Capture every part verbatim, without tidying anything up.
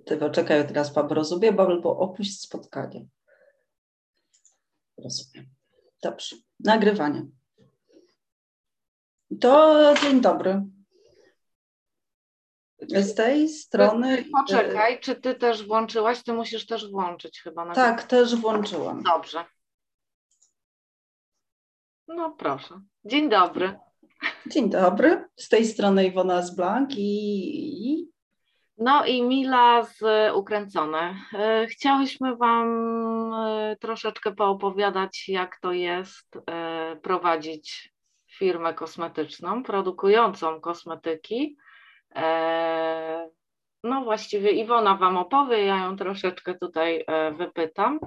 Ty poczekaj, teraz Pab rozumiem, albo opuść spotkanie. Rozumiem. Dobrze. Nagrywanie. To dzień dobry. Z tej strony... Poczekaj, czy ty też włączyłaś? Ty musisz też włączyć chyba. Na tak, też włączyłam. Dobrze. No proszę. Dzień dobry. Dzień dobry. Z tej strony Iwona z Blank i... No i Mila z Ukręcone. Chciałyśmy Wam troszeczkę poopowiadać, jak to jest prowadzić firmę kosmetyczną, produkującą kosmetyki. No właściwie Iwona Wam opowie, ja ją troszeczkę tutaj wypytam.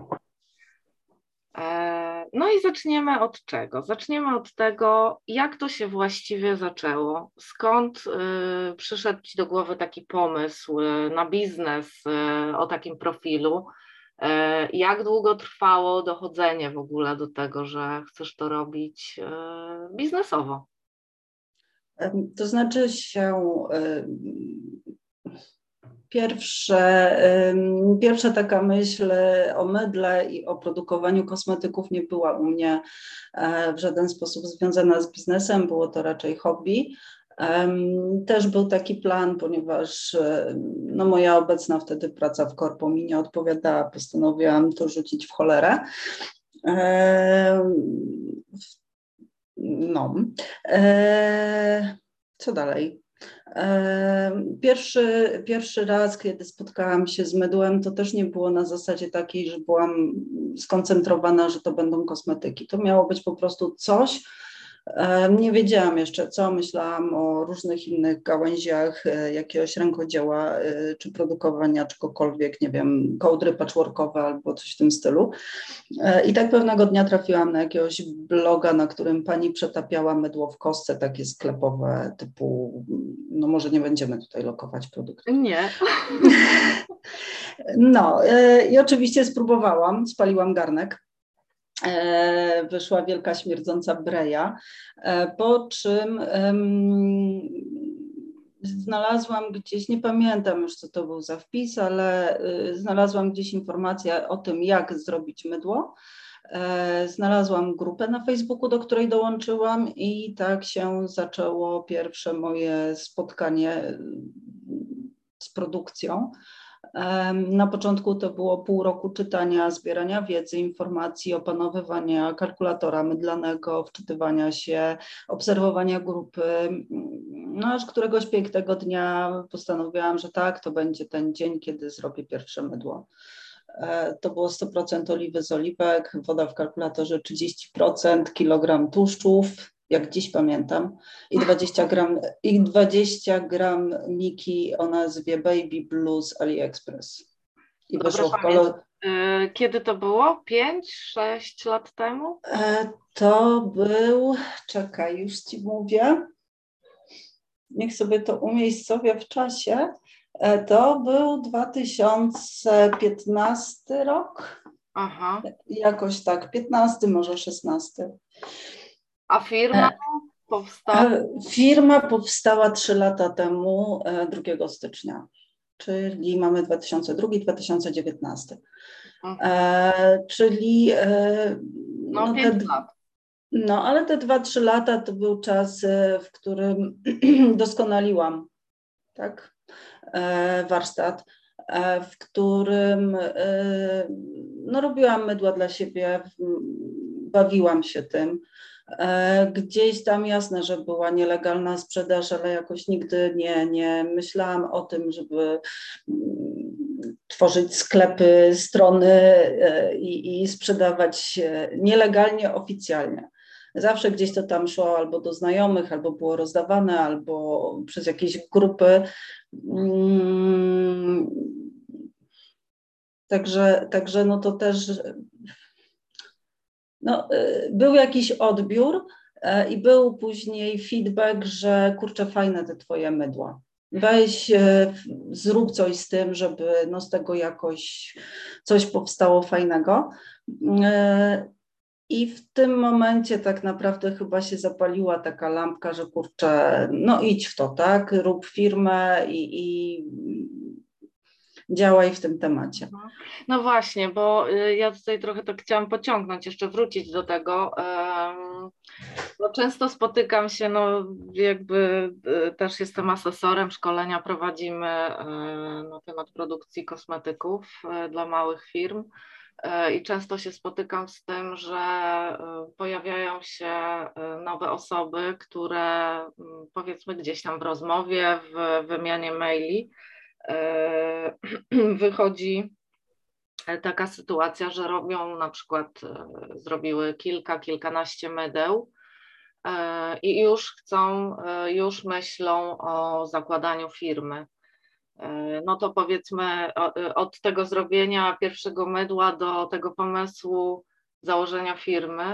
No i zaczniemy od czego? Zaczniemy od tego, jak to się właściwie zaczęło. Skąd y, przyszedł Ci do głowy taki pomysł y, na biznes y, o takim profilu? Y, jak długo trwało dochodzenie w ogóle do tego, że chcesz to robić y, biznesowo? To znaczy się... Y Pierwsze, pierwsza taka myśl o mydle i o produkowaniu kosmetyków nie była u mnie w żaden sposób związana z biznesem, było to raczej hobby. Też był taki plan, ponieważ no, moja obecna wtedy praca w korpo mi nie odpowiadała, postanowiłam to rzucić w cholerę. No. Co dalej? Pierwszy, pierwszy raz, kiedy spotkałam się z mydłem, to też nie było na zasadzie takiej, że byłam skoncentrowana, że to będą kosmetyki. To miało być po prostu coś. Nie wiedziałam jeszcze co, myślałam o różnych innych gałęziach jakiegoś rękodzieła, czy produkowania czegokolwiek, nie wiem, kołdry patchworkowe albo coś w tym stylu. I tak pewnego dnia trafiłam na jakiegoś bloga, na którym pani przetapiała mydło w kostce, takie sklepowe typu, no może nie będziemy tutaj lokować produktów. Nie. No i oczywiście spróbowałam, spaliłam garnek. Wyszła wielka śmierdząca breja, po czym um, znalazłam gdzieś, nie pamiętam już co to był za wpis, ale znalazłam gdzieś informację o tym, jak zrobić mydło. Znalazłam grupę na Facebooku, do której dołączyłam i tak się zaczęło pierwsze moje spotkanie z produkcją. Na początku to było pół roku czytania, zbierania wiedzy, informacji, opanowywania kalkulatora mydlanego, wczytywania się, obserwowania grupy. No aż któregoś pięknego dnia postanowiłam, że tak, to będzie ten dzień, kiedy zrobię pierwsze mydło. To było sto procent oliwy z oliwek, woda w kalkulatorze trzydzieści procent, kilogram tłuszczów, jak dziś pamiętam, i dwadzieścia gram, i dwadzieścia gram Miki o nazwie Baby Blue z AliExpress. I wyszło w kolor... Kiedy to było? pięć, sześć lat temu? To był, czekaj, już Ci mówię, niech sobie to umiejscowię w czasie, to był dwa tysiące piętnasty rok. Aha. Jakoś tak, piętnasty, może szesnasty. A firma powstała? Firma powstała trzy lata temu, drugiego stycznia, czyli mamy dwa tysiące drugi, dwa tysiące dziewiętnasty. E, czyli no, no, pięć te, lat. No, ale te dwa, trzy lata to był czas, w którym doskonaliłam, tak, e, warsztat, e, w którym e, no, robiłam mydła dla siebie, bawiłam się tym. Gdzieś tam jasne, że była nielegalna sprzedaż, ale jakoś nigdy nie, nie myślałam o tym, żeby tworzyć sklepy, strony i, i sprzedawać nielegalnie, oficjalnie. Zawsze gdzieś to tam szło albo do znajomych, albo było rozdawane, albo przez jakieś grupy. Także, także no to też... No, był jakiś odbiór i był później feedback, że kurczę, fajne te twoje mydła. Weź, zrób coś z tym, żeby no, z tego jakoś coś powstało fajnego. I w tym momencie tak naprawdę chyba się zapaliła taka lampka, że kurczę, no idź w to, tak, rób firmę i, i działaj w tym temacie. No właśnie, bo ja tutaj trochę tak chciałam pociągnąć, jeszcze wrócić do tego. No często spotykam się, no jakby też jestem asesorem, szkolenia prowadzimy na temat produkcji kosmetyków dla małych firm i często się spotykam z tym, że pojawiają się nowe osoby, które powiedzmy gdzieś tam w rozmowie, w wymianie maili wychodzi taka sytuacja, że robią na przykład, zrobiły kilka, kilkanaście mydeł i już chcą, już myślą o zakładaniu firmy. No to powiedzmy od tego zrobienia pierwszego mydła do tego pomysłu założenia firmy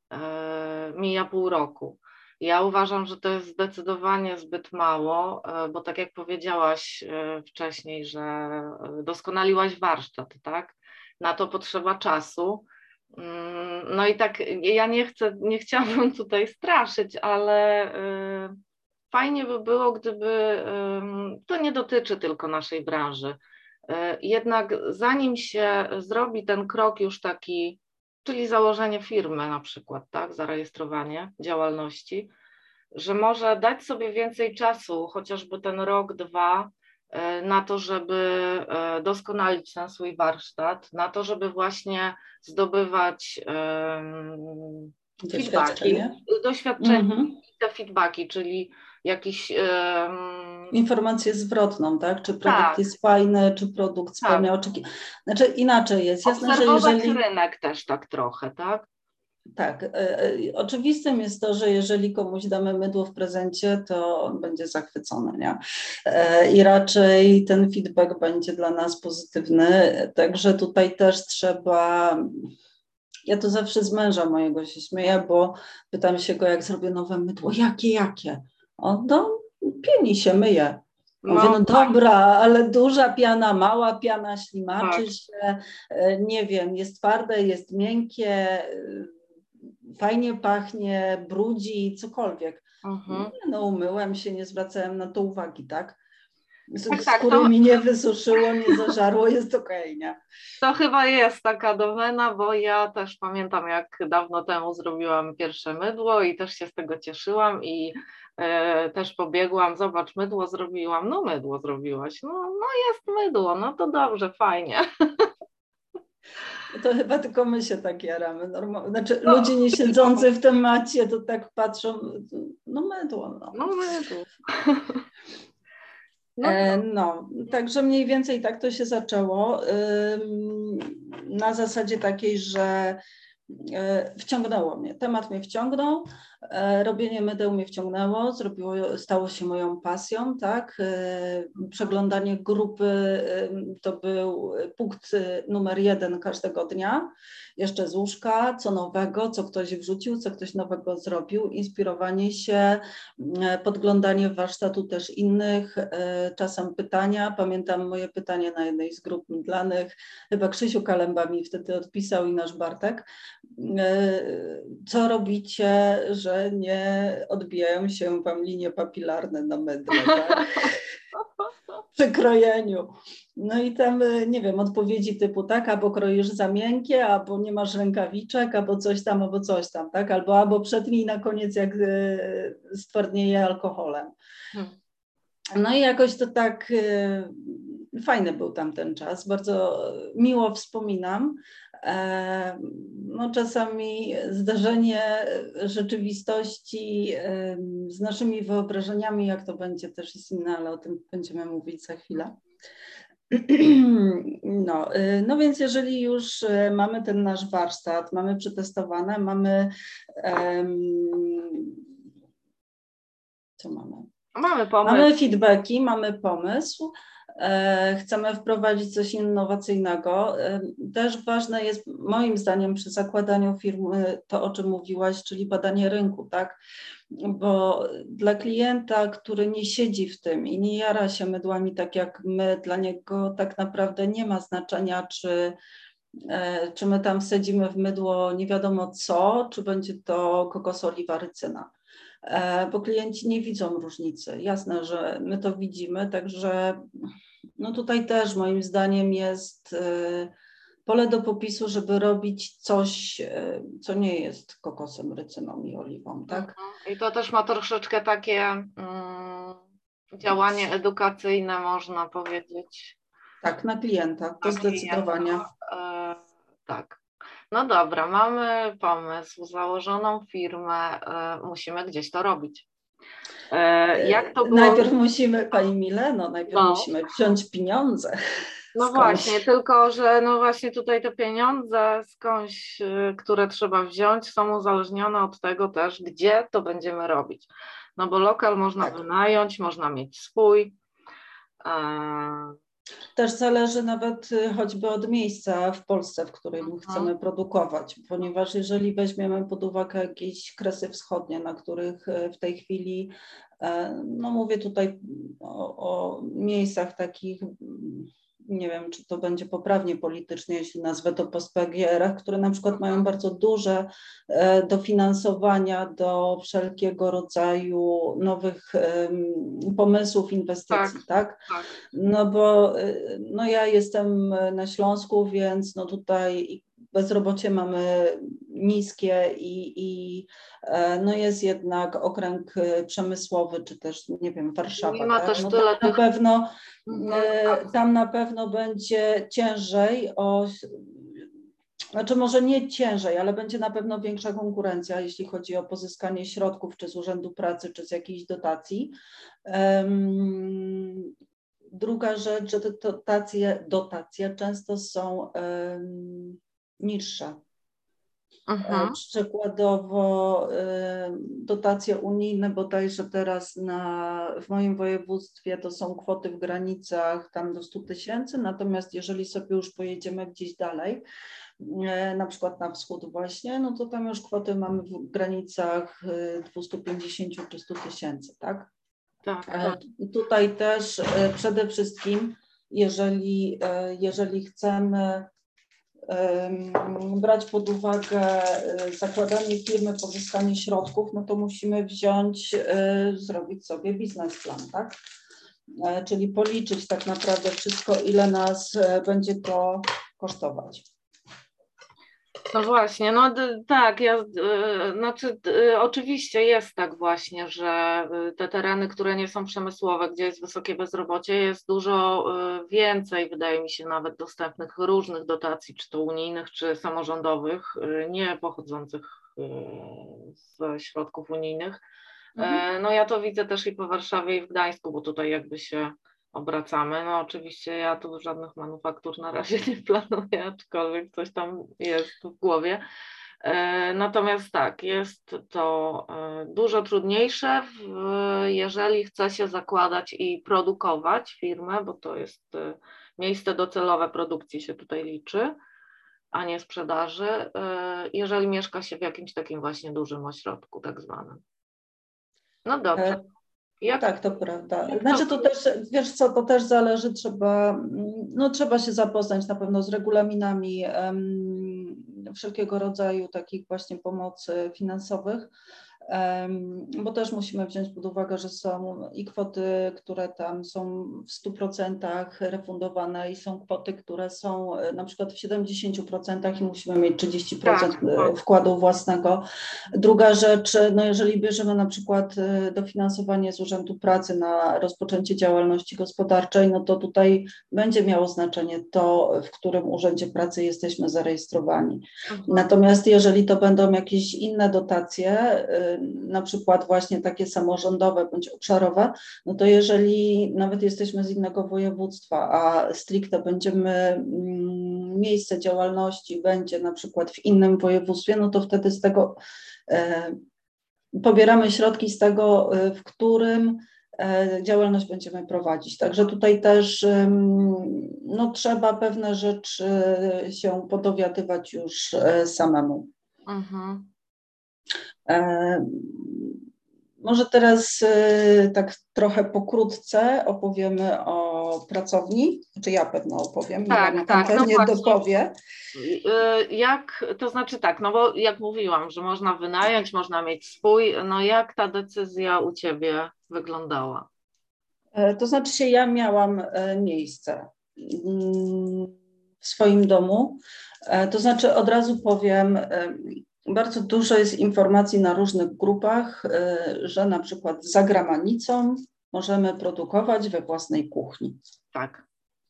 mija pół roku. Ja uważam, że to jest zdecydowanie zbyt mało, bo tak jak powiedziałaś wcześniej, że doskonaliłaś warsztat, tak? Na to potrzeba czasu. No i tak ja nie chcę, nie chciałabym tutaj straszyć, ale fajnie by było, gdyby, to nie dotyczy tylko naszej branży, jednak zanim się zrobi ten krok już taki, czyli założenie firmy na przykład, tak, zarejestrowanie działalności, że może dać sobie więcej czasu, chociażby ten rok, dwa, na to, żeby doskonalić ten swój warsztat, na to, żeby właśnie zdobywać um, feedbacki, doświadczenie, mm-hmm. te feedbacki, czyli jakiś... Um, informację zwrotną, tak? Czy produkt tak. jest fajny, czy produkt spełnia tak. oczekiwania. Znaczy inaczej jest. Jasne, że jeżeli... rynek też tak trochę, tak? Tak, y, y, oczywistym jest to, że jeżeli komuś damy mydło w prezencie, to on będzie zachwycony, nie? Y, I raczej ten feedback będzie dla nas pozytywny, także tutaj też trzeba, ja to zawsze z męża mojego się śmieję, bo pytam się go, jak zrobię nowe mydło, jakie, jakie? On, no, pieni się, myje. No, Mówię, no tak. dobra, ale duża piana, mała piana, ślimaczy tak. się, nie wiem, jest twarde, jest miękkie, fajnie pachnie, brudzi, cokolwiek. Mhm. Nie, no umyłem się, nie zwracałem na to uwagi, tak? Z, tak, tak skóry to... mi nie wysuszyło, nie zażarło, jest okej, okay, nie? To chyba jest taka domena, bo ja też pamiętam, jak dawno temu zrobiłam pierwsze mydło i też się z tego cieszyłam i e, też pobiegłam, zobacz, mydło zrobiłam, no mydło zrobiłaś, no, no jest mydło, no to dobrze, fajnie. To chyba tylko my się tak jaramy. Normal... Znaczy no, ludzie nie siedzący w temacie to tak patrzą, no mydło. No, no mydło. No, no, także mniej więcej tak to się zaczęło. Na zasadzie takiej, że wciągnęło mnie, temat mnie wciągnął, robienie mydeł mnie wciągnęło, zrobiło, stało się moją pasją, tak. Przeglądanie grupy to był punkt numer jeden każdego dnia, jeszcze z łóżka, co nowego, co ktoś wrzucił, co ktoś nowego zrobił, inspirowanie się, podglądanie warsztatu też innych, czasem pytania, pamiętam moje pytanie na jednej z grup mydlanych, chyba Krzysiu Kalemba mi wtedy odpisał i nasz Bartek, co robicie, że nie odbijają się wam linie papilarne na mydle, tak? Przy krojeniu. No i tam, nie wiem, odpowiedzi typu tak, albo kroisz za miękkie, albo nie masz rękawiczek, albo coś tam, albo coś tam, tak? Albo, albo przetnij na koniec, jak stwardnieje alkoholem. No i jakoś to tak fajny był tam ten czas, bardzo miło wspominam. No czasami zdarzenie rzeczywistości z naszymi wyobrażeniami, jak to będzie, też jest inne, ale o tym będziemy mówić za chwilę. No, no więc jeżeli już mamy ten nasz warsztat, mamy przetestowane, mamy co mamy? Mamy pomysł. Mamy feedbacki, mamy pomysł, e, chcemy wprowadzić coś innowacyjnego. E, też ważne jest moim zdaniem przy zakładaniu firmy to, o czym mówiłaś, czyli badanie rynku, tak? Bo dla klienta, który nie siedzi w tym i nie jara się mydłami tak jak my, dla niego tak naprawdę nie ma znaczenia, czy e, czy my tam wsadzimy w mydło nie wiadomo co, czy będzie to kokos, oliwa, rycyna. Bo klienci nie widzą różnicy. Jasne, że my to widzimy, także No tutaj też moim zdaniem jest pole do popisu, żeby robić coś, co nie jest kokosem, rycyną i oliwą, tak? I to też ma troszeczkę takie mm, działanie edukacyjne, można powiedzieć. Tak, na klienta, to zdecydowanie. E, tak. No dobra, mamy pomysł, założoną firmę, e, musimy gdzieś to robić. E, jak to było? Najpierw musimy, Pani Mileno, najpierw no. musimy wziąć pieniądze. No skądś. Właśnie, tylko że no właśnie tutaj te pieniądze skądś, które trzeba wziąć, są uzależnione od tego też, gdzie to będziemy robić. No bo lokal można tak. wynająć, można mieć swój. Też zależy nawet choćby od miejsca w Polsce, w którym Aha. chcemy produkować, ponieważ jeżeli weźmiemy pod uwagę jakieś Kresy Wschodnie, na których w tej chwili, no mówię tutaj o, o miejscach takich, nie wiem, czy to będzie poprawnie politycznie, jeśli nazwę to post-P G R-ach, które na przykład mają bardzo duże dofinansowania do wszelkiego rodzaju nowych pomysłów, inwestycji, tak? tak? tak. No bo no ja jestem na Śląsku, więc no tutaj bezrobocie mamy niskie i, i no jest jednak okręg przemysłowy, czy też, nie wiem, Warszawa. Nie ma tak? też no tyle tam, tych... na pewno, tam na pewno będzie ciężej o... Znaczy może nie ciężej, ale będzie na pewno większa konkurencja, jeśli chodzi o pozyskanie środków, czy z Urzędu Pracy, czy z jakiejś dotacji. Um, druga rzecz, że te dotacje, dotacje często są um, niższe. Mhm. Przykładowo dotacje unijne bodajże teraz na, w moim województwie to są kwoty w granicach tam do stu tysięcy, natomiast jeżeli sobie już pojedziemy gdzieś dalej, na przykład na wschód właśnie, no to tam już kwoty mamy w granicach dwieście pięćdziesiąt czy stu tysięcy, tak? Tak, tak. Tutaj też przede wszystkim, jeżeli, jeżeli chcemy brać pod uwagę zakładanie firmy, pozyskanie środków, no to musimy wziąć, zrobić sobie biznesplan, tak? Czyli policzyć tak naprawdę wszystko, ile nas będzie to kosztować. No właśnie, no tak, ja, znaczy oczywiście jest tak właśnie, że te tereny, które nie są przemysłowe, gdzie jest wysokie bezrobocie, jest dużo więcej, wydaje mi się, nawet dostępnych różnych dotacji, czy to unijnych, czy samorządowych, nie pochodzących ze środków unijnych. Mhm. No ja to widzę też i po Warszawie, i w Gdańsku, bo tutaj jakby się obracamy. No oczywiście ja tu żadnych manufaktur na razie nie planuję, aczkolwiek coś tam jest w głowie. Natomiast tak, jest to dużo trudniejsze, jeżeli chce się zakładać i produkować firmę, bo to jest miejsce docelowe produkcji się tutaj liczy, a nie sprzedaży, jeżeli mieszka się w jakimś takim właśnie dużym ośrodku tak zwanym. No dobrze. Jak? Tak, to prawda. Znaczy to też, wiesz co, to też zależy, trzeba, no trzeba się zapoznać na pewno z regulaminami um, wszelkiego rodzaju takich właśnie pomocy finansowych, um, bo też musimy wziąć pod uwagę, że są i kwoty, które tam są w stu procentach refundowane i są kwoty, które są na przykład w siedemdziesięciu procentach i musimy mieć trzydzieści procent tak. wkładu własnego. Druga rzecz, no jeżeli bierzemy na przykład dofinansowanie z Urzędu Pracy na rozpoczęcie działalności gospodarczej, no to tutaj będzie miało znaczenie to, w którym Urzędzie Pracy jesteśmy zarejestrowani. Mhm. Natomiast jeżeli to będą jakieś inne dotacje, na przykład właśnie takie samorządowe bądź obszarowe, no to jeżeli nawet jesteśmy z innego województwa, a stricte będziemy, miejsce działalności będzie na przykład w innym województwie, no to wtedy z tego pobieramy środki z tego, w którym działalność będziemy prowadzić. Także tutaj też no, trzeba pewne rzeczy się podowiadywać już samemu. Mhm. Może teraz tak trochę pokrótce opowiemy o pracowni, czy ja pewno opowiem, tak, Milena tak, pewnie no dopowie. Jak, to znaczy tak, no bo jak mówiłam, że można wynająć, można mieć swój, no jak ta decyzja u Ciebie wyglądała? To znaczy się, ja miałam miejsce w swoim domu, to znaczy od razu powiem, bardzo dużo jest informacji na różnych grupach, że na przykład za granicą możemy produkować we własnej kuchni. Tak.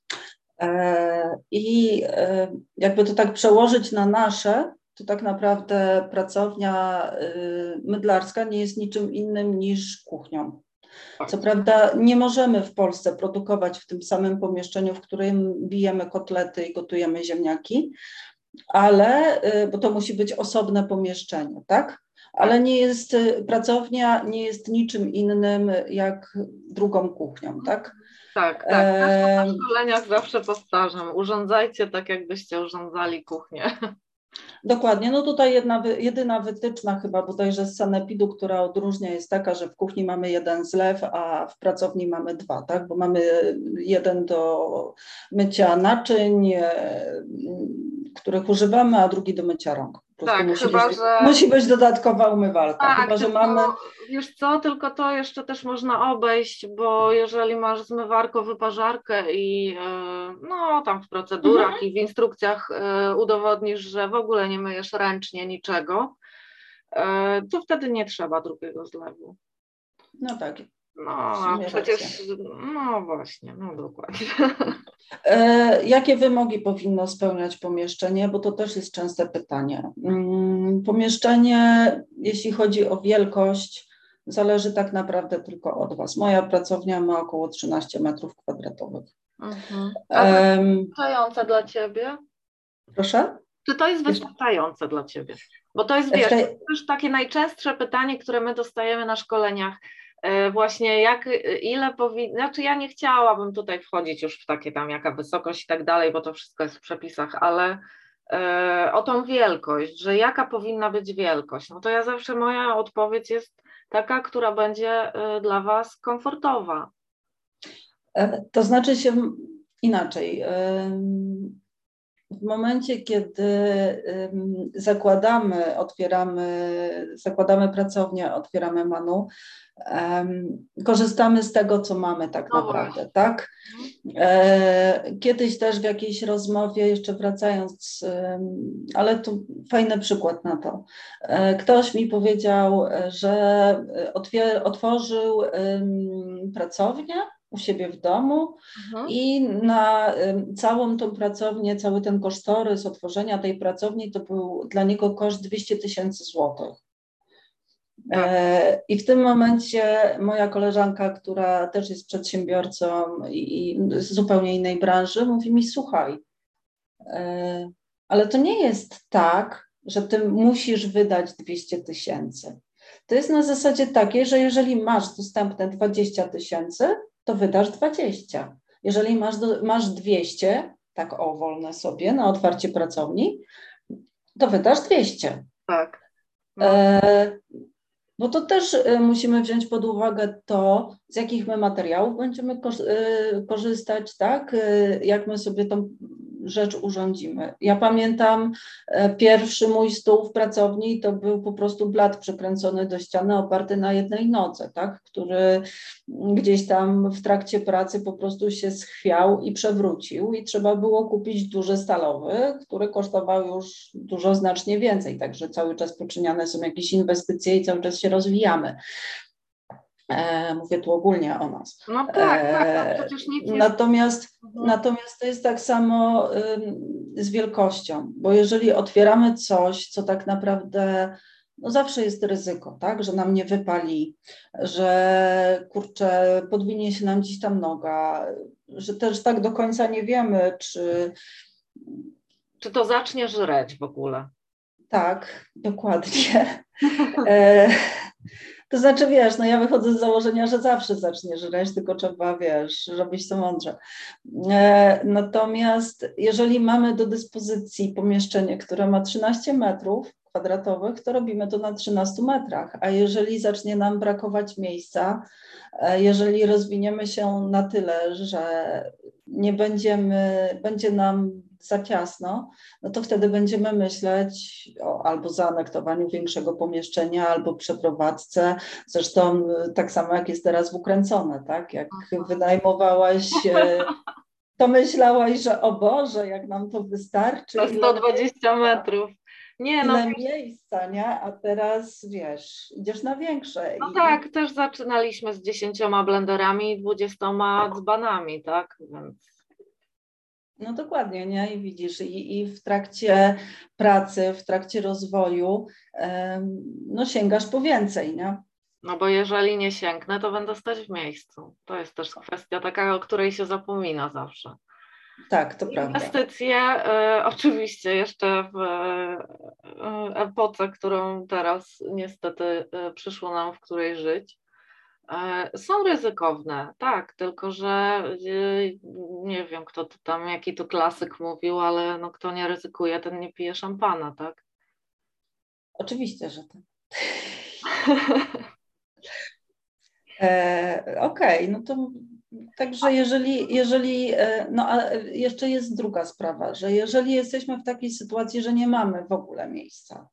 I jakby to tak przełożyć na nasze, to tak naprawdę pracownia mydlarska nie jest niczym innym niż kuchnią. Co prawda nie możemy w Polsce produkować w tym samym pomieszczeniu, w którym bijemy kotlety i gotujemy ziemniaki, ale, bo to musi być osobne pomieszczenie, tak? Ale nie jest, pracownia nie jest niczym innym jak drugą kuchnią, tak? Tak, tak. Ja na szkoleniach zawsze powtarzam, urządzajcie tak, jakbyście urządzali kuchnię. Dokładnie, no tutaj jedna, jedyna wytyczna chyba bodajże z sanepidu, która odróżnia, jest taka, że w kuchni mamy jeden zlew, a w pracowni mamy dwa, tak? Bo mamy jeden do mycia naczyń, których używamy, a drugi do mycia rąk. Po prostu tak, musi, chyba, być, że... musi być dodatkowa umywalka. Tak, chyba, że tylko, mamy... wiesz co, tylko to jeszcze też można obejść, bo jeżeli masz zmywarkę, wyparzarkę i no tam w procedurach mhm. i w instrukcjach udowodnisz, że w ogóle nie myjesz ręcznie niczego, to wtedy nie trzeba drugiego zlewu. No tak. No, a przecież, no właśnie, no dokładnie. E, jakie wymogi powinno spełniać pomieszczenie, bo to też jest częste pytanie. Pomieszczenie, jeśli chodzi o wielkość, zależy tak naprawdę tylko od Was. Moja pracownia ma około trzynaście metrów kwadratowych. Mhm. A to jest wystarczające dla Ciebie? Proszę? Czy to jest wystarczające dla Ciebie? Bo to jest, wiesz, to jest też takie najczęstsze pytanie, które my dostajemy na szkoleniach. Właśnie jak, ile powinno, znaczy ja nie chciałabym tutaj wchodzić już w takie tam jaka wysokość i tak dalej, bo to wszystko jest w przepisach, ale e, o tą wielkość, że jaka powinna być wielkość, no to ja zawsze moja odpowiedź jest taka, która będzie dla Was komfortowa. To znaczy się inaczej. W momencie, kiedy zakładamy, otwieramy, zakładamy pracownię, otwieramy manu, um, korzystamy z tego, co mamy tak no naprawdę, właśnie. tak? E, kiedyś też w jakiejś rozmowie, jeszcze wracając, um, ale tu fajny przykład na to, e, ktoś mi powiedział, że otwier- otworzył um, pracownię u siebie w domu mhm. i na y, całą tą pracownię, cały ten kosztorys otworzenia tej pracowni to był dla niego koszt dwieście tysięcy złotych. Tak. E, I w tym momencie moja koleżanka, która też jest przedsiębiorcą i, i z zupełnie innej branży, mówi mi: słuchaj, e, ale to nie jest tak, że ty musisz wydać dwieście tysięcy. To jest na zasadzie takiej, że jeżeli masz dostępne dwadzieścia tysięcy, to wydasz dwadzieścia. Jeżeli masz, do, masz dwieście, tak o, wolne sobie na otwarcie pracowni, to wydasz dwieście. Tak. No. E, bo to też e, musimy wziąć pod uwagę to, z jakich my materiałów będziemy ko- e, korzystać, tak? E, jak my sobie tą rzecz urządzimy. Ja pamiętam e, pierwszy mój stół w pracowni to był po prostu blat przykręcony do ściany, oparty na jednej nodze, tak? Który gdzieś tam w trakcie pracy po prostu się schwiał i przewrócił i trzeba było kupić duży stalowy, który kosztował już dużo znacznie więcej, także cały czas poczyniane są jakieś inwestycje i cały czas się rozwijamy. E, mówię tu ogólnie o nas. No tak, tak, no przecież nic nie... Natomiast, mhm. natomiast to jest tak samo y, z wielkością, bo jeżeli otwieramy coś, co tak naprawdę, no zawsze jest ryzyko, tak, że nam nie wypali, że kurczę, podwinie się nam gdzieś tam noga, że też tak do końca nie wiemy, czy... Czy to zacznie żreć w ogóle? Tak, dokładnie. e, To znaczy, wiesz, no ja wychodzę z założenia, że zawsze zacznie żreć, tylko trzeba, wiesz, robić to mądrze. E, natomiast jeżeli mamy do dyspozycji pomieszczenie, które ma trzynaście metrów kwadratowych, to robimy to na trzynastu metrach, a jeżeli zacznie nam brakować miejsca, e, jeżeli rozwiniemy się na tyle, że nie będziemy, będzie nam za ciasno, no to wtedy będziemy myśleć o albo zaanektowaniu większego pomieszczenia, albo przeprowadzce. Zresztą tak samo jak jest teraz w Ukręcone, tak? Jak wynajmowałaś, to myślałaś, że o Boże, jak nam to wystarczy. To sto dwadzieścia metrów. Nie, no, ile miejsca, nie? A teraz wiesz, idziesz na większe. no i... tak, też zaczynaliśmy z dziesięcioma blenderami i dwudziestoma dzbanami, tak? Więc... No dokładnie, nie? I widzisz, i, i w trakcie pracy, w trakcie rozwoju, um, no sięgasz po więcej, nie? No bo jeżeli nie sięgnę, to będę stać w miejscu. To jest też kwestia taka, o której się zapomina zawsze. Tak, to prawda. Inwestycje, y, oczywiście jeszcze w y, epoce, którą teraz niestety y, przyszło nam w której żyć, y, są ryzykowne, tak, tylko że y, nie wiem, kto to tam, jaki to klasyk mówił, ale no, kto nie ryzykuje, ten nie pije szampana, tak? Oczywiście, że tak. e, Okej, okay, no to także jeżeli, jeżeli, no a jeszcze jest druga sprawa, że jeżeli jesteśmy w takiej sytuacji, że nie mamy w ogóle miejsca,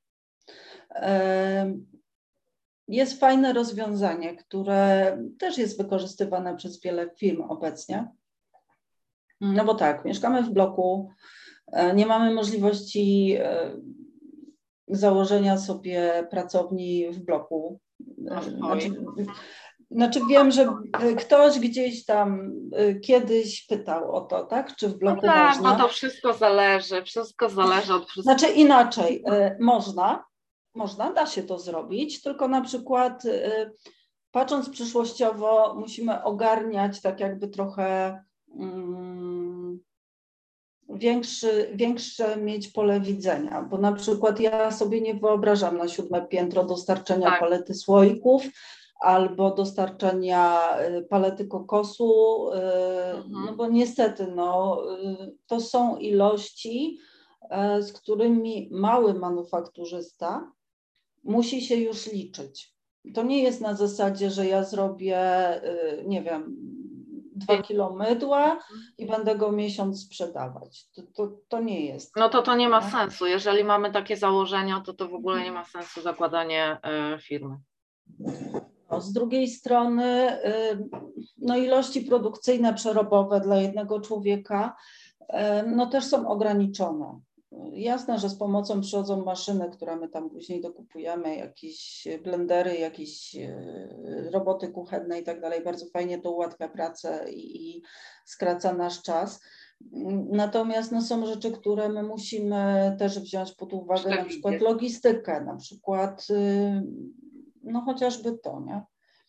jest fajne rozwiązanie, które też jest wykorzystywane przez wiele firm obecnie. No bo tak, mieszkamy w bloku, nie mamy możliwości założenia sobie pracowni w bloku. Znaczy, znaczy wiem, że ktoś gdzieś tam kiedyś pytał o to, tak? Czy w bloku no tak, można? No to wszystko zależy, wszystko zależy od wszystkiego. Znaczy inaczej, można, można, da się to zrobić, tylko na przykład patrząc przyszłościowo musimy ogarniać tak jakby trochę um, większy, większe mieć pole widzenia, bo na przykład ja sobie nie wyobrażam na siódme piętro dostarczenia tak. palety słoików albo dostarczania palety kokosu, mhm. no bo niestety no, to są ilości, z którymi mały manufakturzysta musi się już liczyć. To nie jest na zasadzie, że ja zrobię, nie wiem, dwa kilo mydła i będę go miesiąc sprzedawać. To, to, to nie jest. No to to nie ma nie? sensu. Jeżeli mamy takie założenia, to to w ogóle nie ma sensu zakładanie y, firmy. No, z drugiej strony y, no ilości produkcyjne, przerobowe dla jednego człowieka y, no też są ograniczone. Jasne, że z pomocą przychodzą maszyny, które my tam później dokupujemy, jakieś blendery, jakieś roboty kuchenne i tak dalej. Bardzo fajnie to ułatwia pracę i, i skraca nasz czas. Natomiast no, są rzeczy, które my musimy też wziąć pod uwagę, na przykład logistykę, na przykład no chociażby to, nie?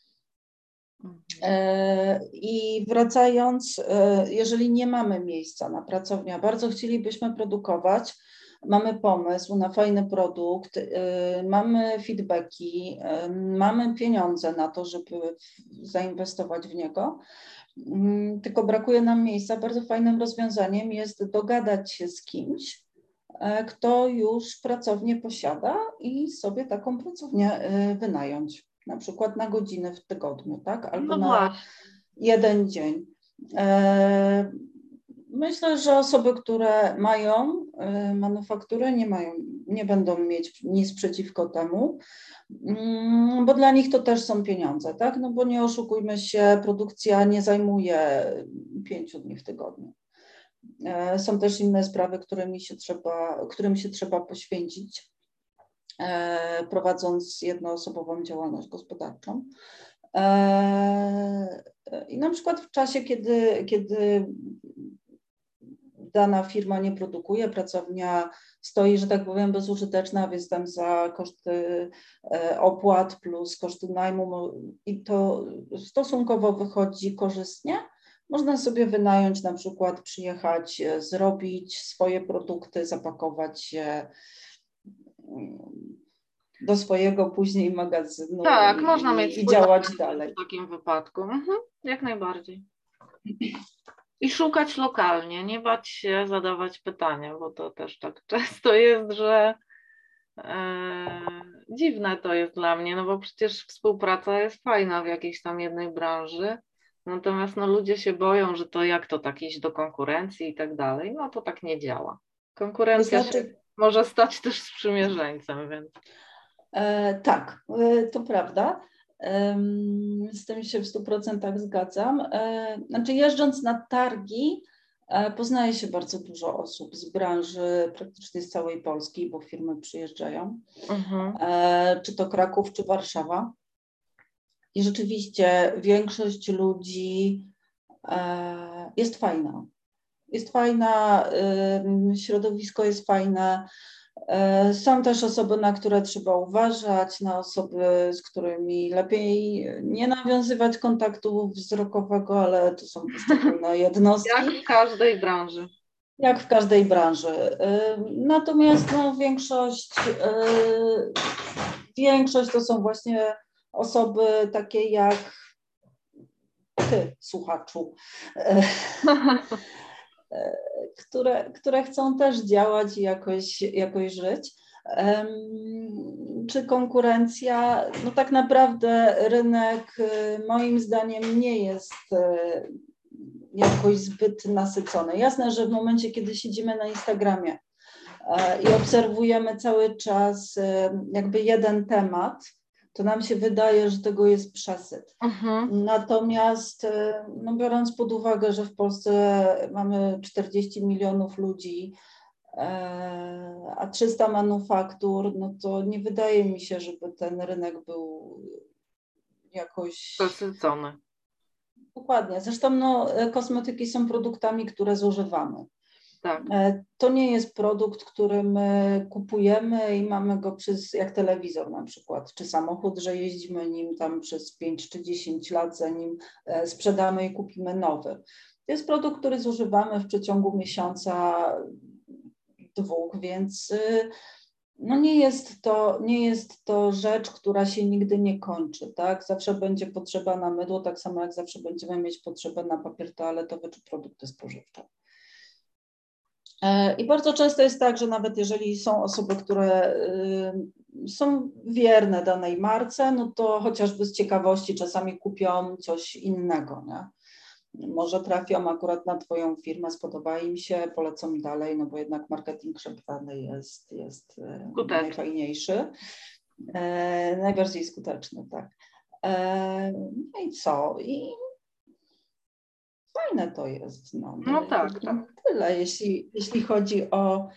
I wracając, jeżeli nie mamy miejsca na pracownię, a bardzo chcielibyśmy produkować, mamy pomysł na fajny produkt, mamy feedbacki, mamy pieniądze na to, żeby zainwestować w niego, tylko brakuje nam miejsca. Bardzo fajnym rozwiązaniem jest dogadać się z kimś, kto już pracownię posiada i sobie taką pracownię wynająć. Na przykład na godzinę w tygodniu, tak? Albo no na jeden dzień. Myślę, że osoby, które mają manufakturę, nie mają, nie będą mieć nic przeciwko temu, bo dla nich to też są pieniądze, tak? No bo nie oszukujmy się, produkcja nie zajmuje pięciu dni w tygodniu. Są też inne sprawy, którymi się trzeba, którym się trzeba poświęcić, prowadząc jednoosobową działalność gospodarczą. I na przykład w czasie, kiedy, kiedy dana firma nie produkuje, pracownia stoi, że tak powiem, bezużyteczna, więc tam za koszty opłat plus koszty najmu i to stosunkowo wychodzi korzystnie. Można sobie wynająć, na przykład przyjechać, zrobić swoje produkty, zapakować je do swojego później magazynu tak, i, można mieć i działać dalej. W takim wypadku, mhm, jak najbardziej. I szukać lokalnie, nie bać się zadawać pytania, bo to też tak często jest, że e, dziwne to jest dla mnie, no bo przecież współpraca jest fajna w jakiejś tam jednej branży, Natomiast no, ludzie się boją, że to jak to tak iść do konkurencji i tak dalej, no to tak nie działa. Konkurencja To znaczy, się może stać też sprzymierzeńcem, więc... E, tak, e, to prawda. Em, Z tym się w stu procentach zgadzam. E, Znaczy, jeżdżąc na targi, e, poznaje się bardzo dużo osób z branży praktycznie z całej Polski, bo firmy przyjeżdżają, Mhm. e, czy to Kraków, czy Warszawa. I rzeczywiście większość ludzi e, jest fajna. Jest fajna, em, środowisko jest fajne. E, Są też osoby, na które trzeba uważać, na osoby, z którymi lepiej nie nawiązywać kontaktu wzrokowego, ale to są poszczególne Jak jednostki, w każdej branży. jak w każdej branży. E, Natomiast no, większość, e, większość to są właśnie osoby takie jak ty, słuchaczu, e, które, które chcą też działać i jakoś, jakoś żyć. Czy konkurencja? No tak naprawdę rynek moim zdaniem nie jest jakoś zbyt nasycony. Jasne, że w momencie, kiedy siedzimy na Instagramie i obserwujemy cały czas jakby jeden temat, to nam się wydaje, że tego jest przesyt. Mhm. Natomiast no biorąc pod uwagę, że w Polsce mamy czterdzieści milionów ludzi, a trzysta manufaktur, no to nie wydaje mi się, żeby ten rynek był jakoś... Przesycony. Dokładnie. Zresztą no, kosmetyki są produktami, które zużywamy. Tak. To nie jest produkt, który my kupujemy i mamy go przez, jak telewizor na przykład, czy samochód, że jeździmy nim tam przez pięć czy dziesięć lat, zanim sprzedamy i kupimy nowy. To jest produkt, który zużywamy w przeciągu miesiąca, dwóch, więc no nie jest to, nie jest to rzecz, która się nigdy nie kończy, tak? Zawsze będzie potrzeba na mydło, tak samo jak zawsze będziemy mieć potrzebę na papier toaletowy czy produkty spożywcze. I bardzo często jest tak, że nawet jeżeli są osoby, które są wierne danej marce, no to chociażby z ciekawości czasami kupią coś innego, nie? Może trafią akurat na Twoją firmę, spodoba im się, polecą dalej, no bo jednak marketing szeptany jest, jest Skuteczny. najfajniejszy, e, najbardziej skuteczny, tak. E, no i co? I fajne to jest. No, No tak, tak. Tyle, jeśli, jeśli chodzi o...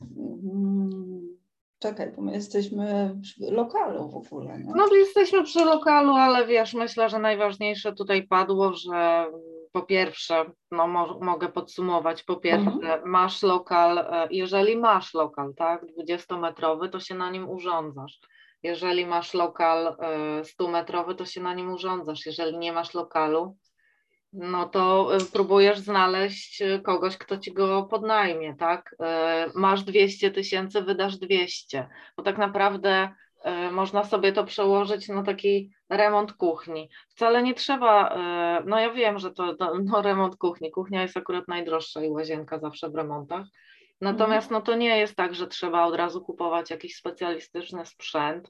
Hmm, czekaj, bo my jesteśmy w lokalu w ogóle. Nie? No jesteśmy przy lokalu, ale wiesz, myślę, że najważniejsze tutaj padło, że po pierwsze, no mo mogę podsumować, po pierwsze Mhm. masz lokal, jeżeli masz lokal, tak, dwudziestometrowy, to się na nim urządzasz. Jeżeli masz lokal stumetrowy, to się na nim urządzasz. Jeżeli nie masz lokalu, no to próbujesz znaleźć kogoś, kto ci go podnajmie, tak? Masz dwieście tysięcy, wydasz dwieście, bo tak naprawdę można sobie to przełożyć na taki remont kuchni. Wcale nie trzeba, no ja wiem, że to, to no remont kuchni, kuchnia jest akurat najdroższa i łazienka zawsze w remontach, natomiast no to nie jest tak, że trzeba od razu kupować jakiś specjalistyczny sprzęt,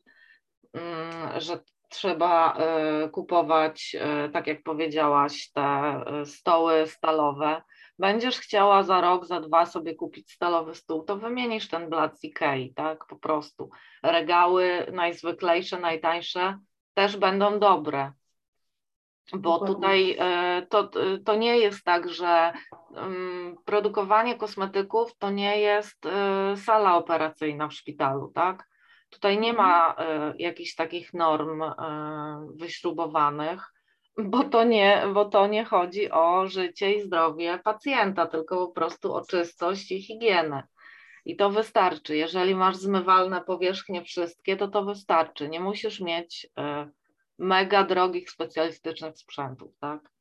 że trzeba kupować, tak jak powiedziałaś, te stoły stalowe. Będziesz chciała za rok, za dwa sobie kupić stalowy stół, to wymienisz ten blat z Ikei, tak, po prostu. Regały najzwyklejsze, najtańsze też będą dobre, bo Dokładnie. tutaj to, to nie jest tak, że um, produkowanie kosmetyków to nie jest sala operacyjna w szpitalu, tak? Tutaj nie ma y, jakichś takich norm y, wyśrubowanych, bo to, nie, bo to nie chodzi o życie i zdrowie pacjenta, tylko po prostu o czystość i higienę. I to wystarczy. Jeżeli masz zmywalne powierzchnie wszystkie, to to wystarczy. Nie musisz mieć y, mega drogich, specjalistycznych sprzętów, tak?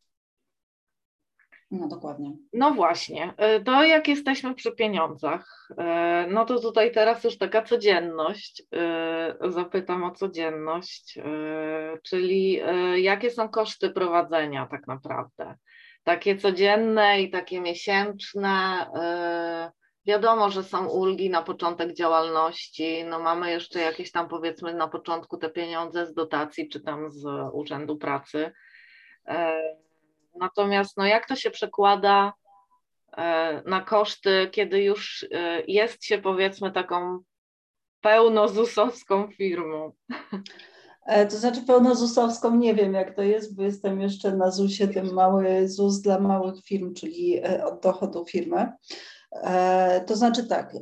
No dokładnie. No właśnie, to jak jesteśmy przy pieniądzach, no to tutaj teraz już taka codzienność, zapytam o codzienność, czyli jakie są koszty prowadzenia tak naprawdę, takie codzienne i takie miesięczne, wiadomo, że są ulgi na początek działalności, no mamy jeszcze jakieś tam powiedzmy na początku te pieniądze z dotacji czy tam z Urzędu Pracy. Natomiast no, jak to się przekłada na koszty, kiedy już jest się, powiedzmy, taką pełno-zusowską firmą? To znaczy pełno-zusowską nie wiem, jak to jest, bo jestem jeszcze na zusie, tym mały ZUS dla małych firm, czyli od dochodu firmy. To znaczy tak,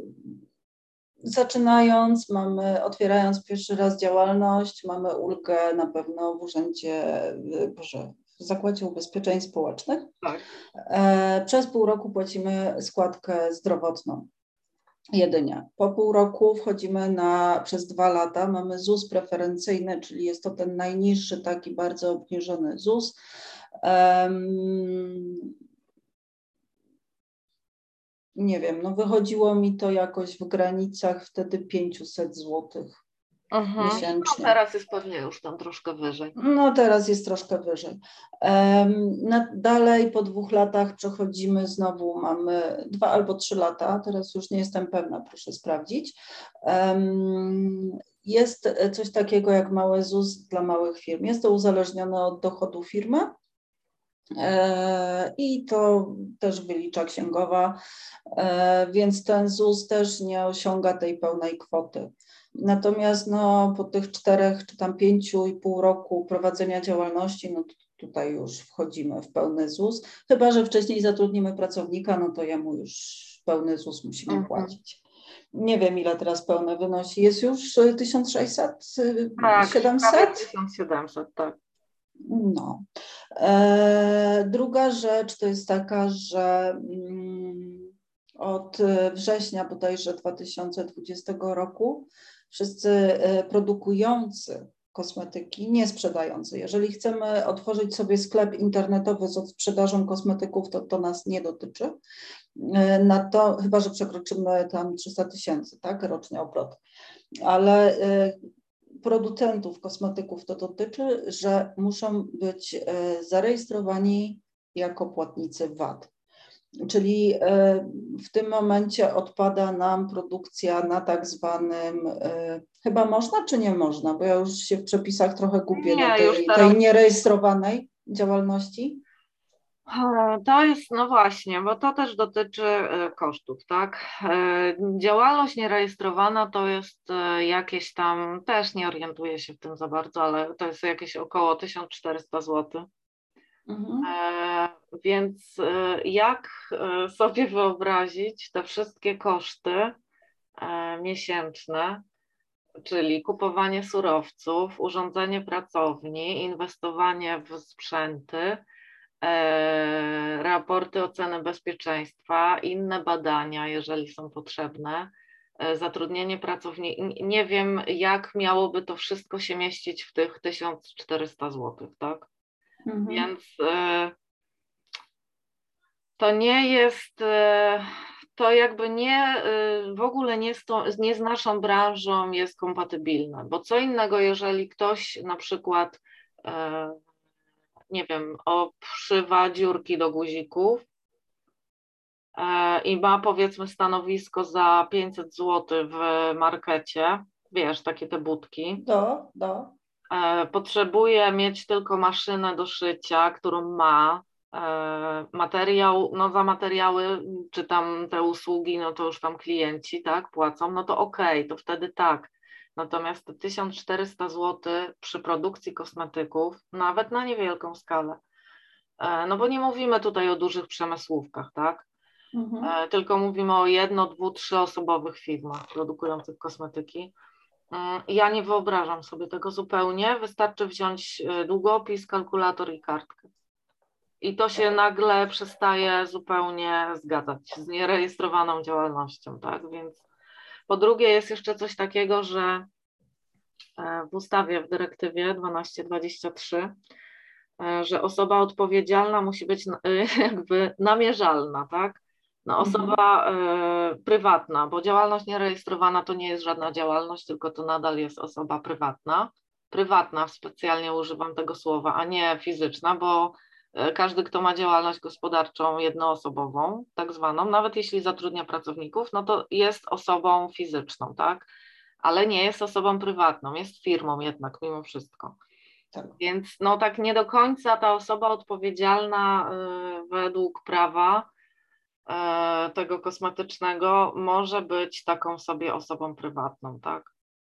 zaczynając, mamy, otwierając pierwszy raz działalność, mamy ulgę na pewno w urzędzie, Boże, w Zakładzie Ubezpieczeń Społecznych. Tak. Przez pół roku płacimy składkę zdrowotną. Jedynie. Po pół roku wchodzimy na, przez dwa lata, mamy ZUS preferencyjny, czyli jest to ten najniższy, taki bardzo obniżony ZUS. Um, nie wiem, no wychodziło mi to jakoś w granicach wtedy pięćset złotych mhm. miesięcznie. No teraz jest pewnie już tam troszkę wyżej. No teraz jest troszkę wyżej. Um, no, dalej po dwóch latach przechodzimy znowu, mamy dwa albo trzy lata, teraz już nie jestem pewna, proszę sprawdzić. Um, jest coś takiego jak mały ZUS dla małych firm. Jest to uzależnione od dochodu firmy. I to też wylicza księgowa, więc ten ZUS też nie osiąga tej pełnej kwoty. Natomiast no, po tych czterech czy tam pięciu i pół roku prowadzenia działalności, no tutaj już wchodzimy w pełny ZUS. Chyba że wcześniej zatrudnimy pracownika, no to jemu już pełny ZUS musimy mhm. płacić. Nie wiem, ile teraz pełne wynosi. Jest już tysiąc sześćset? Tak, siedemset? tysiąc siedemset, tak. No. E, druga rzecz to jest taka, że mm, od września bodajże dwa tysiące dwudziestego roku wszyscy produkujący kosmetyki, nie sprzedający. Jeżeli chcemy otworzyć sobie sklep internetowy z odsprzedażą kosmetyków, to to nas nie dotyczy. Na to, chyba że przekroczymy tam trzysta tysięcy, tak, rocznie obrotu. Ale producentów kosmetyków to dotyczy, że muszą być zarejestrowani jako płatnicy V A T. Czyli w tym momencie odpada nam produkcja na tak zwanym, chyba można czy nie można, bo ja już się w przepisach trochę gubię nie, na tej, teraz... tej nierejestrowanej działalności. To jest, no właśnie, bo to też dotyczy kosztów, tak? Działalność nierejestrowana to jest jakieś tam, też nie orientuję się w tym za bardzo, ale to jest jakieś około tysiąc czterysta złotych. Mhm. Więc jak sobie wyobrazić te wszystkie koszty miesięczne, czyli kupowanie surowców, urządzenie pracowni, inwestowanie w sprzęty, raporty oceny bezpieczeństwa, inne badania, jeżeli są potrzebne, zatrudnienie pracowni. Nie wiem, jak miałoby to wszystko się mieścić w tych tysiąc czterysta złotych, tak? Mhm. Więc to nie jest, to jakby nie, w ogóle nie z, tą, nie z naszą branżą jest kompatybilne, bo co innego, jeżeli ktoś na przykład nie wiem, obszywa dziurki do guzików i ma powiedzmy stanowisko za pięćset złotych w markecie, wiesz, takie te budki. Do, do. Potrzebuje mieć tylko maszynę do szycia, którą ma, materiał, no za materiały czy tam te usługi, no to już tam klienci, tak, płacą, no to okej, okay, to wtedy tak. Natomiast te tysiąc czterysta złotych przy produkcji kosmetyków, nawet na niewielką skalę, no bo nie mówimy tutaj o dużych przemysłówkach, tak? Mhm. Tylko mówimy o jedno, dwu, trzyosobowych firmach produkujących kosmetyki. Ja nie wyobrażam sobie tego zupełnie, wystarczy wziąć długopis, kalkulator i kartkę. I to się nagle przestaje zupełnie zgadzać z nierejestrowaną działalnością, tak? Więc po drugie jest jeszcze coś takiego, że w ustawie, w dyrektywie dwanaście dwadzieścia trzy, że osoba odpowiedzialna musi być jakby namierzalna, tak? No, osoba mhm. y, prywatna, bo działalność nierejestrowana to nie jest żadna działalność, tylko to nadal jest osoba prywatna. Prywatna, specjalnie używam tego słowa, a nie fizyczna, bo każdy, kto ma działalność gospodarczą jednoosobową, tak zwaną, nawet jeśli zatrudnia pracowników, no to jest osobą fizyczną, tak? Ale nie jest osobą prywatną, jest firmą jednak mimo wszystko. tak. Więc no tak nie do końca ta osoba odpowiedzialna y, według prawa y, tego kosmetycznego może być taką sobie osobą prywatną, tak?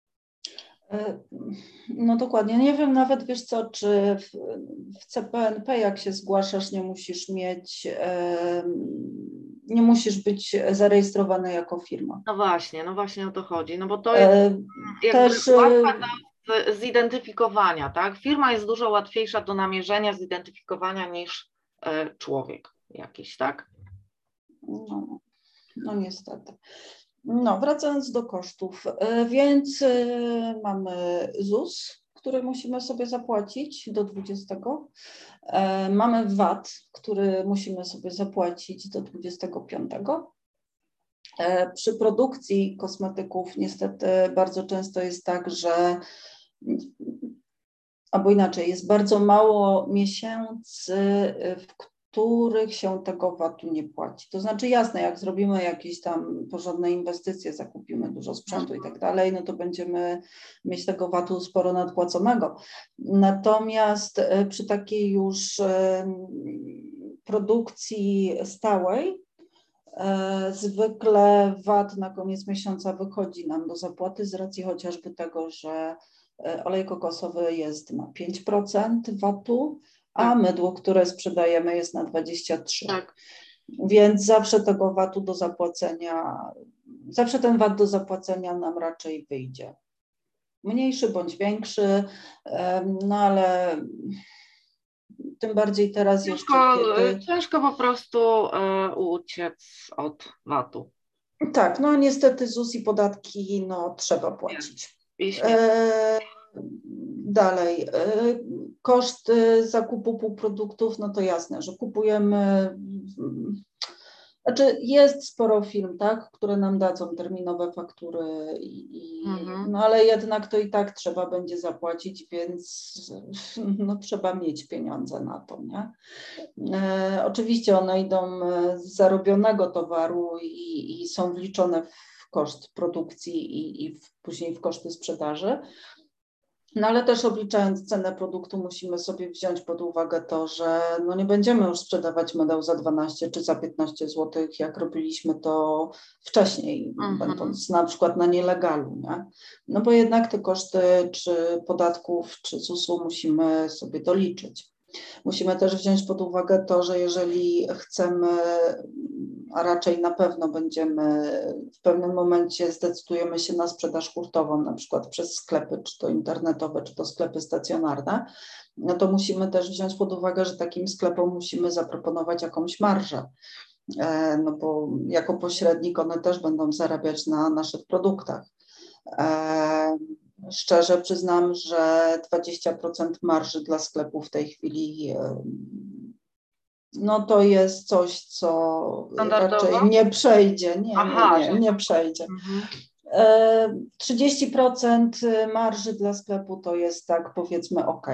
No dokładnie. Nie wiem nawet, wiesz co, czy w, w C P N P jak się zgłaszasz, nie musisz mieć, nie musisz być zarejestrowany jako firma. No właśnie, no właśnie o to chodzi, no bo to jest jakby Też łatwe do zidentyfikowania, tak? Firma jest dużo łatwiejsza do namierzenia, zidentyfikowania niż człowiek jakiś, tak? No, no niestety. No, wracając do kosztów, więc mamy ZUS, który musimy sobie zapłacić do dwudziestego. Mamy V A T, który musimy sobie zapłacić do dwudziestego piątego. Przy produkcji kosmetyków niestety bardzo często jest tak, że albo inaczej, jest bardzo mało miesięcy, w których się tego V A T-u nie płaci. To znaczy jasne, jak zrobimy jakieś tam porządne inwestycje, zakupimy dużo sprzętu i tak dalej, no to będziemy mieć tego V A T-u sporo nadpłaconego. Natomiast przy takiej już produkcji stałej zwykle V A T na koniec miesiąca wychodzi nam do zapłaty z racji chociażby tego, że olej kokosowy jest na pięć procent V A T-u, a tak. Mydło, które sprzedajemy, jest na dwadzieścia trzy procent. Tak. Więc zawsze tego V A T-u do zapłacenia, zawsze ten V A T do zapłacenia nam raczej wyjdzie. Mniejszy bądź większy, no ale tym bardziej teraz ciężko, jeszcze kiedy... Ciężko po prostu uciec od V A T-u. Tak, no niestety ZUS i podatki no trzeba płacić. E, dalej, e, koszty zakupu półproduktów, no to jasne, że kupujemy, znaczy jest sporo firm, tak, które nam dadzą terminowe faktury, i, mhm. no ale jednak to i tak trzeba będzie zapłacić, więc no, trzeba mieć pieniądze na to, nie? E, oczywiście one idą z zarobionego towaru i, i są wliczone w koszt produkcji i, i w, później w koszty sprzedaży. No ale też obliczając cenę produktu musimy sobie wziąć pod uwagę to, że no nie będziemy już sprzedawać mydeł za dwanaście czy za piętnaście złotych, jak robiliśmy to wcześniej, mhm. będąc na przykład na nielegalu, nie? No bo jednak te koszty czy podatków, czy zusu musimy sobie doliczyć. Musimy też wziąć pod uwagę to, że jeżeli chcemy, a raczej na pewno będziemy w pewnym momencie zdecydujemy się na sprzedaż hurtową, na przykład przez sklepy, czy to internetowe, czy to sklepy stacjonarne, no to musimy też wziąć pod uwagę, że takim sklepom musimy zaproponować jakąś marżę, no bo jako pośrednik one też będą zarabiać na naszych produktach. Szczerze przyznam, że dwadzieścia procent marży dla sklepu w tej chwili no to jest coś, co standardowo? Raczej nie przejdzie. Nie, Aha, nie, nie, nie przejdzie. Mhm. trzydzieści procent marży dla sklepu to jest tak, powiedzmy, ok.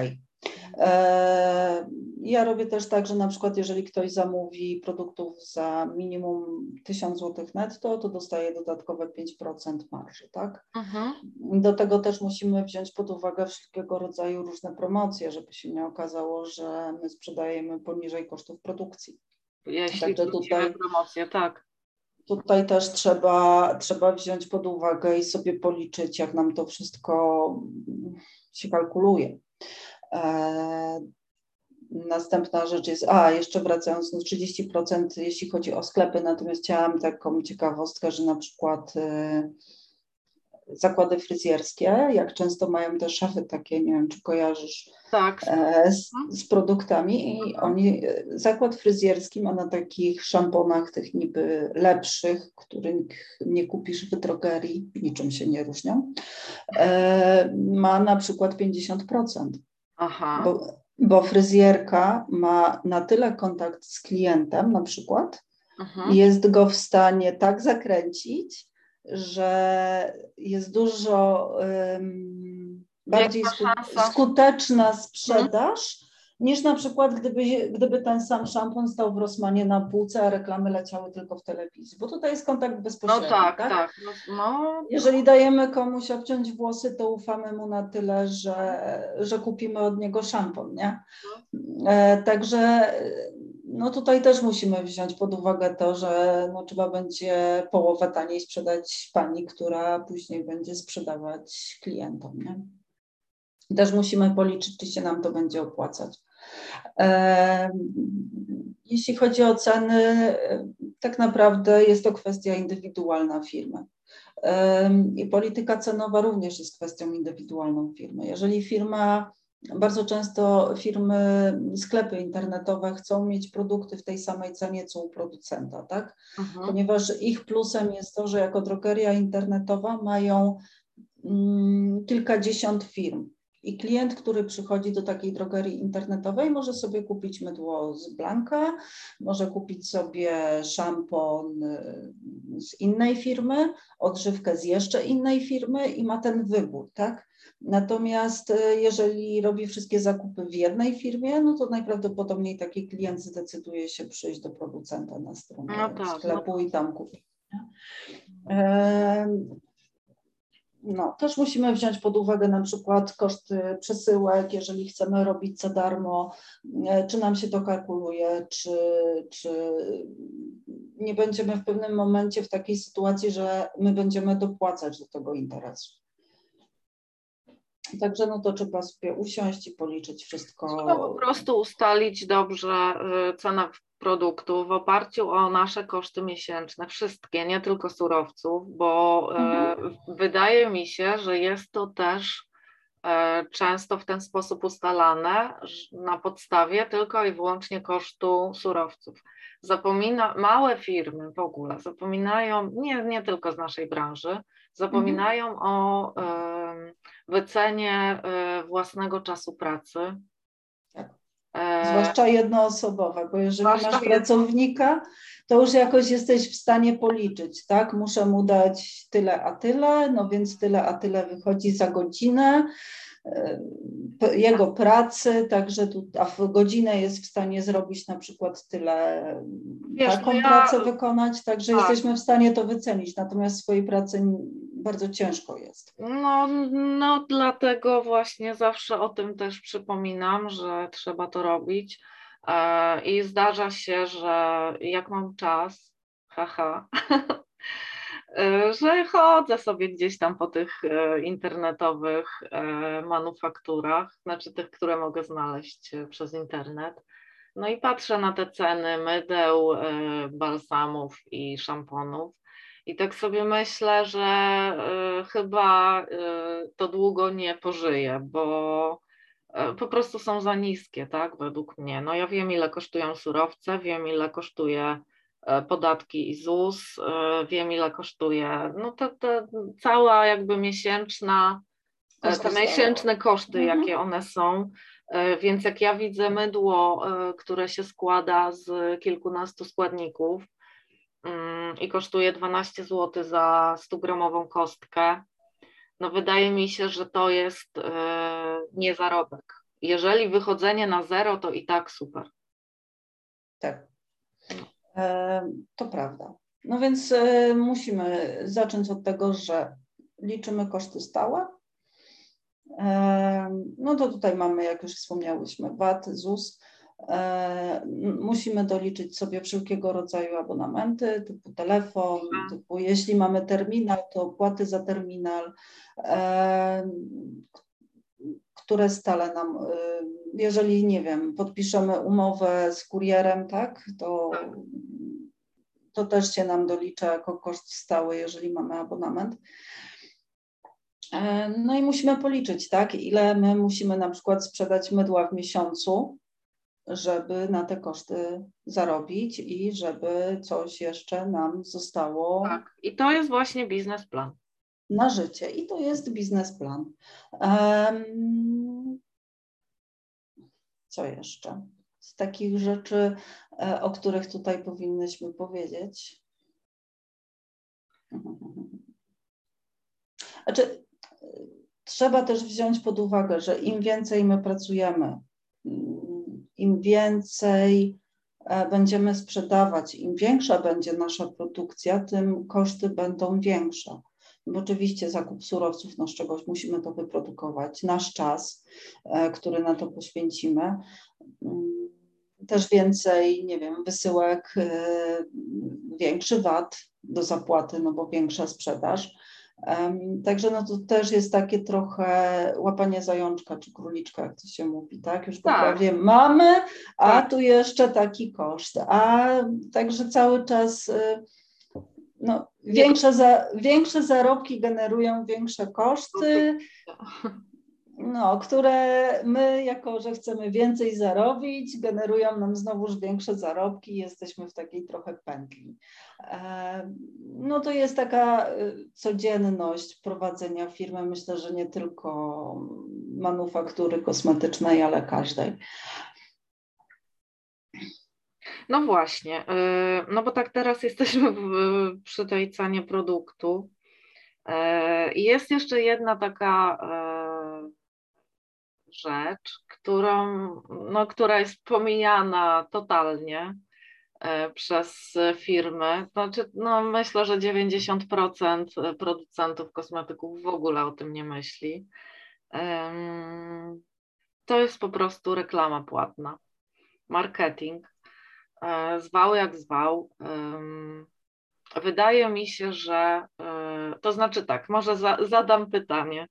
Ja robię też tak, że na przykład jeżeli ktoś zamówi produktów za minimum tysiąc złotych netto, to dostaje dodatkowe pięć procent marży, tak? Mhm. Do tego też musimy wziąć pod uwagę wszelkiego rodzaju różne promocje, żeby się nie okazało, że my sprzedajemy poniżej kosztów produkcji. Jeśli Także tutaj promocje, tak. Tutaj też trzeba, trzeba wziąć pod uwagę i sobie policzyć, jak nam to wszystko się kalkuluje. E, następna rzecz jest, a jeszcze wracając, no trzydzieści procent jeśli chodzi o sklepy, natomiast chciałam taką ciekawostkę, że na przykład e, zakłady fryzjerskie, jak często mają te szafy takie, nie wiem, czy kojarzysz, tak. e, z, z produktami i oni, zakład fryzjerski ma na takich szamponach tych niby lepszych, których nie kupisz w drogerii, niczym się nie różnią, e, ma na przykład pięćdziesiąt procent. Aha. Bo, bo fryzjerka ma na tyle kontakt z klientem na przykład, Aha. jest go w stanie tak zakręcić, że jest dużo um, bardziej sku, skuteczna sprzedaż niż na przykład gdyby, gdyby ten sam szampon stał w Rossmanie na półce, a reklamy leciały tylko w telewizji, bo tutaj jest kontakt bezpośredni. No tak, tak? tak. No, no, Jeżeli dajemy komuś obciąć włosy, to ufamy mu na tyle, że, że kupimy od niego szampon, nie? E, także no tutaj też musimy wziąć pod uwagę to, że no trzeba będzie połowę taniej sprzedać pani, która później będzie sprzedawać klientom, nie? Też musimy policzyć, czy się nam to będzie opłacać. E, jeśli chodzi o ceny, tak naprawdę jest to kwestia indywidualna firmy. E, I polityka cenowa również jest kwestią indywidualną firmy. Jeżeli firma, bardzo często firmy, sklepy internetowe chcą mieć produkty w tej samej cenie, co u producenta, tak? mhm. Ponieważ ich plusem jest to, że jako drogeria internetowa mają mm, kilkadziesiąt firm. I klient, który przychodzi do takiej drogerii internetowej, może sobie kupić mydło z Blanka, może kupić sobie szampon z innej firmy, odżywkę z jeszcze innej firmy i ma ten wybór, tak? Natomiast jeżeli robi wszystkie zakupy w jednej firmie, no to najprawdopodobniej taki klient zdecyduje się przyjść do producenta na stronę No tak, sklepu no. i tam kupić. Nie? No, też musimy wziąć pod uwagę na przykład koszty przesyłek, jeżeli chcemy robić za darmo, czy nam się to kalkuluje, czy, czy nie będziemy w pewnym momencie w takiej sytuacji, że my będziemy dopłacać do tego interesu. Także no to trzeba sobie usiąść i policzyć wszystko. Trzeba po prostu ustalić dobrze cenę produktu w oparciu o nasze koszty miesięczne, wszystkie, nie tylko surowców, bo mhm. wydaje mi się, że jest to też często w ten sposób ustalane na podstawie tylko i wyłącznie kosztu surowców. Zapomina, małe firmy w ogóle zapominają, nie, nie tylko z naszej branży, zapominają mhm. o y, wycenie y, własnego czasu pracy. Tak. Zwłaszcza jednoosobowe, bo jeżeli Zwłaszcza masz pracownika, to już jakoś jesteś w stanie policzyć, tak? Muszę mu dać tyle a tyle, no więc tyle a tyle wychodzi za godzinę jego pracy, także tu, a w godzinę jest w stanie zrobić na przykład tyle, Wiesz, taką ja... pracę wykonać, także tak. jesteśmy w stanie to wycenić, natomiast swojej pracy bardzo ciężko jest. No, no dlatego właśnie zawsze o tym też przypominam, że trzeba to robić i zdarza się, że jak mam czas, haha, że chodzę sobie gdzieś tam po tych internetowych manufakturach, znaczy tych, które mogę znaleźć przez internet. No i patrzę na te ceny mydeł, balsamów i szamponów i tak sobie myślę, że chyba to długo nie pożyję, bo po prostu są za niskie, tak, według mnie. No ja wiem, ile kosztują surowce, wiem, ile kosztuje podatki i Z U S, wiem, ile kosztuje, no to, to cała jakby miesięczna, te miesięczne koszty, mhm. jakie one są, więc jak ja widzę mydło, które się składa z kilkunastu składników i kosztuje dwanaście złotych za stogramową kostkę, no wydaje mi się, że to jest nie zarobek. Jeżeli wychodzenie na zero, to i tak super. Tak. To prawda. No więc musimy zacząć od tego, że liczymy koszty stałe. No to tutaj mamy, jak już wspomniałyśmy, V A T, Z U S. Musimy doliczyć sobie wszelkiego rodzaju abonamenty, typu telefon, typu jeśli mamy terminal, to opłaty za terminal, które stale nam, jeżeli nie wiem, podpiszemy umowę z kurierem, tak, to, to też się nam dolicza jako koszt stały, jeżeli mamy abonament. No i musimy policzyć, tak, ile my musimy na przykład sprzedać mydła w miesiącu, żeby na te koszty zarobić i żeby coś jeszcze nam zostało. Tak, i to jest właśnie biznesplan. Na życie i to jest biznesplan. Um, co jeszcze? Z takich rzeczy, o których tutaj powinnyśmy powiedzieć. Znaczy, trzeba też wziąć pod uwagę, że im więcej my pracujemy im więcej będziemy sprzedawać, im większa będzie nasza produkcja, tym koszty będą większe. Bo oczywiście zakup surowców, no z czegoś musimy to wyprodukować, nasz czas, który na to poświęcimy, też więcej, nie wiem, wysyłek, większy V A T do zapłaty, no bo większa sprzedaż. Także no to też jest takie trochę łapanie zajączka czy króliczka, jak to się mówi, tak? Już po Tak. prawie mamy, a Tak. tu jeszcze taki koszt. A także cały czas no, większe, za, większe zarobki generują większe koszty, no, które my, jako że chcemy więcej zarobić, generują nam znowuż większe zarobki i jesteśmy w takiej trochę pętli. No to jest taka codzienność prowadzenia firmy, myślę, że nie tylko manufaktury kosmetycznej, ale każdej. No właśnie, no bo tak teraz jesteśmy w, przy tej cenie produktu. I jest jeszcze jedna taka rzecz, którą, no, która jest pomijana totalnie przez firmy. Znaczy, no, myślę, że dziewięćdziesiąt procent producentów kosmetyków w ogóle o tym nie myśli. To jest po prostu reklama płatna, marketing. Zwał jak zwał. Wydaje mi się, że to znaczy tak, może za, zadam pytanie.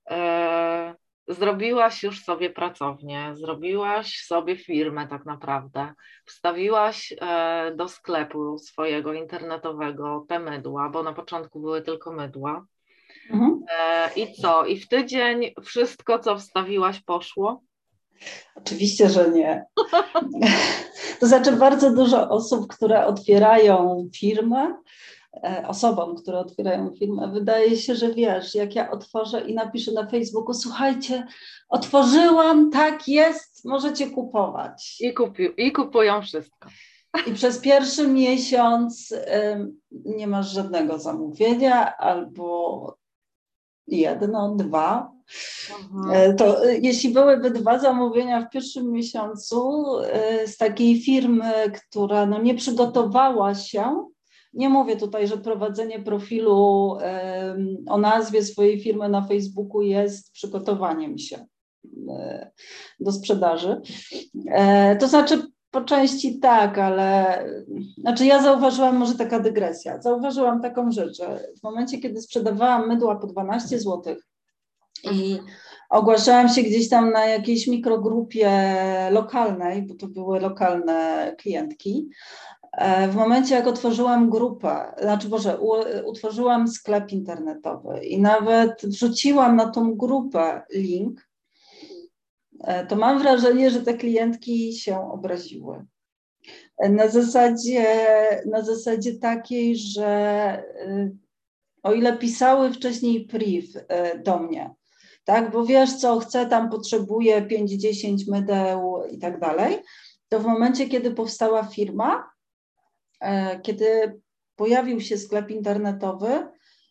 Zrobiłaś już sobie pracownię, zrobiłaś sobie firmę tak naprawdę, wstawiłaś do sklepu swojego internetowego te mydła, bo na początku były tylko mydła. Mhm. I co? I w tydzień wszystko, co wstawiłaś, poszło? Oczywiście, że nie. To znaczy bardzo dużo osób, które otwierają firmę, osobom, które otwierają firmę, wydaje się, że wiesz, jak ja otworzę i napiszę na Facebooku, słuchajcie, otworzyłam, tak jest, możecie kupować. I, kupi, i kupują wszystko. I przez pierwszy miesiąc um, nie masz żadnego zamówienia albo jedno, dwa. Mhm. To jeśli byłyby dwa zamówienia w pierwszym miesiącu z takiej firmy, która no nie przygotowała się, nie mówię tutaj, że prowadzenie profilu um, o nazwie swojej firmy na Facebooku jest przygotowaniem się um, do sprzedaży. Um, to znaczy po części tak, ale znaczy ja zauważyłam, może taka dygresja, zauważyłam taką rzecz, że w momencie, kiedy sprzedawałam mydła po dwanaście złotych i ogłaszałam się gdzieś tam na jakiejś mikrogrupie lokalnej, bo to były lokalne klientki, w momencie, jak otworzyłam grupę, znaczy Boże, utworzyłam sklep internetowy i nawet wrzuciłam na tą grupę link, to mam wrażenie, że te klientki się obraziły. Na zasadzie, na zasadzie takiej, że o ile pisały wcześniej priv do mnie, tak, bo wiesz co, chcę tam, potrzebuję pięć dziesięć mydeł i tak dalej, to w momencie, kiedy powstała firma, kiedy pojawił się sklep internetowy,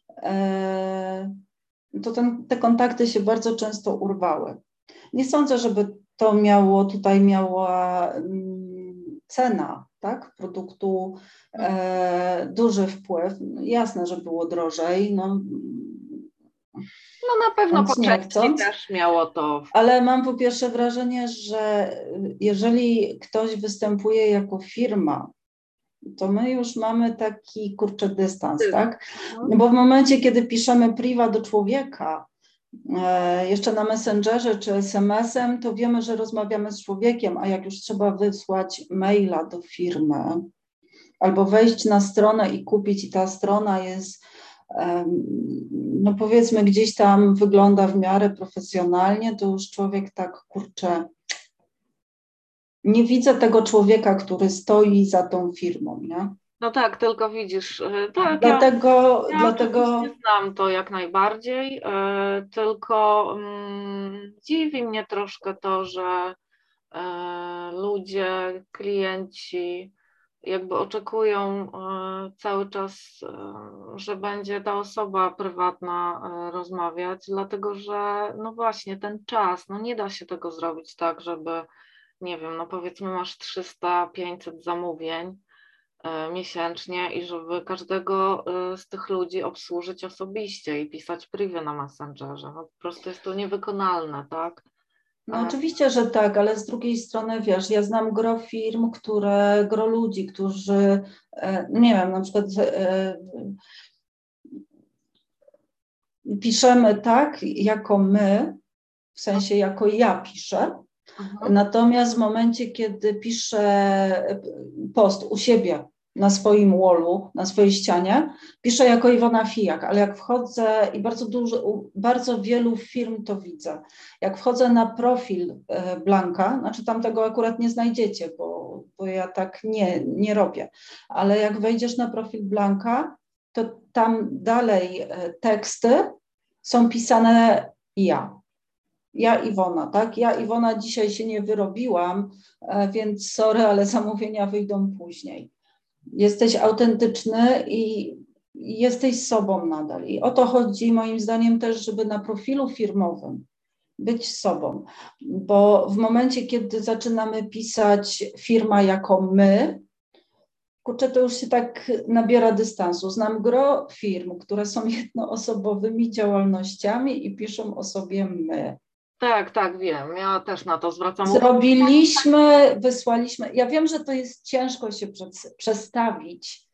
to ten, te kontakty się bardzo często urwały. Nie sądzę, żeby to miało, tutaj miała cena, tak, produktu e, duży wpływ. Jasne, że było drożej, no, no na pewno po części też miało to. Ale mam po pierwsze wrażenie, że jeżeli ktoś występuje jako firma, to my już mamy taki, kurczę, dystans, tak? Bo w momencie, kiedy piszemy priva do człowieka, jeszcze na Messengerze czy es em esem, to wiemy, że rozmawiamy z człowiekiem, a jak już trzeba wysłać maila do firmy albo wejść na stronę i kupić i ta strona jest, no powiedzmy, gdzieś tam wygląda w miarę profesjonalnie, to już człowiek tak, kurczę, nie widzę tego człowieka, który stoi za tą firmą, nie? No tak, tylko widzisz, tak, dlatego, ja, ja dlatego... znam to jak najbardziej, y, tylko y, dziwi mnie troszkę to, że y, ludzie, klienci jakby oczekują y, cały czas, y, że będzie ta osoba prywatna y, rozmawiać, dlatego że no właśnie ten czas, no nie da się tego zrobić tak, żeby nie wiem, no powiedzmy masz trzysta pięćset zamówień miesięcznie i żeby każdego z tych ludzi obsłużyć osobiście i pisać privy na Messengerze. No, po prostu jest to niewykonalne, tak? No oczywiście, że tak, ale z drugiej strony, wiesz, ja znam gro firm, które, gro ludzi, którzy, nie wiem, na przykład piszemy tak, jako my, w sensie jako ja piszę, mhm. Natomiast w momencie, kiedy piszę post u siebie na swoim wallu, na swojej ścianie, piszę jako Iwona Fijak, ale jak wchodzę i bardzo dużo, u bardzo wielu firm to widzę, jak wchodzę na profil Blanka, znaczy tam tego akurat nie znajdziecie, bo, bo ja tak nie, nie robię, ale jak wejdziesz na profil Blanka, to tam dalej teksty są pisane ja. Ja Iwona, tak? Ja Iwona dzisiaj się nie wyrobiłam, więc sorry, ale zamówienia wyjdą później. Jesteś autentyczny i jesteś sobą nadal. I o to chodzi moim zdaniem też, żeby na profilu firmowym być sobą. Bo w momencie, kiedy zaczynamy pisać firma jako my, kurczę, to już się tak nabiera dystansu. Znam gro firm, które są jednoosobowymi działalnościami i piszą o sobie my. Tak, tak, wiem. Ja też na to zwracam uwagę. Zrobiliśmy, wysłaliśmy. Ja wiem, że to jest ciężko się przestawić,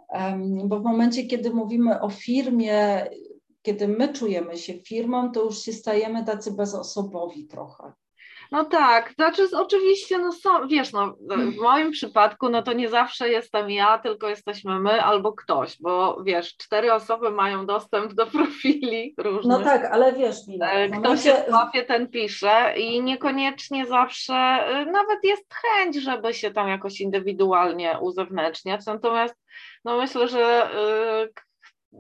bo w momencie, kiedy mówimy o firmie, kiedy my czujemy się firmą, to już się stajemy tacy bezosobowi trochę. No tak, znaczy oczywiście, no są, wiesz, no w moim przypadku, no to nie zawsze jestem ja, tylko jesteśmy my albo ktoś, bo wiesz, cztery osoby mają dostęp do profili różnych. No tak, ale wiesz, Mila, Kto momencie... się złapie, ten pisze i niekoniecznie zawsze, nawet jest chęć, żeby się tam jakoś indywidualnie uzewnętrzniać, natomiast no myślę, że y,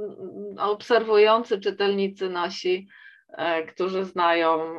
obserwujący czytelnicy nasi, którzy znają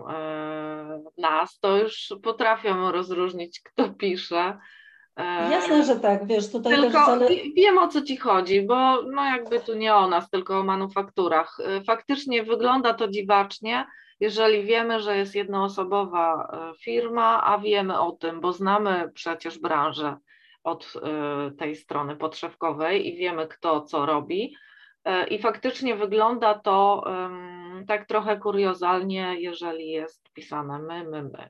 nas, to już potrafią rozróżnić, kto pisze. Jasne, że tak, wiesz, tutaj tylko też zale... wiem, o co ci chodzi, bo no jakby tu nie o nas, tylko o manufakturach. Faktycznie wygląda to dziwacznie, jeżeli wiemy, że jest jednoosobowa firma, a wiemy o tym, bo znamy przecież branżę od tej strony podszewkowej i wiemy, kto co robi. I faktycznie wygląda to um, tak trochę kuriozalnie, jeżeli jest pisane my, my, my.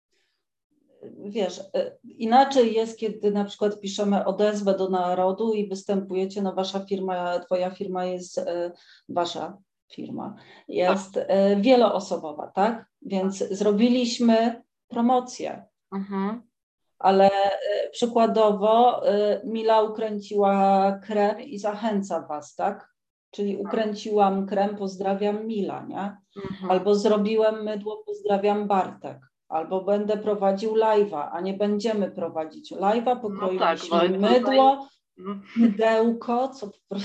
Wiesz, inaczej jest, kiedy na przykład piszemy odezwę do narodu i występujecie, no wasza firma, twoja firma jest, wasza firma jest tak. wieloosobowa, tak? Więc zrobiliśmy promocję. Mhm. Ale przykładowo Mila ukręciła krem i zachęca was, tak? Czyli ukręciłam krem, pozdrawiam Mila, nie? Mhm. Albo zrobiłem mydło, pozdrawiam Bartek. Albo będę prowadził live'a, a nie będziemy prowadzić live'a, pokroiliśmy no tak, mydło, tutaj... mydełko, co po prostu...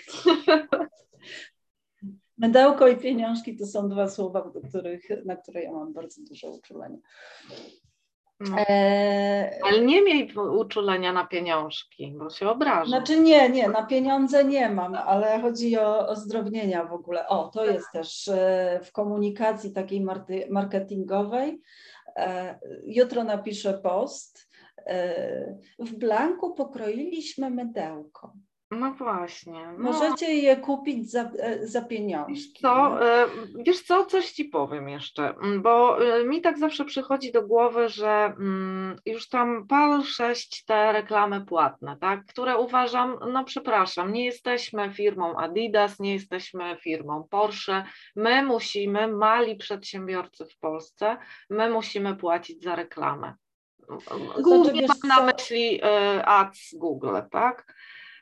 Mydełko i pieniążki to są dwa słowa, do których, na które ja mam bardzo duże uczulenie. No. E... Ale nie miej uczulenia na pieniążki, bo się obrażę. Znaczy nie, nie, na pieniądze nie mam, ale chodzi o, o zdrownienia w ogóle. O, to jest też e, w komunikacji takiej marketingowej. E, jutro napiszę post. E, w Blanku pokroiliśmy mydełko. No właśnie. No. Możecie je kupić za, za pieniążki. Wiesz co, wiesz co, coś ci powiem jeszcze, bo mi tak zawsze przychodzi do głowy, że już tam pal sześć te reklamy płatne, tak, które uważam, no przepraszam, nie jesteśmy firmą Adidas, nie jesteśmy firmą Porsche, my musimy, mali przedsiębiorcy w Polsce, my musimy płacić za reklamę. Głównie mam na myśli ads Google, tak?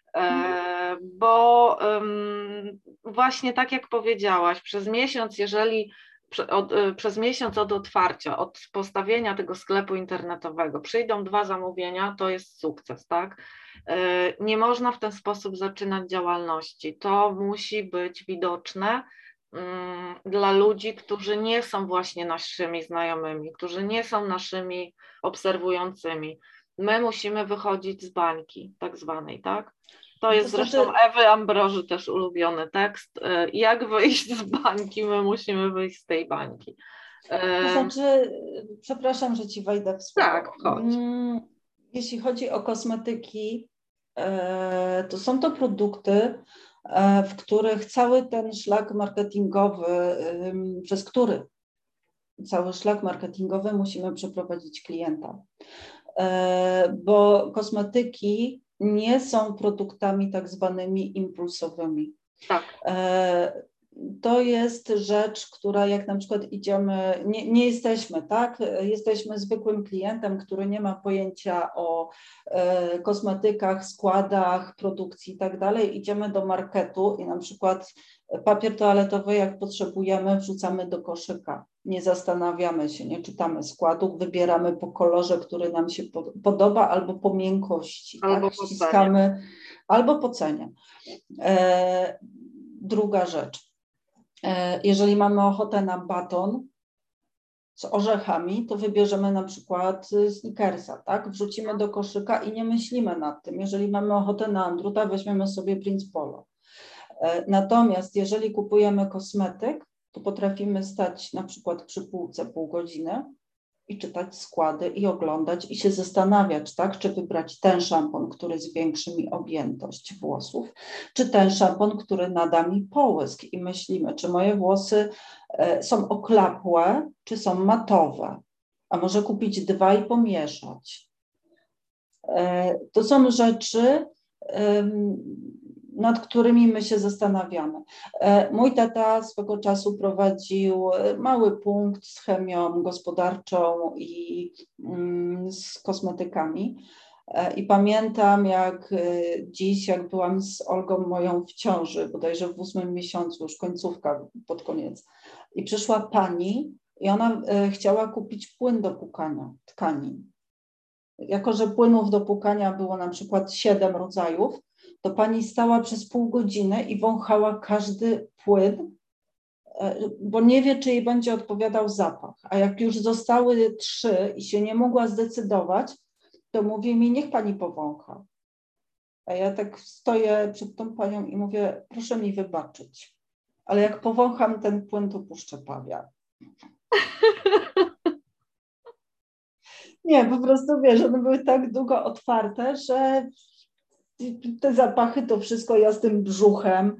Bo um, właśnie tak jak powiedziałaś, przez miesiąc, jeżeli od, przez miesiąc od otwarcia, od postawienia tego sklepu internetowego przyjdą dwa zamówienia, to jest sukces, tak? Nie można w ten sposób zaczynać działalności. To musi być widoczne um, dla ludzi, którzy nie są właśnie naszymi znajomymi, którzy nie są naszymi obserwującymi. My musimy wychodzić z bańki tak zwanej, tak? To jest to znaczy... zresztą Ewy Ambroży też ulubiony tekst. Jak wyjść z bańki? My musimy wyjść z tej bańki. To znaczy, przepraszam, że Ci wejdę w słowo. Tak, chodź. Jeśli chodzi o kosmetyki, to są to produkty, w których cały ten szlak marketingowy, przez który cały szlak marketingowy musimy przeprowadzić klienta. Bo kosmetyki nie są produktami tak zwanymi impulsowymi. Tak. To jest rzecz, która jak na przykład idziemy, nie, nie jesteśmy, tak? Jesteśmy zwykłym klientem, który nie ma pojęcia o e, kosmetykach, składach, produkcji i tak dalej. Idziemy do marketu i na przykład papier toaletowy, jak potrzebujemy, wrzucamy do koszyka. Nie zastanawiamy się, nie czytamy składów, wybieramy po kolorze, który nam się po, podoba, albo po miękkości, albo tak? po Ściskamy, cenie. Albo po cenie. E, druga rzecz. Jeżeli mamy ochotę na baton z orzechami, to wybierzemy na przykład Snickersa, tak? Wrzucimy do koszyka i nie myślimy nad tym. Jeżeli mamy ochotę na Andruta, weźmiemy sobie Prince Polo. Natomiast jeżeli kupujemy kosmetyk, to potrafimy stać na przykład przy półce pół godziny i czytać składy i oglądać i się zastanawiać, tak, czy wybrać ten szampon, który zwiększy mi objętość włosów, czy ten szampon, który nada mi połysk i myślimy, czy moje włosy są oklapłe, czy są matowe, a może kupić dwa i pomieszać. To są rzeczy, nad którymi my się zastanawiamy. Mój tata swego czasu prowadził mały punkt z chemią gospodarczą i z kosmetykami. I pamiętam jak dziś, jak byłam z Olgą moją w ciąży, bodajże w ósmym miesiącu, już końcówka, pod koniec. I przyszła pani i ona chciała kupić płyn do płukania tkanin. Jako że płynów do płukania było na przykład siedem rodzajów, to pani stała przez pół godziny i wąchała każdy płyn, bo nie wie, czy jej będzie odpowiadał zapach. A jak już zostały trzy i się nie mogła zdecydować, to mówi mi, niech pani powącha. A ja tak stoję przed tą panią i mówię, proszę mi wybaczyć, ale jak powącham ten płyn, to puszczę pawian. Nie, po prostu wiesz, one były tak długo otwarte, że te zapachy, to wszystko ja z tym brzuchem,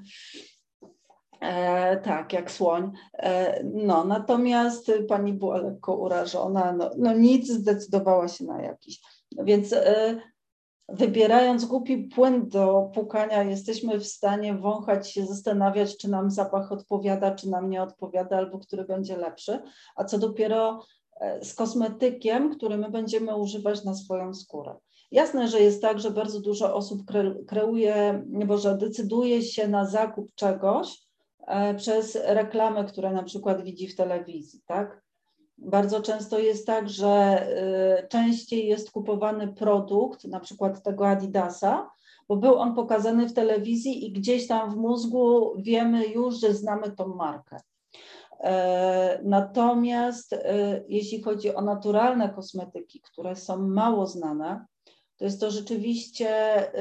e, tak, jak słoń. E, no, natomiast pani była lekko urażona, no, no nic, zdecydowała się na jakiś. Więc e, wybierając głupi płyn do płukania, jesteśmy w stanie wąchać się, zastanawiać, czy nam zapach odpowiada, czy nam nie odpowiada, albo który będzie lepszy, a co dopiero z kosmetykiem, który my będziemy używać na swoją skórę. Jasne, że jest tak, że bardzo dużo osób kreuje, boże, decyduje się na zakup czegoś przez reklamy, które na przykład widzi w telewizji, tak? Bardzo często jest tak, że częściej jest kupowany produkt, na przykład tego Adidasa, bo był on pokazany w telewizji i gdzieś tam w mózgu wiemy już, że znamy tą markę. Natomiast jeśli chodzi o naturalne kosmetyki, które są mało znane, to jest to rzeczywiście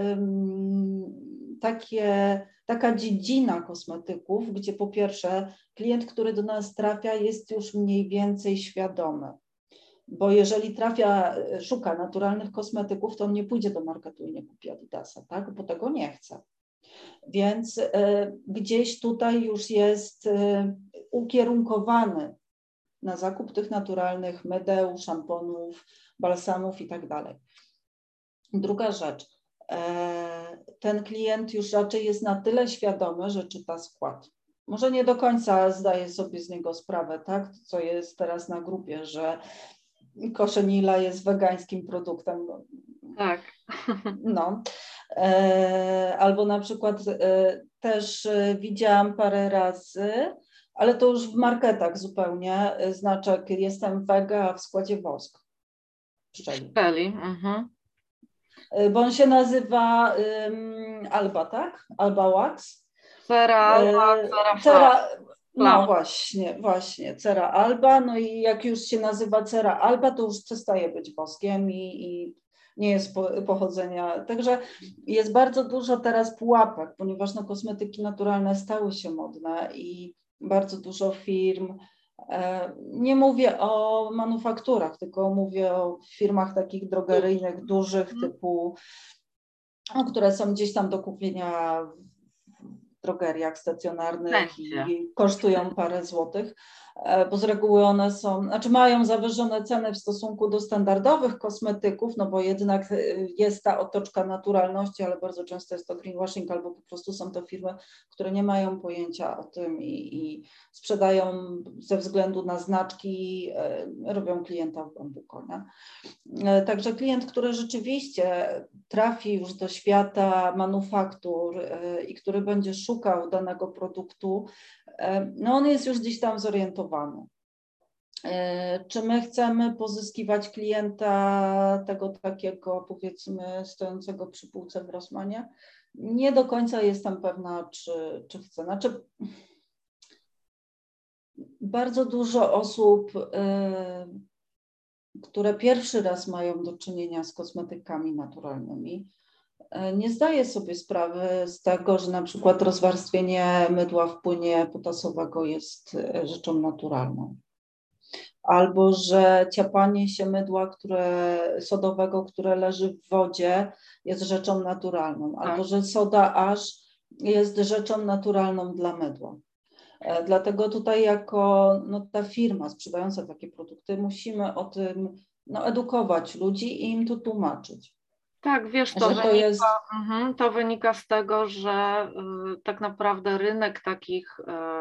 takie, taka dziedzina kosmetyków, gdzie po pierwsze klient, który do nas trafia, jest już mniej więcej świadomy. Bo jeżeli trafia, szuka naturalnych kosmetyków, to on nie pójdzie do marketu i nie kupi Adidasa, tak? Bo tego nie chce. Więc y, gdzieś tutaj już jest y, ukierunkowany na zakup tych naturalnych mydeł, szamponów, balsamów i tak dalej. Druga rzecz, y, ten klient już raczej jest na tyle świadomy, że czyta skład. Może nie do końca zdaje sobie z niego sprawę, tak? Co jest teraz na grupie, że koszenila jest wegańskim produktem. Tak. No. E, albo na przykład e, też e, widziałam parę razy, ale to już w marketach zupełnie, e, znaczek jestem wega, a w składzie wosk. Pszczeli. Pszczeli. Mhm. E, bo on się nazywa um, Alba, tak? Alba Wax. Cera Alba, e, Cera Cera, no Flam. właśnie, właśnie, Cera Alba, no i jak już się nazywa Cera Alba, to już przestaje być woskiem i, i nie jest pochodzenia. Także jest bardzo dużo teraz pułapek, ponieważ no, kosmetyki naturalne stały się modne i bardzo dużo firm Nie mówię o manufakturach, tylko mówię o firmach takich drogeryjnych, dużych, typu, no, które są gdzieś tam do kupienia w drogeriach stacjonarnych Będzie. i kosztują parę złotych, bo z reguły one są, znaczy mają zawyżone ceny w stosunku do standardowych kosmetyków, no bo jednak jest ta otoczka naturalności, ale bardzo często jest to greenwashing, albo po prostu są to firmy, które nie mają pojęcia o tym i, i sprzedają ze względu na znaczki, robią klienta w bambuko, nie? Także klient, który rzeczywiście trafi już do świata manufaktur i który będzie szukał danego produktu, no on jest już gdzieś tam zorientowany. Czy my chcemy pozyskiwać klienta tego takiego, powiedzmy, stojącego przy półce w Rossmanie? Nie do końca jestem pewna, czy, czy chcę. Znaczy, bardzo dużo osób, które pierwszy raz mają do czynienia z kosmetykami naturalnymi, nie zdaje sobie sprawy z tego, że na przykład rozwarstwienie mydła w płynie potasowego jest rzeczą naturalną. Albo że ciapanie się mydła które, sodowego, które leży w wodzie, jest rzeczą naturalną. Albo że soda aż jest rzeczą naturalną dla mydła. Dlatego tutaj jako no, ta firma sprzedająca takie produkty musimy o tym no, edukować ludzi i im to tłumaczyć. Tak, wiesz, to, że wynika, to, jest... to wynika z tego, że y, tak naprawdę rynek takich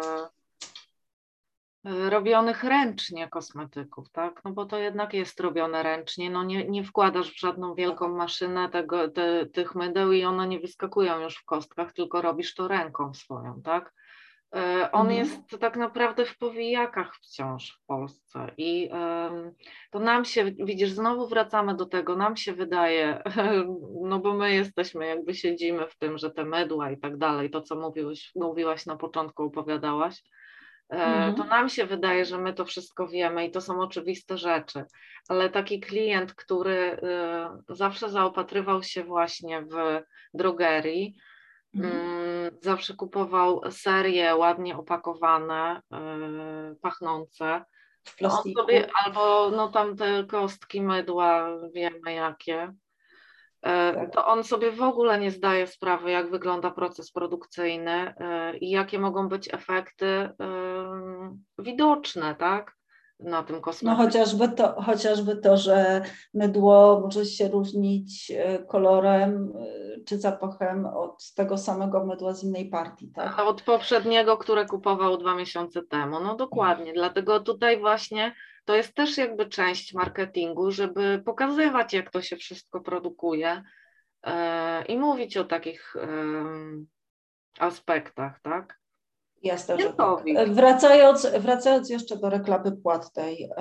y, y, robionych ręcznie kosmetyków, tak? No bo to jednak jest robione ręcznie, no nie, nie wkładasz w żadną wielką maszynę tego, te, tych mydeł i one nie wyskakują już w kostkach, tylko robisz to ręką swoją, tak? On Mhm. jest tak naprawdę w powijakach wciąż w Polsce i to nam się, widzisz, znowu wracamy do tego, nam się wydaje, no bo my jesteśmy, jakby siedzimy w tym, że te mydła i tak dalej, to co mówiłeś, mówiłaś na początku, opowiadałaś, mhm. to nam się wydaje, że my to wszystko wiemy i to są oczywiste rzeczy, ale taki klient, który zawsze zaopatrywał się właśnie w drogerii, mhm. zawsze kupował serie ładnie opakowane, yy, pachnące. W plastiku. On sobie, albo no tam te kostki mydła, wiemy jakie. Yy, tak. To on sobie w ogóle nie zdaje sprawy, jak wygląda proces produkcyjny yy, i jakie mogą być efekty yy, widoczne, tak? Na tym kosmetyku. No chociażby to, chociażby to, że mydło może się różnić kolorem czy zapachem od tego samego mydła z innej partii, tak? Od poprzedniego, które kupował dwa miesiące temu. No dokładnie, dlatego tutaj właśnie to jest też jakby część marketingu, żeby pokazywać, jak to się wszystko produkuje yy, i mówić o takich yy, aspektach, tak? Jasne, że tak. Wracając, wracając jeszcze do reklamy płatnej. Yy,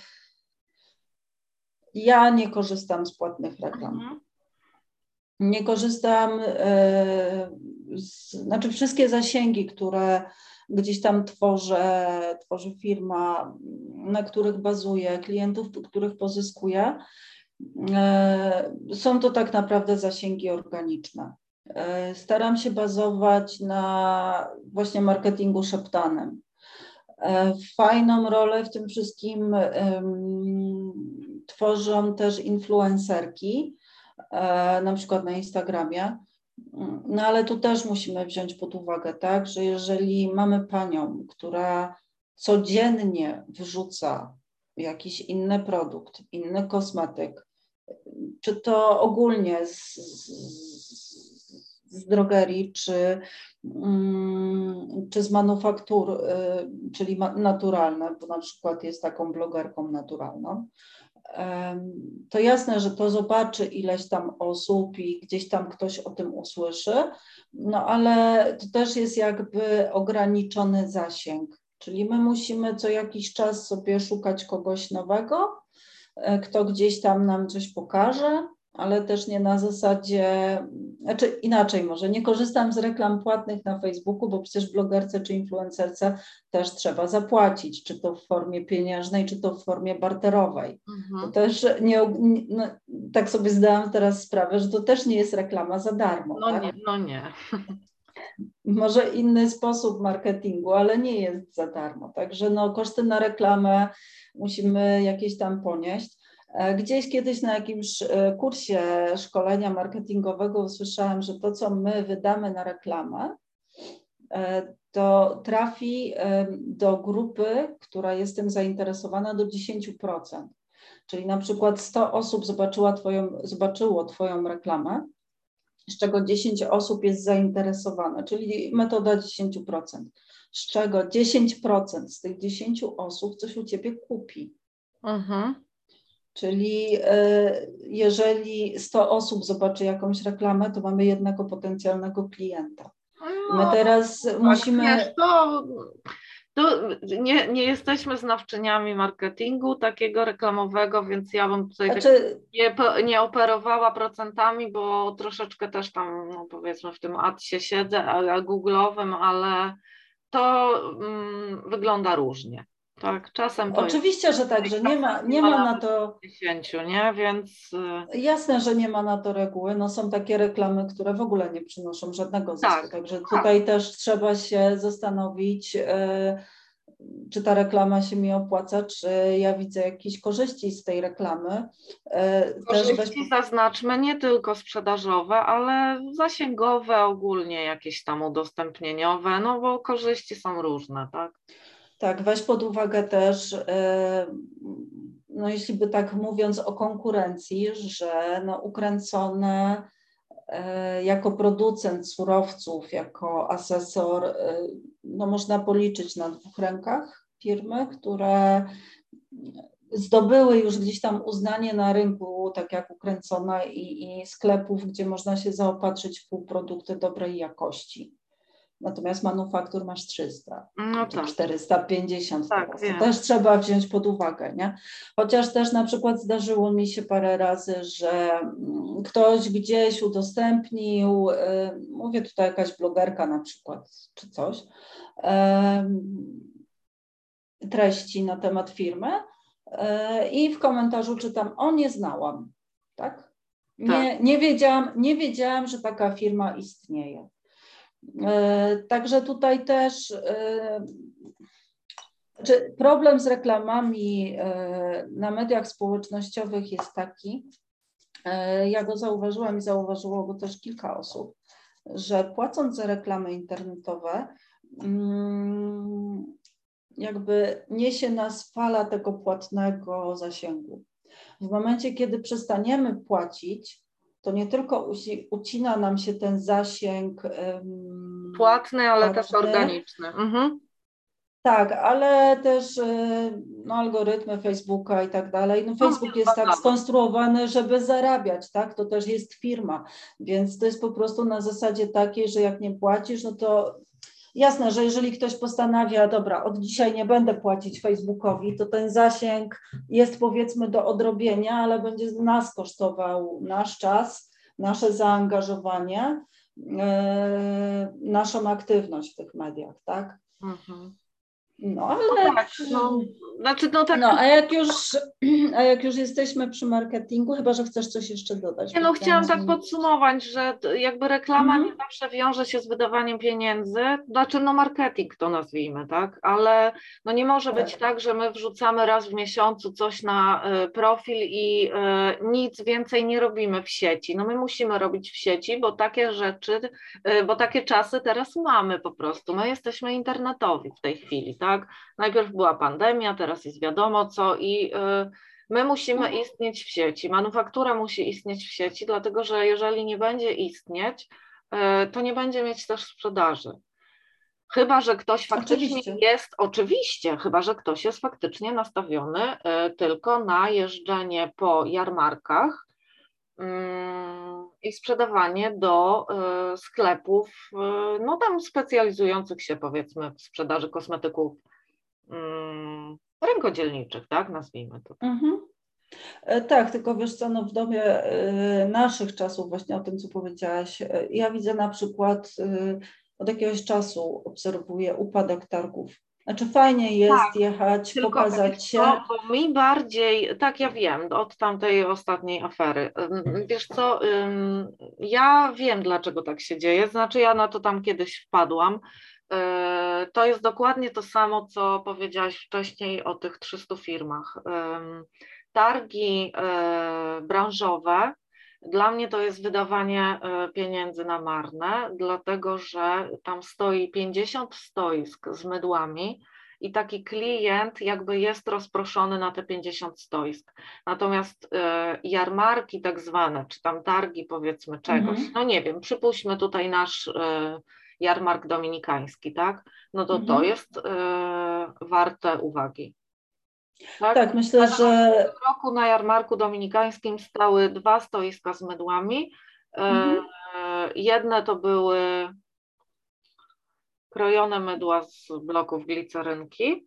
ja nie korzystam z płatnych reklam. Mhm. Nie korzystam, yy, z, znaczy wszystkie zasięgi, które gdzieś tam tworzę, tworzy firma, na których bazuję, klientów, których pozyskuję, yy, są to tak naprawdę zasięgi organiczne. Yy, staram się bazować na właśnie marketingu szeptanym. Yy, fajną rolę w tym wszystkim yy, tworzą też influencerki, na przykład na Instagramie, no ale tu też musimy wziąć pod uwagę, tak, że jeżeli mamy panią, która codziennie wrzuca jakiś inny produkt, inny kosmetyk, czy to ogólnie z, z, z drogerii, czy, czy z manufaktur, czyli naturalne, bo na przykład jest taką blogerką naturalną, to jasne, że to zobaczy ileś tam osób i gdzieś tam ktoś o tym usłyszy, no ale to też jest jakby ograniczony zasięg, czyli my musimy co jakiś czas sobie szukać kogoś nowego, kto gdzieś tam nam coś pokaże, ale też nie na zasadzie, znaczy inaczej może, nie korzystam z reklam płatnych na Facebooku, bo przecież blogerce czy influencerce też trzeba zapłacić, czy to w formie pieniężnej, czy to w formie barterowej. Mhm. To też nie, no, tak sobie zdałam teraz sprawę, że to też nie jest reklama za darmo. No tak? nie, no nie. może inny sposób marketingu, ale nie jest za darmo. Także no, koszty na reklamę musimy jakieś tam ponieść. Gdzieś kiedyś na jakimś kursie szkolenia marketingowego usłyszałam, że to, co my wydamy na reklamę, to trafi do grupy, która jest tym zainteresowana, do dziesięć procent. Czyli na przykład sto osób zobaczyła twoją, zobaczyło Twoją reklamę, z czego dziesięć osób jest zainteresowane, czyli metoda dziesięć procent, z czego dziesięć procent z tych dziesięciu osób coś u Ciebie kupi. Mhm. Czyli jeżeli sto osób zobaczy jakąś reklamę, to mamy jednego potencjalnego klienta. My teraz no, musimy... Tak, wiesz, to, to nie, nie jesteśmy znawczyniami marketingu takiego reklamowego, więc ja bym tutaj Znaczy... tak nie, nie operowała procentami, bo troszeczkę też tam, no powiedzmy, w tym adsie siedzę, a Google'owym, ale to mm, wygląda różnie. Tak, czasem to Oczywiście, jest, że tak, że nie ma, nie ma na to... dziesięć, nie? Więc... Jasne, że nie ma na to reguły. No są takie reklamy, które w ogóle nie przynoszą żadnego zysku. Tak, Także tak. tutaj też trzeba się zastanowić, e, czy ta reklama się mi opłaca, czy ja widzę jakieś korzyści z tej reklamy. E, Korzyści też weź... zaznaczmy, nie tylko sprzedażowe, ale zasięgowe, ogólnie jakieś tam udostępnieniowe, no bo korzyści są różne, tak? Tak, weź pod uwagę też, no jeśli by tak mówiąc o konkurencji, że no ukręcone jako producent surowców, jako asesor, no można policzyć na dwóch rękach firmy, które zdobyły już gdzieś tam uznanie na rynku, tak jak ukręcona i, i sklepów, gdzie można się zaopatrzyć w półprodukty dobrej jakości. Natomiast manufaktur masz trzysta, No czy tak. czterysta pięćdziesiąt Tak, teraz. wiem. To też trzeba wziąć pod uwagę, nie? Chociaż też na przykład zdarzyło mi się parę razy, że ktoś gdzieś udostępnił, mówię tutaj jakaś blogerka na przykład, czy coś, treści na temat firmy i w komentarzu czytam, o nie znałam, tak? Nie, Tak. nie wiedziałam, nie wiedziałam, że taka firma istnieje. Także tutaj też znaczy problem z reklamami na mediach społecznościowych jest taki, ja go zauważyłam i zauważyło go też kilka osób, że płacąc za reklamy internetowe, jakby niesie nas fala tego płatnego zasięgu. W momencie, kiedy przestaniemy płacić, to nie tylko ucina nam się ten zasięg um, płatny, ale płatny, też organiczny. Mhm. Tak, ale też no, algorytmy Facebooka i tak dalej. No, Facebook jest tak skonstruowany, żeby zarabiać, tak? To też jest firma, więc to jest po prostu na zasadzie takiej, że jak nie płacisz, no to jasne, że jeżeli ktoś postanawia, dobra, od dzisiaj nie będę płacić Facebookowi, to ten zasięg jest powiedzmy do odrobienia, ale będzie nas kosztował nasz czas, nasze zaangażowanie, yy, naszą aktywność w tych mediach, tak? Mhm. No, ale... No tak, no, znaczy, no tak. No, a jak już, a jak już jesteśmy przy marketingu, chyba że chcesz coś jeszcze dodać. Nie, no chciałam tak podsumować, że jakby reklama Mhm. nie zawsze wiąże się z wydawaniem pieniędzy, znaczy no marketing to nazwijmy, tak, ale no nie może być Tak. tak, że my wrzucamy raz w miesiącu coś na y, profil i y, nic więcej nie robimy w sieci. No my musimy robić w sieci, bo takie rzeczy, y, bo takie czasy teraz mamy po prostu. My jesteśmy internetowi w tej chwili, tak. Najpierw była pandemia, teraz jest wiadomo co i y, my musimy istnieć w sieci, manufaktura musi istnieć w sieci, dlatego że jeżeli nie będzie istnieć, to nie będzie mieć też sprzedaży. Chyba że ktoś faktycznie Oczywiście. jest, oczywiście, chyba że ktoś jest faktycznie nastawiony tylko na jeżdżenie po jarmarkach i sprzedawanie do sklepów, no tam specjalizujących się powiedzmy w sprzedaży kosmetyków rękodzielniczych, tak, nazwijmy to. Mhm. Tak, tylko wiesz co, no w dobie naszych czasów, właśnie o tym, co powiedziałaś, ja widzę na przykład od jakiegoś czasu obserwuję upadek targów Znaczy fajnie jest Tak, jechać, tylko pokazać wiesz się. co, bo mi bardziej, tak ja wiem, od tamtej ostatniej afery. Ym, Wiesz co, ym, ja wiem, dlaczego tak się dzieje, znaczy ja na to tam kiedyś wpadłam. Yy, To jest dokładnie to samo, co powiedziałaś wcześniej o tych trzystu firmach. Ym, Targi yy, branżowe, dla mnie to jest wydawanie yy, pieniędzy na marne, dlatego że tam stoi pięćdziesiąt stoisk z mydłami, i taki klient jakby jest rozproszony na te pięćdziesiąt stoisk. Natomiast e, jarmarki tak zwane, czy tam targi powiedzmy czegoś, Mhm. no nie wiem, przypuśćmy tutaj nasz e, jarmark dominikański, tak? No to to Mhm. jest e, warte uwagi. Tak? Tak, myślę, Natomiast że w tym roku na jarmarku dominikańskim stały dwa stoiska z mydłami. E, mhm. Jedne to były krojone mydła z bloków glicerynki.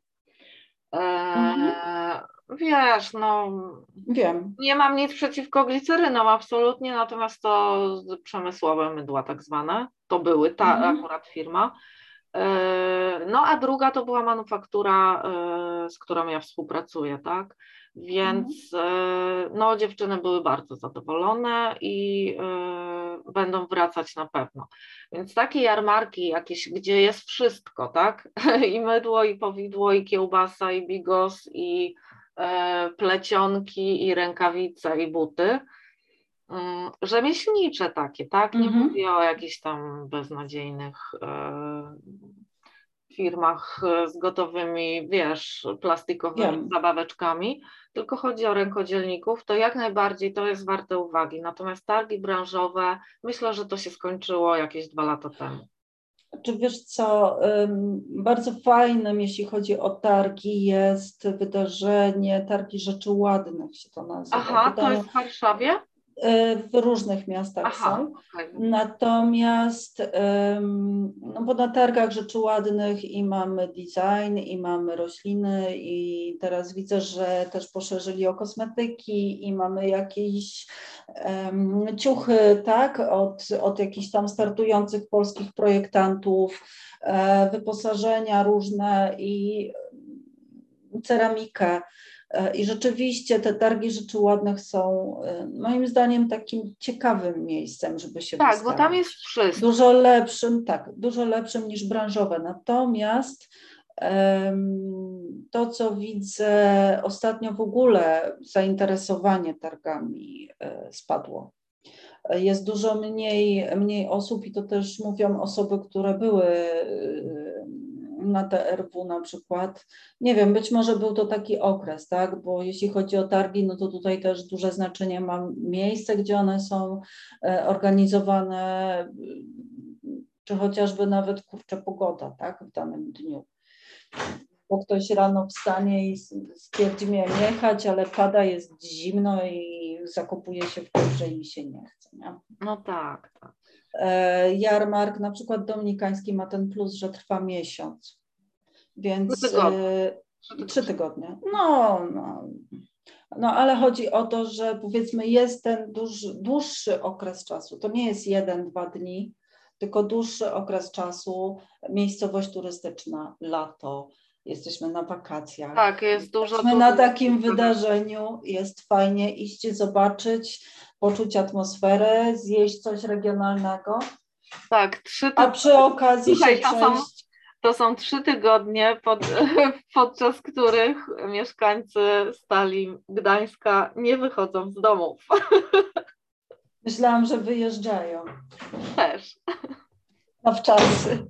Mhm. Eee, wiesz, no Wiem. nie mam nic przeciwko glicerynom, absolutnie, natomiast to przemysłowe mydła tak zwane, to były, ta Mhm. akurat firma. Eee, No a druga to była manufaktura, eee, z którą ja współpracuję, tak? Mhm. Więc eee, no dziewczyny były bardzo zadowolone i eee, będą wracać na pewno. Więc takie jarmarki jakieś, gdzie jest wszystko, tak? I mydło, i powidło, i kiełbasa, i bigos, i e, plecionki, i rękawice, i buty. Mm, Rzemieślnicze takie, tak? Nie Mhm. mówię o jakichś tam beznadziejnych e, firmach e, z gotowymi, wiesz, plastikowymi Wiem. zabaweczkami, tylko chodzi o rękodzielników, to jak najbardziej to jest warte uwagi. Natomiast targi branżowe, myślę, że to się skończyło jakieś dwa lata temu. Czy wiesz co, ym, bardzo fajnym, jeśli chodzi o targi, jest wydarzenie Targi Rzeczy Ładnych się to nazywa. Aha, to Pytanie, jest w Warszawie? y, w różnych miastach Aha, są. okej. Natomiast, ym, no bo na targach Rzeczy Ładnych i mamy design, i mamy rośliny, i teraz widzę, że też poszerzyli o kosmetyki, i mamy jakieś um, ciuchy, tak, od, od jakichś tam startujących polskich projektantów, e, wyposażenia różne i ceramikę. I rzeczywiście te targi Rzeczy Ładnych są moim zdaniem takim ciekawym miejscem, żeby się Tak, bo tam jest wystawić. wszystko. Dużo lepszym, tak, dużo lepszym niż branżowe. Natomiast to, co widzę ostatnio w ogóle, zainteresowanie targami spadło. Jest dużo mniej, mniej osób i to też mówią osoby, które były na T R W na przykład. Nie wiem, być może był to taki okres, tak, bo jeśli chodzi o targi, no to tutaj też duże znaczenie ma miejsce, gdzie one są organizowane, czy chociażby nawet, kurczę, pogoda, tak, w danym dniu. Bo ktoś rano wstanie i stwierdzi, miałem jechać, ale pada, jest zimno i zakopuje się w kołdrze i mi się nie chce. Nie? No tak, tak. Jarmark na przykład dominikański ma ten plus, że trwa miesiąc, Trzy więc tygodnie. y, trzy tygodnie. No, no, no, ale chodzi o to, że powiedzmy jest ten duży, dłuższy okres czasu. To nie jest jeden, dwa dni, tylko dłuższy okres czasu, miejscowość turystyczna, lato, jesteśmy na wakacjach. Tak, jest dużo Jesteśmy na turystów. takim wydarzeniu, jest fajnie iść, zobaczyć, poczuć atmosferę, zjeść coś regionalnego, Tak, trzy a tygodnie. przy okazji się Słuchaj, to są, przejść. to są trzy tygodnie, pod, podczas których mieszkańcy Stali Gdańska nie wychodzą z domów. Myślałam, że wyjeżdżają Też. na wczasy.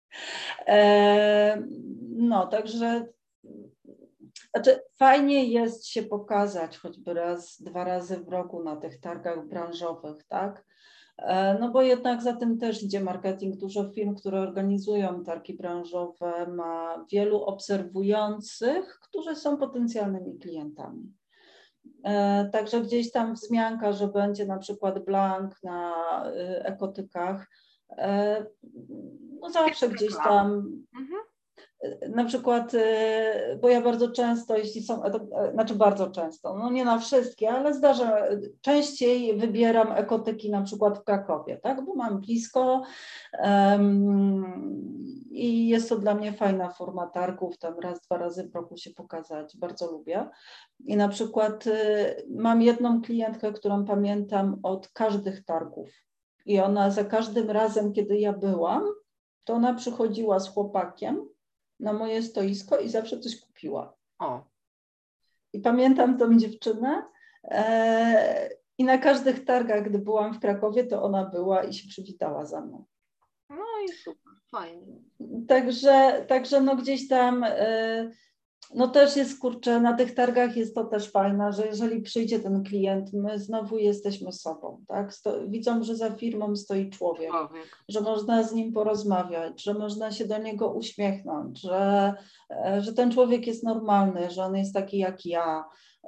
E, no, także znaczy, fajnie jest się pokazać choćby raz, dwa razy w roku na tych targach branżowych, tak? E, no bo jednak za tym też idzie marketing. Dużo firm, które organizują targi branżowe, ma wielu obserwujących, którzy są potencjalnymi klientami. E, także gdzieś tam wzmianka, że będzie na przykład blank na y, ekotykach, e, no zawsze gdzieś tam Mhm. Na przykład, bo ja bardzo często, jeśli są, znaczy bardzo często, no nie na wszystkie, ale zdarza, częściej wybieram ekoteki na przykład w Krakowie, tak, bo mam blisko um, i jest to dla mnie fajna forma targów, tam raz, dwa razy w roku się pokazać, bardzo lubię. I na przykład mam jedną klientkę, którą pamiętam od każdych targów i ona za każdym razem, kiedy ja byłam, to ona przychodziła z chłopakiem na moje stoisko i zawsze coś kupiła. O. I pamiętam tą dziewczynę e, i na każdych targach, gdy byłam w Krakowie, to ona była i się przywitała za mną. No i super, fajnie. Także, także no gdzieś tam, e, no też jest, kurczę, na tych targach jest to też fajne, że jeżeli przyjdzie ten klient, my znowu jesteśmy sobą, tak? Sto, widzą, że za firmą stoi człowiek, człowiek, że można z nim porozmawiać, że można się do niego uśmiechnąć, że, że ten człowiek jest normalny, że on jest taki jak ja,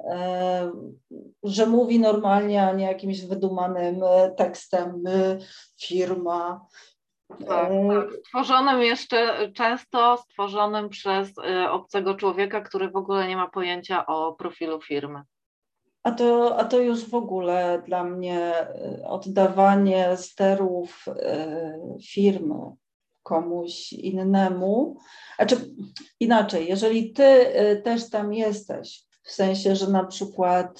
że mówi normalnie, a nie jakimś wydumanym tekstem firma. Tak, tak. Stworzonym jeszcze często stworzonym przez obcego człowieka, który w ogóle nie ma pojęcia o profilu firmy. A to, a to już w ogóle dla mnie oddawanie sterów firmy komuś innemu, znaczy inaczej, jeżeli ty też tam jesteś, w sensie, że na przykład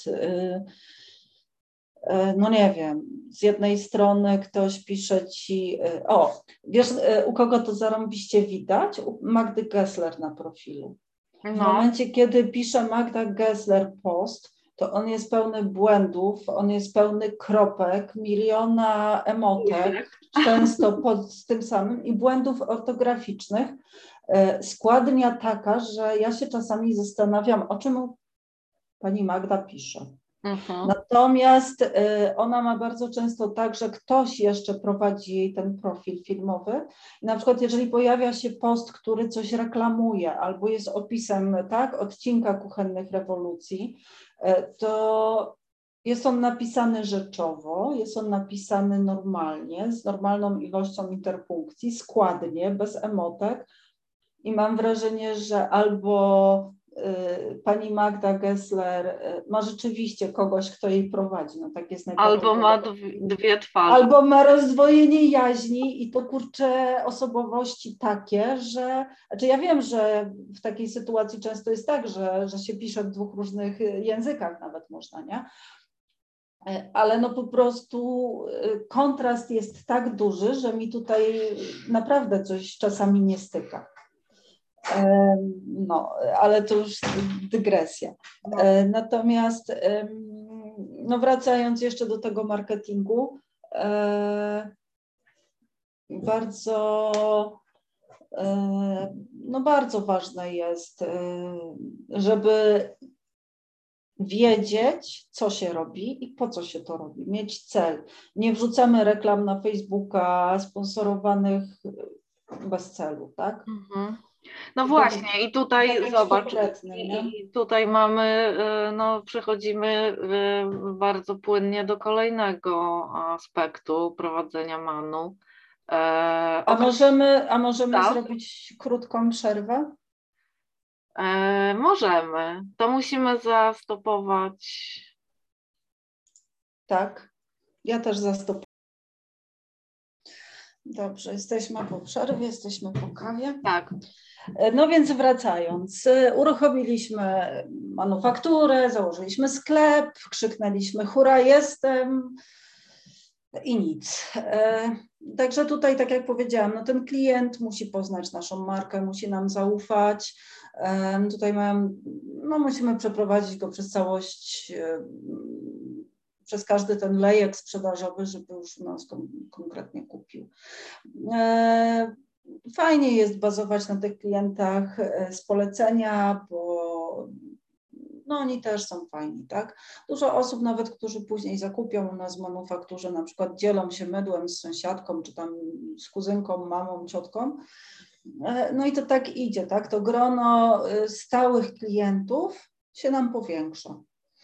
no nie wiem, z jednej strony ktoś pisze ci, o, wiesz, u kogo to zarąbiście widać? U Magdy Gessler na profilu. W no. momencie, kiedy pisze Magda Gessler post, to on jest pełny błędów, on jest pełny kropek, miliona emotek, często pod tym samym i błędów ortograficznych. Składnia taka, że ja się czasami zastanawiam, o czym pani Magda pisze. Mhm. Natomiast y, ona ma bardzo często tak, że ktoś jeszcze prowadzi jej ten profil filmowy. I na przykład jeżeli pojawia się post, który coś reklamuje albo jest opisem, tak, odcinka Kuchennych Rewolucji, y, to jest on napisany rzeczowo, jest on napisany normalnie, z normalną ilością interpunkcji, składnie, bez emotek. I mam wrażenie, że albo pani Magda Gessler ma rzeczywiście kogoś, kto jej prowadzi. No, tak jest albo ma dwie twarze. Albo ma rozdwojenie jaźni i to kurczę osobowości takie, że... Znaczy ja wiem, że w takiej sytuacji często jest tak, że, że się pisze w dwóch różnych językach nawet można, nie? Ale no po prostu kontrast jest tak duży, że mi tutaj naprawdę coś czasami nie styka. No, ale to już dygresja. Natomiast no wracając jeszcze do tego marketingu, bardzo, no bardzo ważne jest, żeby wiedzieć, co się robi i po co się to robi, mieć cel. Nie wrzucamy reklam na Facebooka sponsorowanych bez celu, tak? Mhm. No właśnie i tutaj zobacz, i tutaj mamy, no przechodzimy bardzo płynnie do kolejnego aspektu prowadzenia manu. A możemy, a możemy tak? zrobić krótką przerwę? E, możemy, to musimy zastopować. Tak, ja też zastopuję. Dobrze, jesteśmy po przerwie, jesteśmy po kawie. Tak. No więc wracając, uruchomiliśmy manufakturę, założyliśmy sklep, krzyknęliśmy hurra jestem i nic. Także tutaj, tak jak powiedziałam, no ten klient musi poznać naszą markę, musi nam zaufać. Tutaj mam, no musimy przeprowadzić go przez całość, przez każdy ten lejek sprzedażowy, żeby już nas konkretnie kupił. Fajnie jest bazować na tych klientach z polecenia, bo no oni też są fajni, tak? Dużo osób nawet, którzy później zakupią u nas w manufakturze, na przykład dzielą się mydłem z sąsiadką, czy tam z kuzynką, mamą, ciotką. No i to tak idzie, tak? To grono stałych klientów się nam powiększa.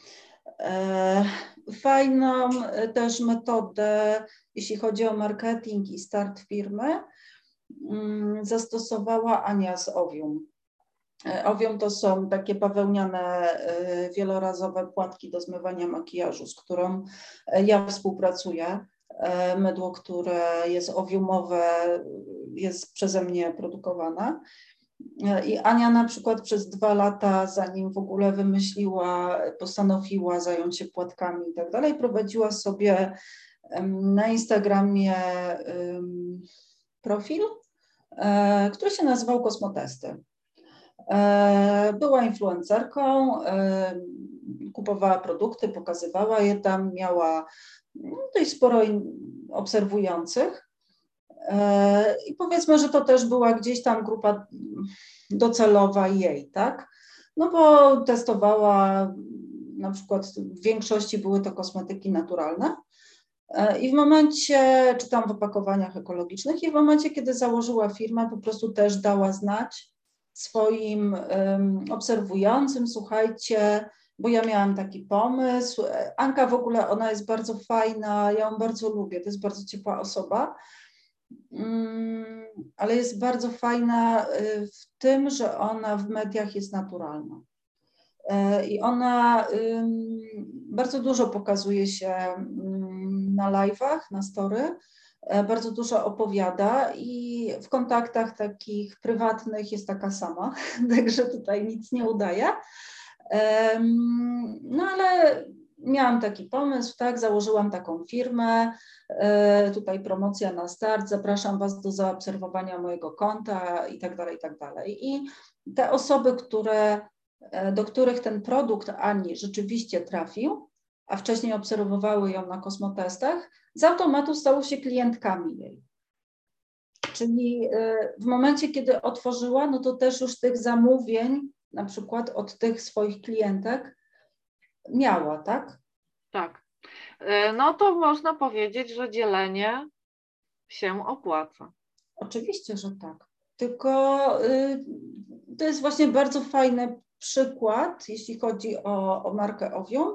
Fajną też metodę, jeśli chodzi o marketing i start firmy, zastosowała Ania z Ovium. Ovium to są takie bawełniane, wielorazowe płatki do zmywania makijażu, z którą ja współpracuję. Mydło, które jest owiumowe, jest przeze mnie produkowane. I Ania na przykład przez dwa lata, zanim w ogóle wymyśliła, postanowiła zająć się płatkami i tak dalej, prowadziła sobie na Instagramie profil, który się nazywał Kosmotesty. Była influencerką, kupowała produkty, pokazywała je tam, miała dość sporo obserwujących. I powiedzmy, że to też była gdzieś tam grupa docelowa jej, tak? No bo testowała, na przykład w większości były to kosmetyki naturalne. I w momencie, czy tam w opakowaniach ekologicznych, i w momencie, kiedy założyła firmę, po prostu też dała znać swoim um, obserwującym, słuchajcie, bo ja miałam taki pomysł. Anka w ogóle, ona jest bardzo fajna, ja ją bardzo lubię, to jest bardzo ciepła osoba, um, ale jest bardzo fajna w tym, że ona w mediach jest naturalna. I ona um, bardzo dużo pokazuje się um, na live'ach, na story, bardzo dużo opowiada i w kontaktach takich prywatnych jest taka sama, także tutaj nic nie udaje. No ale miałam taki pomysł, tak, założyłam taką firmę, tutaj promocja na start, zapraszam Was do zaobserwowania mojego konta i tak dalej, i tak dalej. I te osoby, które, do których ten produkt Ani rzeczywiście trafił, a wcześniej obserwowały ją na kosmotestach, z automatu stały się klientkami jej. Czyli w momencie, kiedy otworzyła, no to też już tych zamówień, na przykład od tych swoich klientek miała, tak? Tak. No to można powiedzieć, że dzielenie się opłaca. Oczywiście, że tak. Tylko to jest właśnie bardzo fajny przykład, jeśli chodzi o, o markę Ovium,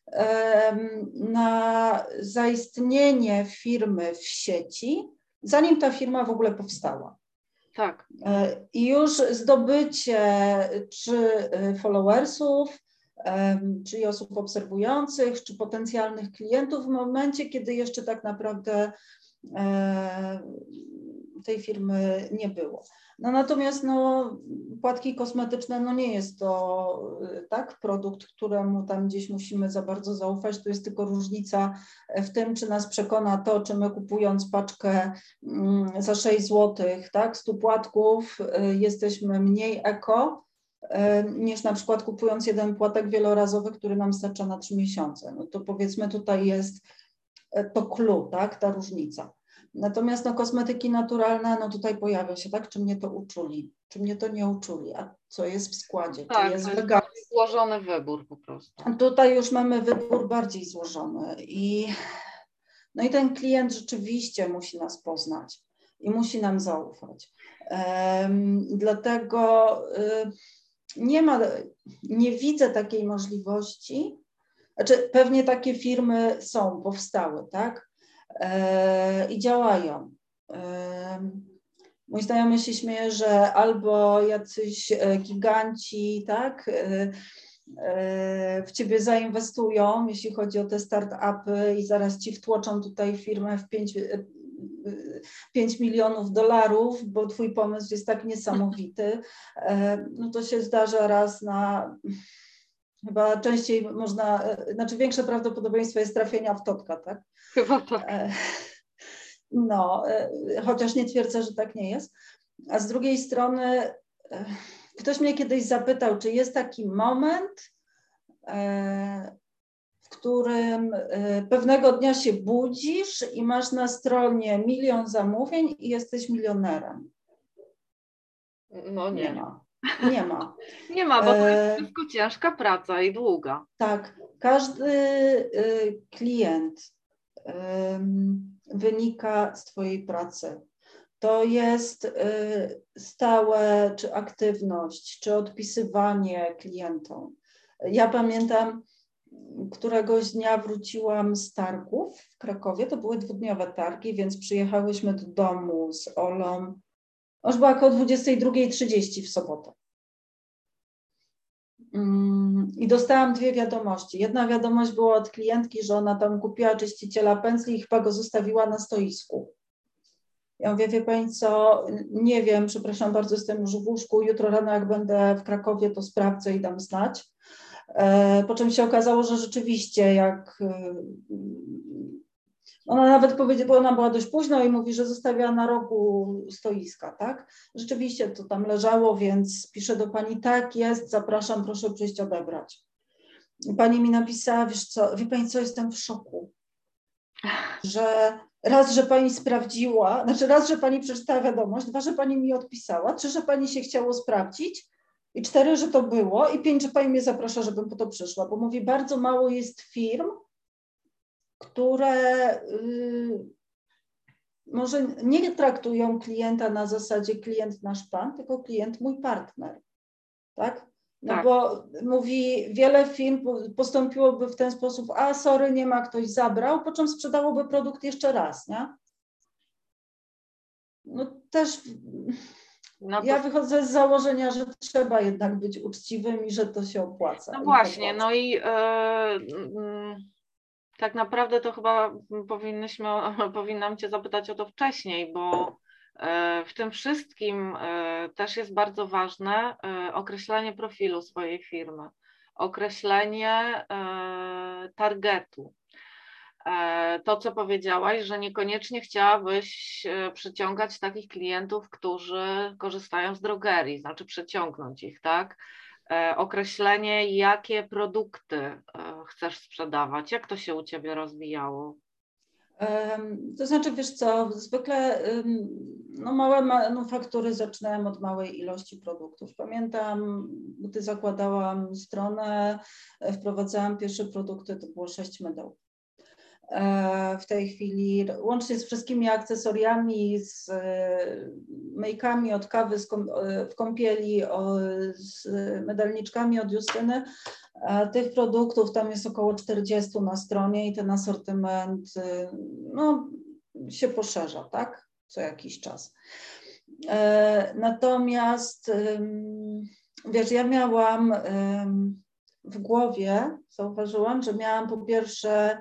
na zaistnienie firmy w sieci, zanim ta firma w ogóle powstała. Tak. I już zdobycie czy followersów, czy osób obserwujących, czy potencjalnych klientów w momencie, kiedy jeszcze tak naprawdę tej firmy nie było. No natomiast no, płatki kosmetyczne, no nie jest to tak produkt, któremu tam gdzieś musimy za bardzo zaufać. Tu jest tylko różnica w tym, czy nas przekona to, czy my kupując paczkę za sześć złotych, tak, stu płatków jesteśmy mniej eko, niż na przykład kupując jeden płatek wielorazowy, który nam starcza na trzy miesiące. No to powiedzmy tutaj jest to clue, tak, ta różnica. Natomiast no, kosmetyki naturalne, no tutaj pojawia się, tak, czy mnie to uczuli, czy mnie to nie uczuli, a co jest w składzie, tak, czy jest to jest wegański. złożony wybór po prostu. Tutaj już mamy wybór bardziej złożony i no i ten klient rzeczywiście musi nas poznać i musi nam zaufać. Um, dlatego y, nie ma, nie widzę takiej możliwości, znaczy pewnie takie firmy są, powstały, tak? I działają. Mój znajomy się śmieje, że albo jacyś giganci, tak, w ciebie zainwestują, jeśli chodzi o te start-upy i zaraz ci wtłoczą tutaj firmę w pięć milionów dolarów, bo twój pomysł jest tak niesamowity. No to się zdarza raz na... Chyba częściej można, znaczy większe prawdopodobieństwo jest trafienia w totka, tak? Chyba tak. No, chociaż nie twierdzę, że tak nie jest. A z drugiej strony ktoś mnie kiedyś zapytał, czy jest taki moment, w którym pewnego dnia się budzisz i masz na stronie milion zamówień i jesteś milionerem. No nie. Nie ma. Nie ma. Nie ma, bo to jest wszystko ciężka praca i długa. Tak, każdy klient wynika z twojej pracy. To jest stałe, czy aktywność, czy odpisywanie klientom. Ja pamiętam, któregoś dnia wróciłam z targów w Krakowie, to były dwudniowe targi, więc przyjechałyśmy do domu z Olą Już była około dwudziestej drugiej trzydzieści w sobotę. I dostałam dwie wiadomości. Jedna wiadomość była od klientki, że ona tam kupiła czyściciela pędzli i chyba go zostawiła na stoisku. Ja mówię, wie pani co, nie wiem, przepraszam bardzo, jestem już w łóżku, jutro rano jak będę w Krakowie, to sprawdzę i dam znać. Po czym się okazało, że rzeczywiście jak ona nawet powiedziała, bo ona była dość późno i mówi, że zostawiała na rogu stoiska, tak? Rzeczywiście to tam leżało, więc piszę do pani, tak jest, zapraszam, proszę przyjść odebrać. I pani mi napisała, wiesz co, wie pani co, jestem w szoku, że raz, że pani sprawdziła, znaczy raz, że pani przeczytała wiadomość, dwa, że pani mi odpisała, trzy, że pani się chciało sprawdzić i cztery, że to było i pięć, że pani mnie zaprasza, żebym po to przyszła, bo mówi, bardzo mało jest firm, które y, może nie traktują klienta na zasadzie klient nasz pan, tylko klient mój partner, tak? No tak. Bo mówi, wiele firm postąpiłoby w ten sposób, a sorry, nie ma, ktoś zabrał, po czym sprzedałoby produkt jeszcze raz, nie? No też no to... ja wychodzę z założenia, że trzeba jednak być uczciwym i że to się opłaca. No właśnie, no i e, tak naprawdę to chyba powinnyśmy, powinnam Cię zapytać o to wcześniej, bo w tym wszystkim też jest bardzo ważne określenie profilu swojej firmy, określenie targetu. To, co powiedziałaś, że niekoniecznie chciałabyś przyciągać takich klientów, którzy korzystają z drogerii, znaczy przyciągnąć ich, tak? Określenie, jakie produkty chcesz sprzedawać, jak to się u Ciebie rozwijało? To znaczy, wiesz co, zwykle no, małe manufaktury zaczynałem od małej ilości produktów. Pamiętam, gdy zakładałam stronę, wprowadzałam pierwsze produkty, to było sześć mydeł. W tej chwili, łącznie z wszystkimi akcesoriami, z myjkami od kawy w kąpieli, z medalniczkami od Justyny, tych produktów tam jest około czterdziestu na stronie i ten asortyment no, się poszerza, tak, co jakiś czas. Natomiast wiesz, ja miałam w głowie, zauważyłam, że miałam po pierwsze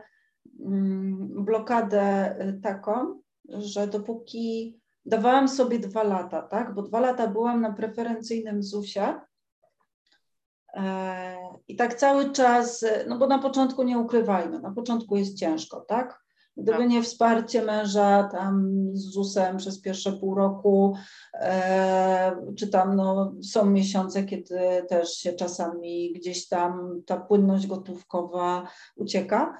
blokadę taką, że dopóki dawałam sobie dwa lata, tak, bo dwa lata byłam na preferencyjnym zusie i tak cały czas, no bo na początku nie ukrywajmy, na początku jest ciężko, tak, gdyby nie wsparcie męża tam z zusem przez pierwsze pół roku, czy tam no, są miesiące, kiedy też się czasami gdzieś tam ta płynność gotówkowa ucieka.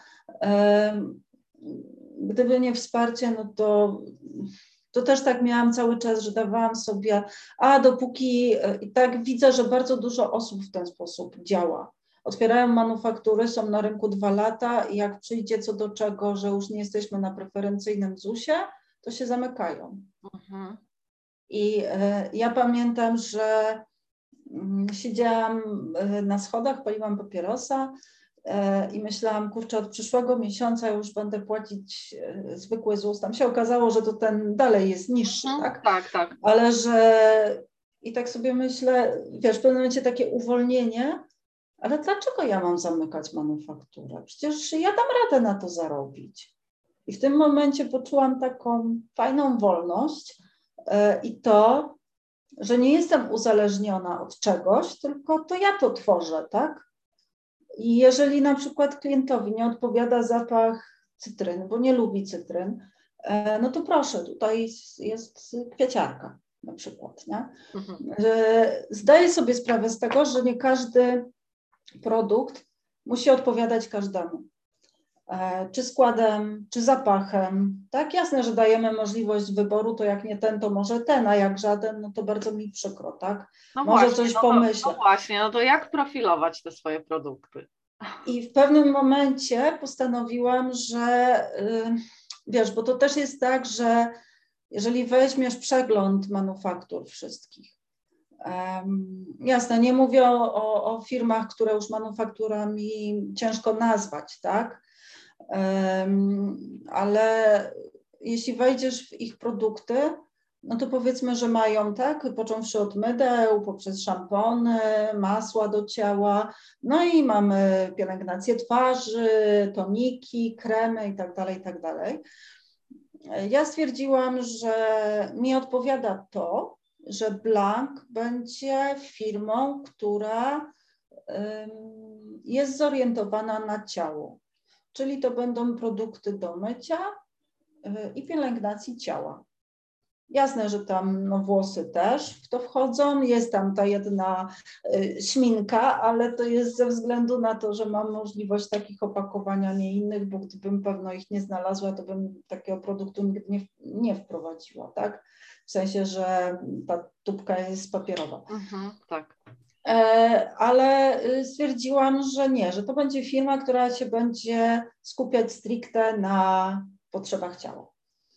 Gdyby nie wsparcie, no to, to też tak miałam cały czas, że dawałam sobie, a dopóki, i tak widzę, że bardzo dużo osób w ten sposób działa. Otwierają manufaktury, są na rynku dwa lata i jak przyjdzie co do czego, że już nie jesteśmy na preferencyjnym zusie, to się zamykają. Mhm. I y, ja pamiętam, że y, siedziałam y, na schodach, paliłam papierosa y, i myślałam, kurczę, od przyszłego miesiąca już będę płacić y, zwykły ZUS. Tam się okazało, że to ten dalej jest niższy, mhm, tak? Tak, tak. Ale że i tak sobie myślę, wiesz, w pewnym momencie takie uwolnienie, ale dlaczego ja mam zamykać manufakturę? Przecież ja dam radę na to zarobić. I w tym momencie poczułam taką fajną wolność yy, i to, że nie jestem uzależniona od czegoś, tylko to ja to tworzę, tak? I jeżeli na przykład klientowi nie odpowiada zapach cytryn, bo nie lubi cytryn, yy, no to proszę, tutaj jest kwieciarka na przykład, nie? Mhm. Yy, zdaję sobie sprawę z tego, że nie każdy produkt musi odpowiadać każdemu. E, czy składem, czy zapachem. Tak, jasne, że dajemy możliwość wyboru, to jak nie ten, to może ten, a jak żaden, no to bardzo mi przykro, tak? No może właśnie, coś no pomyślę. To, no właśnie, no to jak profilować te swoje produkty? I w pewnym momencie postanowiłam, że y, wiesz, bo to też jest tak, że jeżeli weźmiesz przegląd manufaktur wszystkich, Um, jasne, nie mówię o, o, o firmach, które już manufakturami ciężko nazwać, tak? Um, ale jeśli wejdziesz w ich produkty, no to powiedzmy, że mają, tak, począwszy od mydeł, poprzez szampony, masła do ciała, no i mamy pielęgnację twarzy, toniki, kremy i tak dalej, i tak dalej. Ja stwierdziłam, że mi odpowiada to, że Blank będzie firmą, która jest zorientowana na ciało, czyli to będą produkty do mycia i pielęgnacji ciała. Jasne, że tam no, włosy też w to wchodzą, jest tam ta jedna y, szminka, ale to jest ze względu na to, że mam możliwość takich opakowania, nie innych, bo gdybym pewno ich nie znalazła, to bym takiego produktu nigdy nie, nie wprowadziła, tak? W sensie, że ta tubka jest papierowa. Mhm, tak. E, ale stwierdziłam, że nie, że to będzie firma, która się będzie skupiać stricte na potrzebach ciała.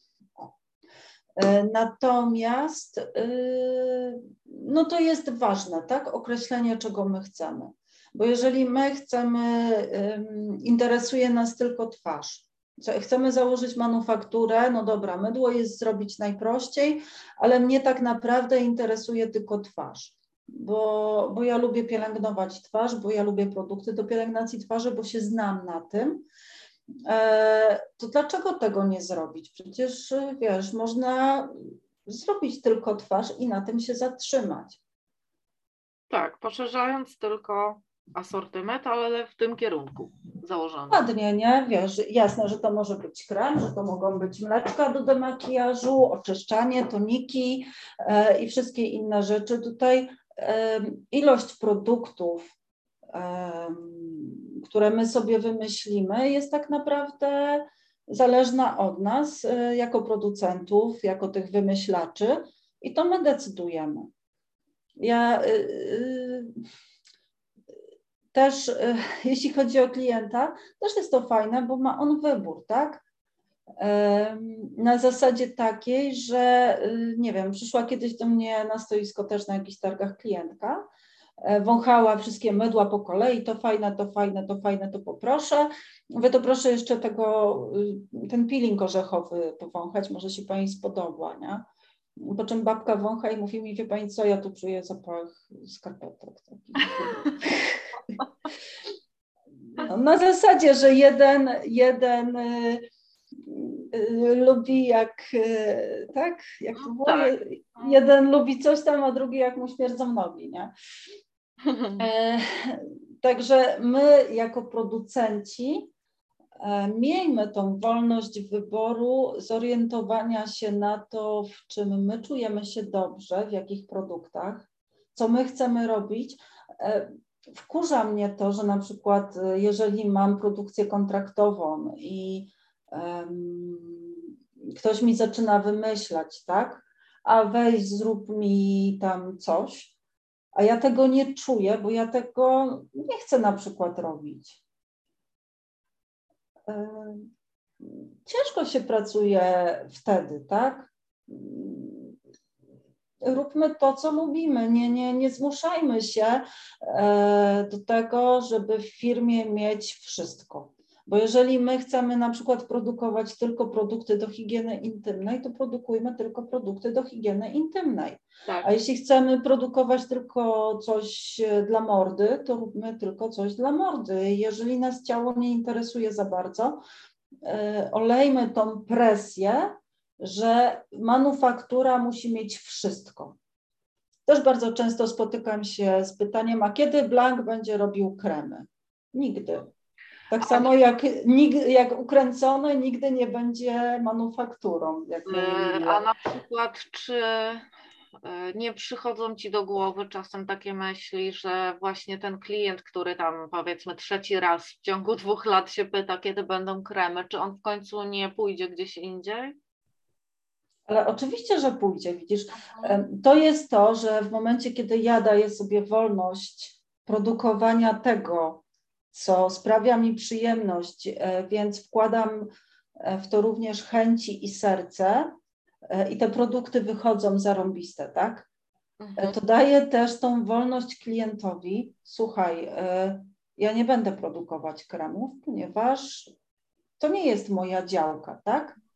Natomiast no to jest ważne, tak, określenie, czego my chcemy. Bo jeżeli my chcemy, interesuje nas tylko twarz, chcemy założyć manufakturę, no dobra, mydło jest zrobić najprościej, ale mnie tak naprawdę interesuje tylko twarz. Bo, bo ja lubię pielęgnować twarz, bo ja lubię produkty do pielęgnacji twarzy, bo się znam na tym. To dlaczego tego nie zrobić? Przecież, wiesz, można zrobić tylko twarz i na tym się zatrzymać. Tak, poszerzając tylko asortyment, ale w tym kierunku założony. Ładnie, nie? Wiesz, jasne, że to może być krem, że to mogą być mleczka do demakijażu, oczyszczanie, toniki e, i wszystkie inne rzeczy. Tutaj e, ilość produktów, e, które my sobie wymyślimy, jest tak naprawdę zależna od nas e, jako producentów, jako tych wymyślaczy i to my decydujemy. Ja e, e, też, e, jeśli chodzi o klienta, też jest to fajne, bo ma on wybór, tak? E, na zasadzie takiej, że e, nie wiem, przyszła kiedyś do mnie na stoisko też na jakichś targach klientka, wąchała wszystkie mydła po kolei, to fajne, to fajne, to fajne, to poproszę. Mówię, to proszę jeszcze tego, ten peeling orzechowy powąchać, może się Pani spodoba, nie? Po czym babka wącha i mówi mi, wie Pani co, ja tu czuję zapach skarpetek. No, na zasadzie, że jeden, jeden y, y, lubi jak, y, tak, jak to było, Tak. jeden lubi coś tam, a drugi jak mu śmierdzą nogi, nie? E, także my jako producenci e, miejmy tą wolność wyboru, zorientowania się na to, w czym my czujemy się dobrze, w jakich produktach, co my chcemy robić. E, wkurza mnie to, że na przykład jeżeli mam produkcję kontraktową i um, ktoś mi zaczyna wymyślać, tak, a weź zrób mi tam coś, a ja tego nie czuję, bo ja tego nie chcę na przykład robić. Ciężko się pracuje wtedy, tak? Róbmy to, co lubimy, nie, nie, nie zmuszajmy się do tego, żeby w firmie mieć wszystko. Bo jeżeli my chcemy na przykład produkować tylko produkty do higieny intymnej, to produkujmy tylko produkty do higieny intymnej. Tak. A jeśli chcemy produkować tylko coś dla mordy, to róbmy tylko coś dla mordy. Jeżeli nas ciało nie interesuje za bardzo, olejmy tą presję, że manufaktura musi mieć wszystko. Też bardzo często spotykam się z pytaniem, a kiedy Blank będzie robił kremy? Nigdy. Tak samo jak, jak ukręcone nigdy nie będzie manufakturą. Jak a na przykład czy nie przychodzą Ci do głowy czasem takie myśli, że właśnie ten klient, który tam powiedzmy trzeci raz w ciągu dwóch lat się pyta, kiedy będą kremy, czy on w końcu nie pójdzie gdzieś indziej? Ale oczywiście, że pójdzie, widzisz. To jest to, że w momencie, kiedy ja daję sobie wolność produkowania tego, co sprawia mi przyjemność, więc wkładam w to również chęci i serce i te produkty wychodzą zarąbiste, tak? Mhm. To daje też tą wolność klientowi. Słuchaj, ja nie będę produkować kremów, ponieważ to nie jest moja działka, tak?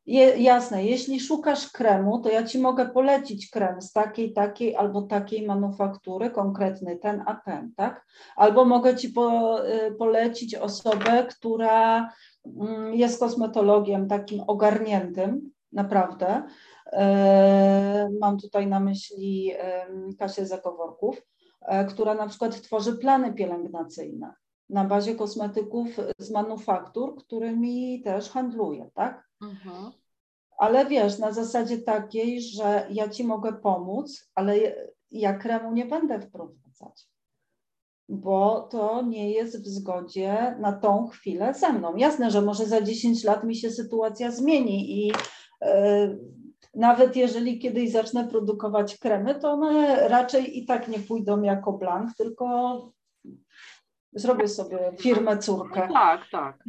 Je, jasne, jeśli szukasz kremu, to ja Ci mogę polecić krem z takiej, takiej albo takiej manufaktury, konkretny ten a ten, tak? Albo mogę Ci po, polecić osobę, która jest kosmetologiem takim ogarniętym, naprawdę. Mam tutaj na myśli Kasię Zakoworków, która na przykład tworzy plany pielęgnacyjne na bazie kosmetyków z manufaktur, którymi też handluję, tak? Mhm. Ale wiesz, na zasadzie takiej, że ja Ci mogę pomóc, ale ja kremu nie będę wprowadzać, bo to nie jest w zgodzie na tą chwilę ze mną. Jasne, że może za dziesięć lat mi się sytuacja zmieni i yy, nawet jeżeli kiedyś zacznę produkować kremy, to one raczej i tak nie pójdą jako blank, tylko zrobię sobie firmę córkę. No tak, tak.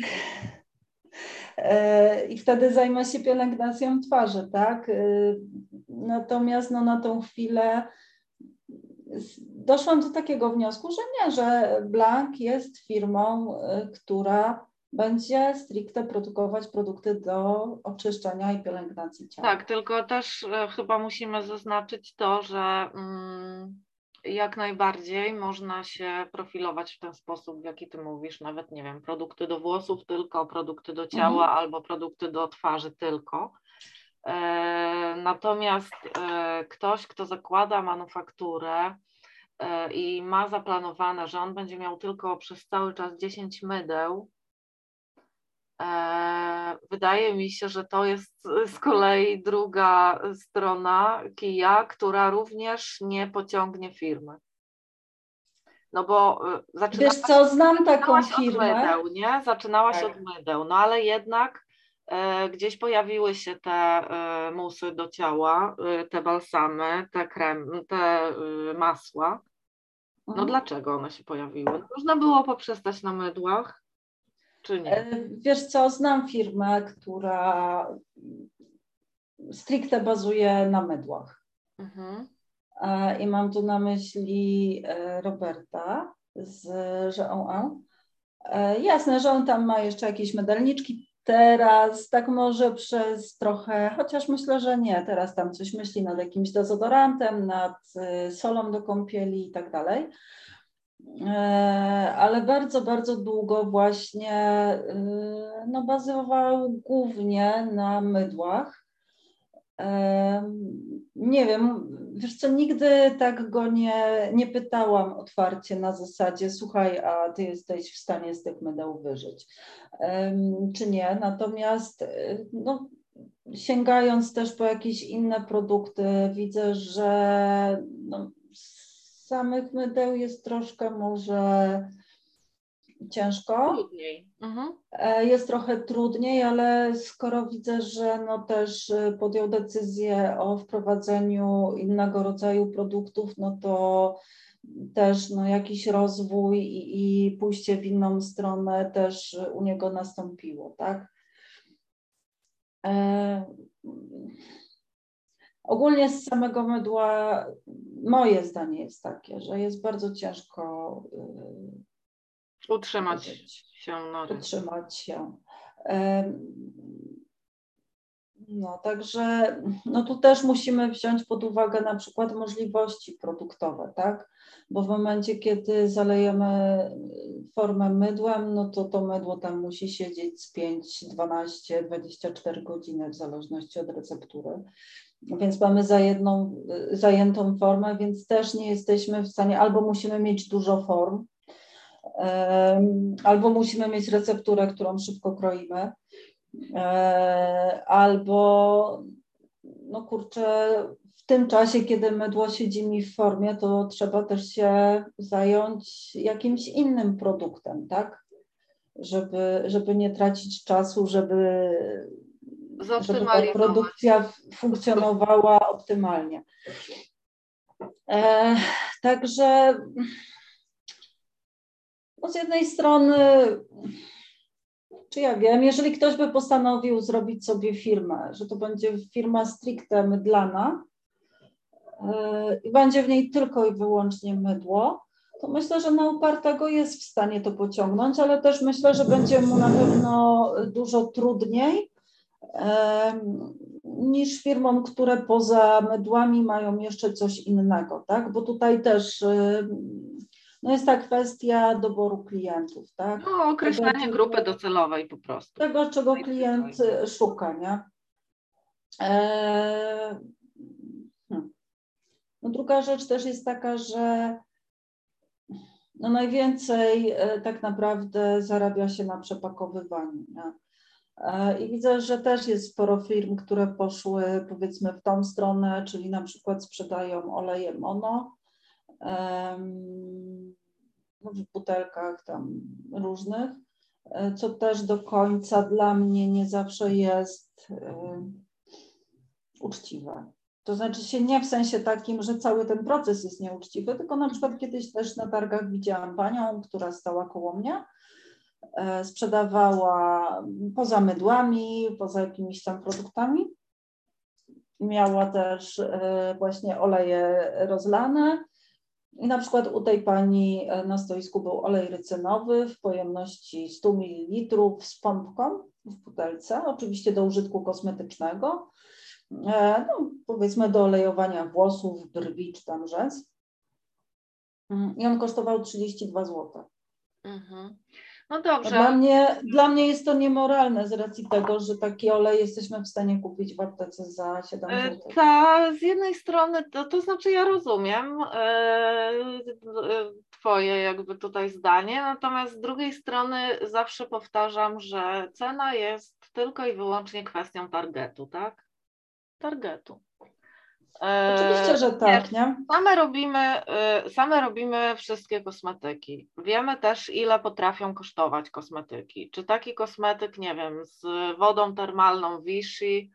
I wtedy zajmę się pielęgnacją twarzy, tak? Natomiast no, na tą chwilę doszłam do takiego wniosku, że nie, że Blank jest firmą, która będzie stricte produkować produkty do oczyszczania i pielęgnacji ciała. Tak, tylko też chyba musimy zaznaczyć to, że mm, jak najbardziej można się profilować w ten sposób, w jaki Ty mówisz, nawet nie wiem, produkty do włosów tylko, produkty do ciała mhm. albo produkty do twarzy tylko. E, natomiast e, ktoś, kto zakłada manufakturę e, i ma zaplanowane, że on będzie miał tylko przez cały czas dziesięć mydeł, e, wydaje mi się, że to jest z kolei druga strona kija, która również nie pociągnie firmy. No bo zaczynałaś, Wiesz co, znam taką firmę. Od mydeł, nie? Zaczynałaś tak. od mydeł, no ale jednak e, gdzieś pojawiły się te e, musy do ciała, e, te balsamy, te krem, te e, masła. No mhm. Dlaczego one się pojawiły? Można było poprzestać na mydłach, czy nie? Wiesz co, znam firmę, która stricte bazuje na mydłach. Mhm. I mam tu na myśli Roberta z Ż O E. Jasne, że on tam ma jeszcze jakieś medalniczki teraz, tak może przez trochę, chociaż myślę, że nie, teraz tam coś myśli nad jakimś dezodorantem, nad solą do kąpieli i tak dalej. Ale bardzo, bardzo długo właśnie no, bazował głównie na mydłach. Nie wiem, wiesz co, nigdy tak go nie, nie pytałam otwarcie na zasadzie, słuchaj, a ty jesteś w stanie z tych mydeł wyżyć, czy nie, natomiast no, sięgając też po jakieś inne produkty, widzę, że no, z samych mydeł jest troszkę może ciężko. Trudniej. Mhm. Jest trochę trudniej, ale skoro widzę, że no też podjął decyzję o wprowadzeniu innego rodzaju produktów, no to też no jakiś rozwój i, i pójście w inną stronę też u niego nastąpiło, tak? E, ogólnie z samego mydła moje zdanie jest takie, że jest bardzo ciężko utrzymać się na rynku. Utrzymać się. No, także no tu też musimy wziąć pod uwagę na przykład możliwości produktowe, tak? Bo w momencie, kiedy zalejemy formę mydłem, no to to mydło tam musi siedzieć z pięć, dwanaście, dwadzieścia cztery godziny w zależności od receptury. Więc mamy za jedną, zajętą formę, więc też nie jesteśmy w stanie, albo musimy mieć dużo form, albo musimy mieć recepturę, którą szybko kroimy, albo no kurczę, w tym czasie, kiedy mydło siedzi mi w formie, to trzeba też się zająć jakimś innym produktem, tak? Żeby, żeby nie tracić czasu, żeby, żeby ta produkcja funkcjonowała optymalnie. E, także no z jednej strony, czy ja wiem, jeżeli ktoś by postanowił zrobić sobie firmę, że to będzie firma stricte mydlana yy, i będzie w niej tylko i wyłącznie mydło, to myślę, że na upartego jest w stanie to pociągnąć, ale też myślę, że będzie mu na pewno dużo trudniej niż firmom, które poza mydłami mają jeszcze coś innego, tak? Bo tutaj też no jest ta kwestia doboru klientów, tak? No, określenie tego, grupy docelowej po prostu. Tego, czego klient szuka, nie? E, hmm. No druga rzecz też jest taka, że no najwięcej tak naprawdę zarabia się na przepakowywaniu, nie? I widzę, że też jest sporo firm, które poszły powiedzmy w tą stronę, czyli na przykład sprzedają oleje mono w butelkach tam różnych, co też do końca dla mnie nie zawsze jest uczciwe. To znaczy się nie w sensie takim, że cały ten proces jest nieuczciwy, tylko na przykład kiedyś też na targach widziałam panią, która stała koło mnie, sprzedawała poza mydłami, poza jakimiś tam produktami. Miała też właśnie oleje rozlane i na przykład u tej pani na stoisku był olej rycynowy w pojemności sto mililitrów z pompką w butelce, oczywiście do użytku kosmetycznego, no, powiedzmy do olejowania włosów, brwi czy tam rzęs. I on kosztował trzydzieści dwa złote. Mhm. No dobrze. Dla mnie, dla mnie jest to niemoralne z racji tego, że taki olej jesteśmy w stanie kupić w aptece za siedem złotych. Tak, z jednej strony, to, to znaczy ja rozumiem e, twoje jakby tutaj zdanie, natomiast z drugiej strony zawsze powtarzam, że cena jest tylko i wyłącznie kwestią targetu, tak? Targetu. Oczywiście, że tak, nie? Same robimy, same robimy wszystkie kosmetyki. Wiemy też, ile potrafią kosztować kosmetyki. Czy taki kosmetyk, nie wiem, z wodą termalną Vichy,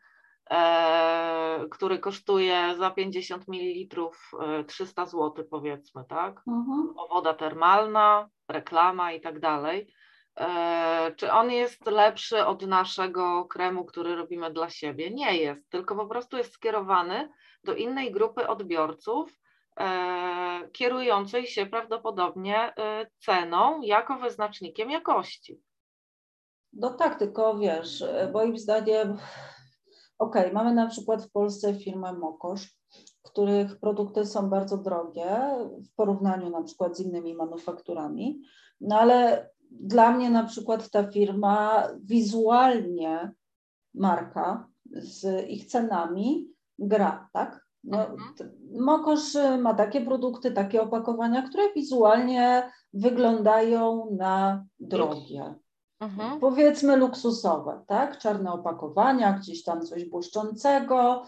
e, który kosztuje za pięćdziesiąt mililitrów trzysta złotych powiedzmy, tak? Mhm. O, woda termalna, reklama i tak dalej. E, czy on jest lepszy od naszego kremu, który robimy dla siebie? Nie jest, tylko po prostu jest skierowany do innej grupy odbiorców, e, kierującej się prawdopodobnie e, ceną jako wyznacznikiem jakości. No tak, tylko wiesz, moim zdaniem, okej, okay, mamy na przykład w Polsce firmę Mokosz, których produkty są bardzo drogie w porównaniu na przykład z innymi manufakturami, no ale dla mnie na przykład ta firma wizualnie, marka z ich cenami gra, tak? No, Mokosz ma takie produkty, takie opakowania, które wizualnie wyglądają na drogie. Mhm. Powiedzmy luksusowe, tak? Czarne opakowania, gdzieś tam coś błyszczącego.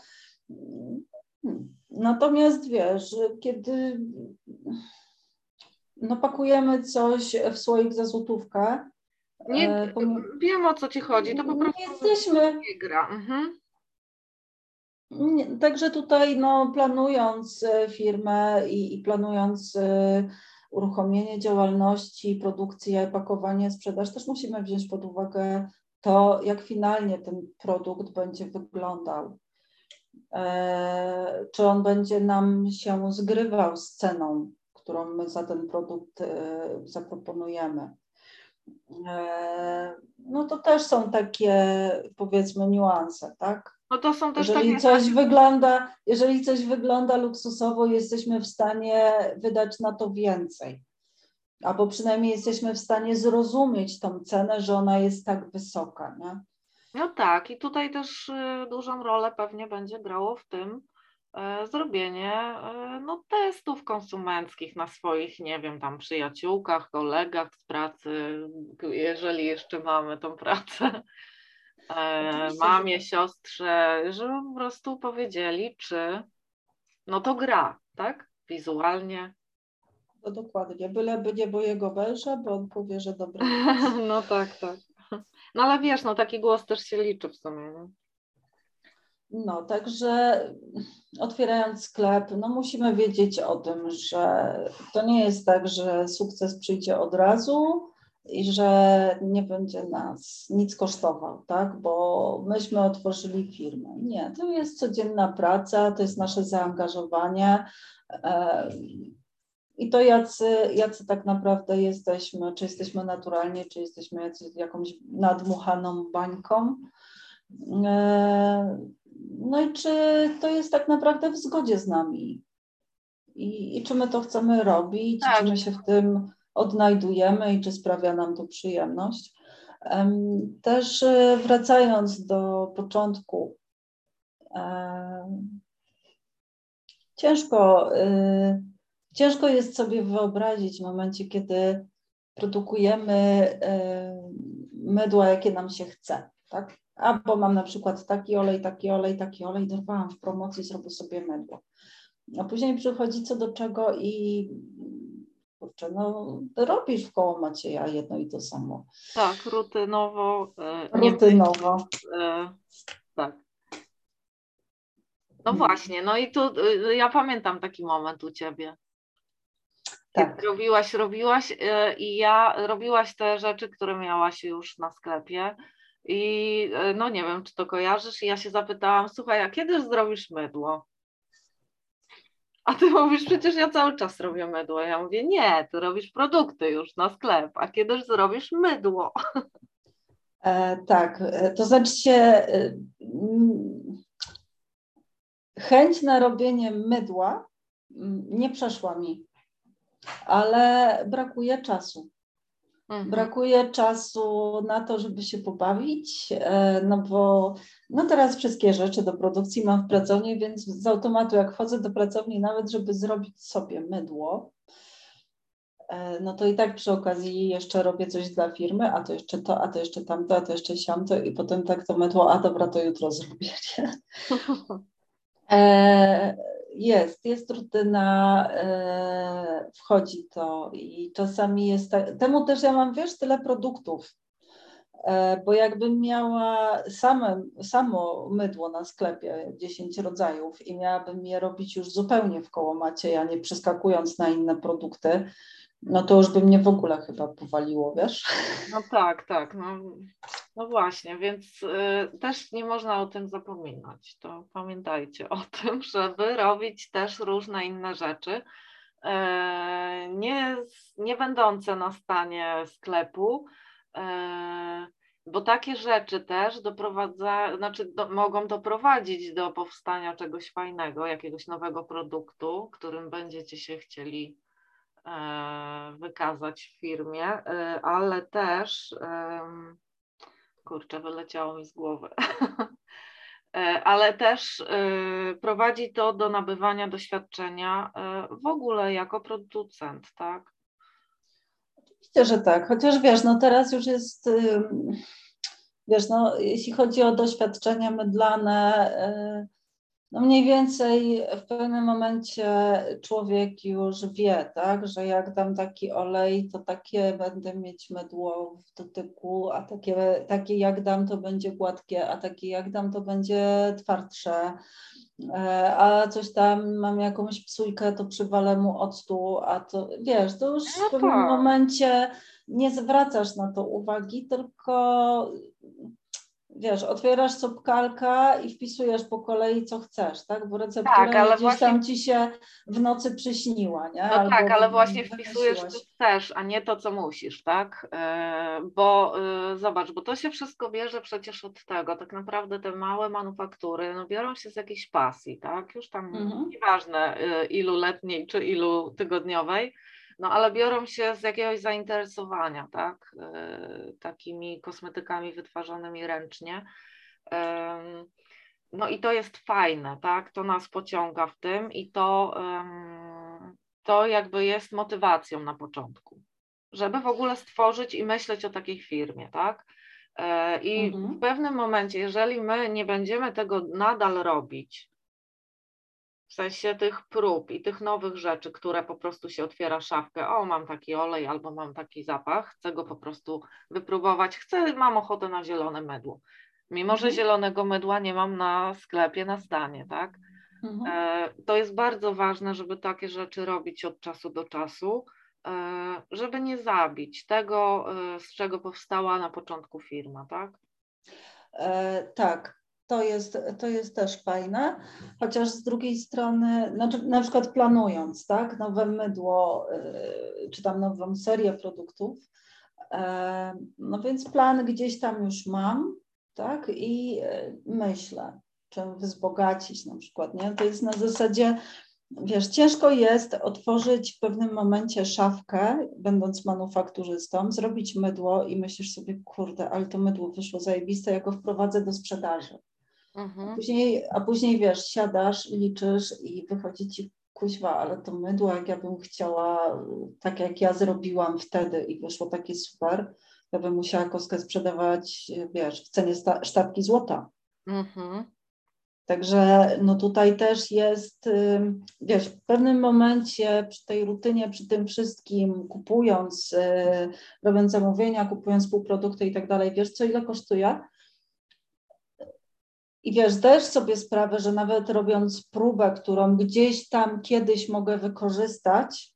Natomiast wiesz, kiedy no, pakujemy coś w słoik za złotówkę, nie, wiem, o co ci chodzi, to po prostu nie jesteśmy, nie gra. Mhm. Nie, także tutaj no, planując firmę i, i planując uruchomienie działalności, produkcję, pakowanie, sprzedaż, też musimy wziąć pod uwagę to, jak finalnie ten produkt będzie wyglądał. E, czy on będzie nam się zgrywał z ceną, którą my za ten produkt e, zaproponujemy. E, no to też są takie, powiedzmy, niuanse, tak? No to są też jeżeli takie... coś wygląda, jeżeli coś wygląda luksusowo, jesteśmy w stanie wydać na to więcej. Albo przynajmniej jesteśmy w stanie zrozumieć tą cenę, że ona jest tak wysoka, nie? No tak, i tutaj też dużą rolę pewnie będzie grało w tym zrobienie no, testów konsumenckich na swoich, nie wiem, tam przyjaciółkach, kolegach z pracy, jeżeli jeszcze mamy tą pracę, Oczywiście, mamie, tak. siostrze, żeby po prostu powiedzieli, czy no to gra, tak? Wizualnie. No dokładnie, byleby nie mojego męża, bo on powie, że dobry. No tak, tak. No ale wiesz, no taki głos też się liczy w sumie. Nie? No, także otwierając sklep, no musimy wiedzieć o tym, że to nie jest tak, że sukces przyjdzie od razu i że nie będzie nas nic kosztował, tak? Bo myśmy otworzyli firmę. Nie, to jest codzienna praca, to jest nasze zaangażowanie i to jacy, jacy tak naprawdę jesteśmy, czy jesteśmy naturalnie, czy jesteśmy jacy, jakąś nadmuchaną bańką. No i czy to jest tak naprawdę w zgodzie z nami i, i czy my to chcemy robić, Tak. czy my się w tym odnajdujemy i czy sprawia nam to przyjemność. Też wracając do początku, ciężko, ciężko jest sobie wyobrazić w momencie, kiedy produkujemy mydła, jakie nam się chce, tak? Albo mam na przykład taki olej, taki olej, taki olej, dorwałam w promocji, zrobię sobie mydło. A później przychodzi co do czego i kurczę, no robisz w koło Macieja jedno i to samo. Tak, rutynowo. E, Rutynowo. Nie, e, tak. No Hmm. właśnie, no i tu e, ja pamiętam taki moment u Ciebie. Tak. Robiłaś, robiłaś e, i ja robiłaś te rzeczy, które miałaś już na sklepie i e, no nie wiem, czy to kojarzysz i ja się zapytałam, słuchaj, a kiedy zrobisz mydło? A ty mówisz, przecież ja cały czas robię mydło. Ja mówię, nie, ty robisz produkty już na sklep, a kiedyż zrobisz mydło? E, tak, to znaczy się e, chęć na robienie mydła nie przeszła mi, ale brakuje czasu. Mhm. Brakuje czasu na to, żeby się pobawić, no bo no teraz wszystkie rzeczy do produkcji mam w pracowni, więc z automatu jak wchodzę do pracowni, nawet żeby zrobić sobie mydło, no to i tak przy okazji jeszcze robię coś dla firmy, a to jeszcze to, a to jeszcze tamto, a to jeszcze siamto i potem tak to mydło, a dobra, to jutro zrobię. e, jest, jest rutyna, e, wchodzi to i czasami jest tak, temu też ja mam, wiesz, tyle produktów, e, bo jakbym miała same, samo mydło na sklepie, dziesięć rodzajów i miałabym je robić już zupełnie w koło Macieja, nie przeskakując na inne produkty, no to już by mnie w ogóle chyba powaliło, wiesz? No tak, tak, no, no właśnie, więc y, też nie można o tym zapominać. To pamiętajcie o tym, żeby robić też różne inne rzeczy, y, nie, nie będące na stanie sklepu, y, bo takie rzeczy też doprowadza, znaczy do, mogą doprowadzić do powstania czegoś fajnego, jakiegoś nowego produktu, którym będziecie się chcieli wykazać w firmie, ale też, kurczę, wyleciało mi z głowy, ale też prowadzi to do nabywania doświadczenia w ogóle jako producent, tak? Oczywiście, że tak, chociaż wiesz, no teraz już jest, wiesz, no jeśli chodzi o doświadczenia mydlane, no mniej więcej w pewnym momencie człowiek już wie, tak, że jak dam taki olej, to takie będę mieć mydło w dotyku, a takie, takie jak dam, to będzie gładkie, a takie jak dam, to będzie twardsze, a coś tam, mam jakąś psujkę, to przywalę mu octu, a to wiesz, to już No w pewnym tak. momencie nie zwracasz na to uwagi, tylko wiesz, otwierasz sopkalka i wpisujesz po kolei, co chcesz, tak? Bo receptura Tak, ale gdzieś właśnie... tam ci się w nocy przyśniła, nie? No Albo tak, ale właśnie wpisujesz, co wymyśliłaś. chcesz, a nie to, co musisz, tak? Bo zobacz, bo to się wszystko bierze przecież od tego, tak naprawdę te małe manufaktury no, biorą się z jakiejś pasji, tak? Już tam Mhm. nieważne ilu letniej czy ilu tygodniowej, no ale biorą się z jakiegoś zainteresowania, tak? Takimi kosmetykami wytwarzanymi ręcznie. No i to jest fajne, tak? To nas pociąga w tym i to, to jakby jest motywacją na początku, żeby w ogóle stworzyć i myśleć o takiej firmie, tak? I Mhm. w pewnym momencie, jeżeli my nie będziemy tego nadal robić, w sensie tych prób i tych nowych rzeczy, które po prostu się otwiera szafkę, o mam taki olej albo mam taki zapach, chcę go po prostu wypróbować, chcę, mam ochotę na zielone mydło. Mimo że zielonego mydła nie mam na sklepie, na stanie, tak? Mhm. To jest bardzo ważne, żeby takie rzeczy robić od czasu do czasu, żeby nie zabić tego, z czego powstała na początku firma, tak? E, tak, to jest, to jest też fajne, chociaż z drugiej strony, na, na przykład planując, tak, nowe mydło, czy tam nową serię produktów, no więc plan gdzieś tam już mam, tak? I myślę, czym wzbogacić na przykład, nie? To jest na zasadzie, wiesz, ciężko jest otworzyć w pewnym momencie szafkę, będąc manufakturzystą, zrobić mydło i myślisz sobie, kurde, ale to mydło wyszło zajebiste, ja go wprowadzę do sprzedaży. Mhm. A później, a później, wiesz, siadasz, liczysz i wychodzi ci, kuźwa, ale to mydło, jak ja bym chciała, tak jak ja zrobiłam wtedy i wyszło takie super, ja bym musiała kostkę sprzedawać, wiesz, w cenie sta- sztabki złota. Mhm. Także no tutaj też jest, wiesz, w pewnym momencie przy tej rutynie, przy tym wszystkim, kupując, robiąc zamówienia, kupując półprodukty i tak dalej, wiesz, co ile kosztuje? I wiesz, zdajesz sobie sprawę, że nawet robiąc próbę, którą gdzieś tam kiedyś mogę wykorzystać,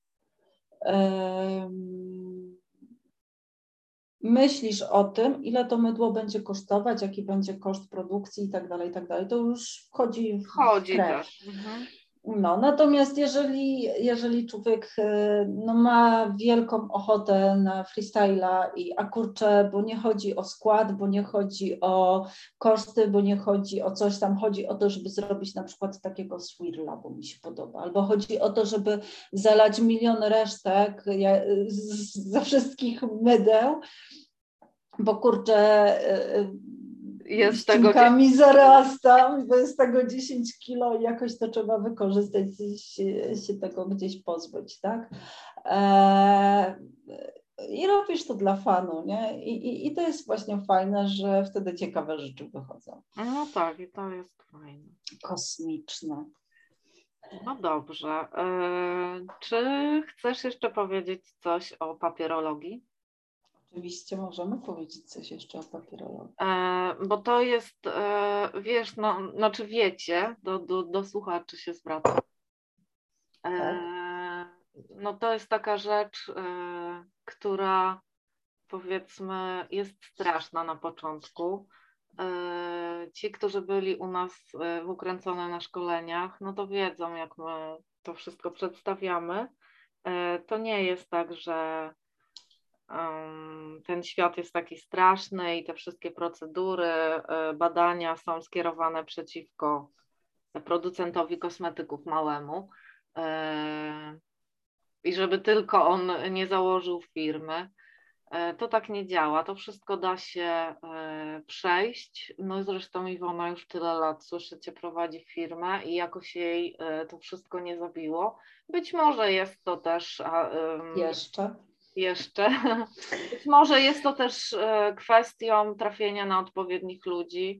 um, myślisz o tym, ile to mydło będzie kosztować, jaki będzie koszt produkcji i tak dalej, i tak dalej. To już wchodzi w, w Chodzi krew. też. Mhm. No, natomiast jeżeli, jeżeli człowiek no, ma wielką ochotę na freestyla i a kurczę, bo nie chodzi o skład, bo nie chodzi o koszty, bo nie chodzi o coś tam, chodzi o to, żeby zrobić na przykład takiego swirla, bo mi się podoba, albo chodzi o to, żeby zalać milion resztek ze wszystkich mydeł, bo kurczę, Jest ścinkami tego... zarastam, bo jest tego dziesięć kilo i jakoś to trzeba wykorzystać, się, się tego gdzieś pozbyć, tak? Eee, I robisz to dla fanu, nie? I, i, I to jest właśnie fajne, że wtedy ciekawe rzeczy wychodzą. No tak, i to jest fajne. Kosmiczne. No dobrze. Eee, czy chcesz jeszcze powiedzieć coś o papierologii? Oczywiście możemy powiedzieć coś jeszcze o papierologii. E, bo to jest, e, wiesz, no, znaczy wiecie, do, do, do słuchaczy się zwracam. E, Tak? no to jest taka rzecz, e, która powiedzmy jest straszna na początku. E, ci, którzy byli u nas e, ukręcone na szkoleniach, no to wiedzą, jak my to wszystko przedstawiamy. E, to nie jest tak, że ten świat jest taki straszny i te wszystkie procedury, badania są skierowane przeciwko producentowi kosmetyków małemu i żeby tylko on nie założył firmy. To tak nie działa, to wszystko da się przejść. No zresztą Iwona już tyle lat, słyszycie, prowadzi firmę i jakoś jej to wszystko nie zabiło. Być może jest to też... Jeszcze? Jeszcze. Być może jest to też kwestią trafienia na odpowiednich ludzi,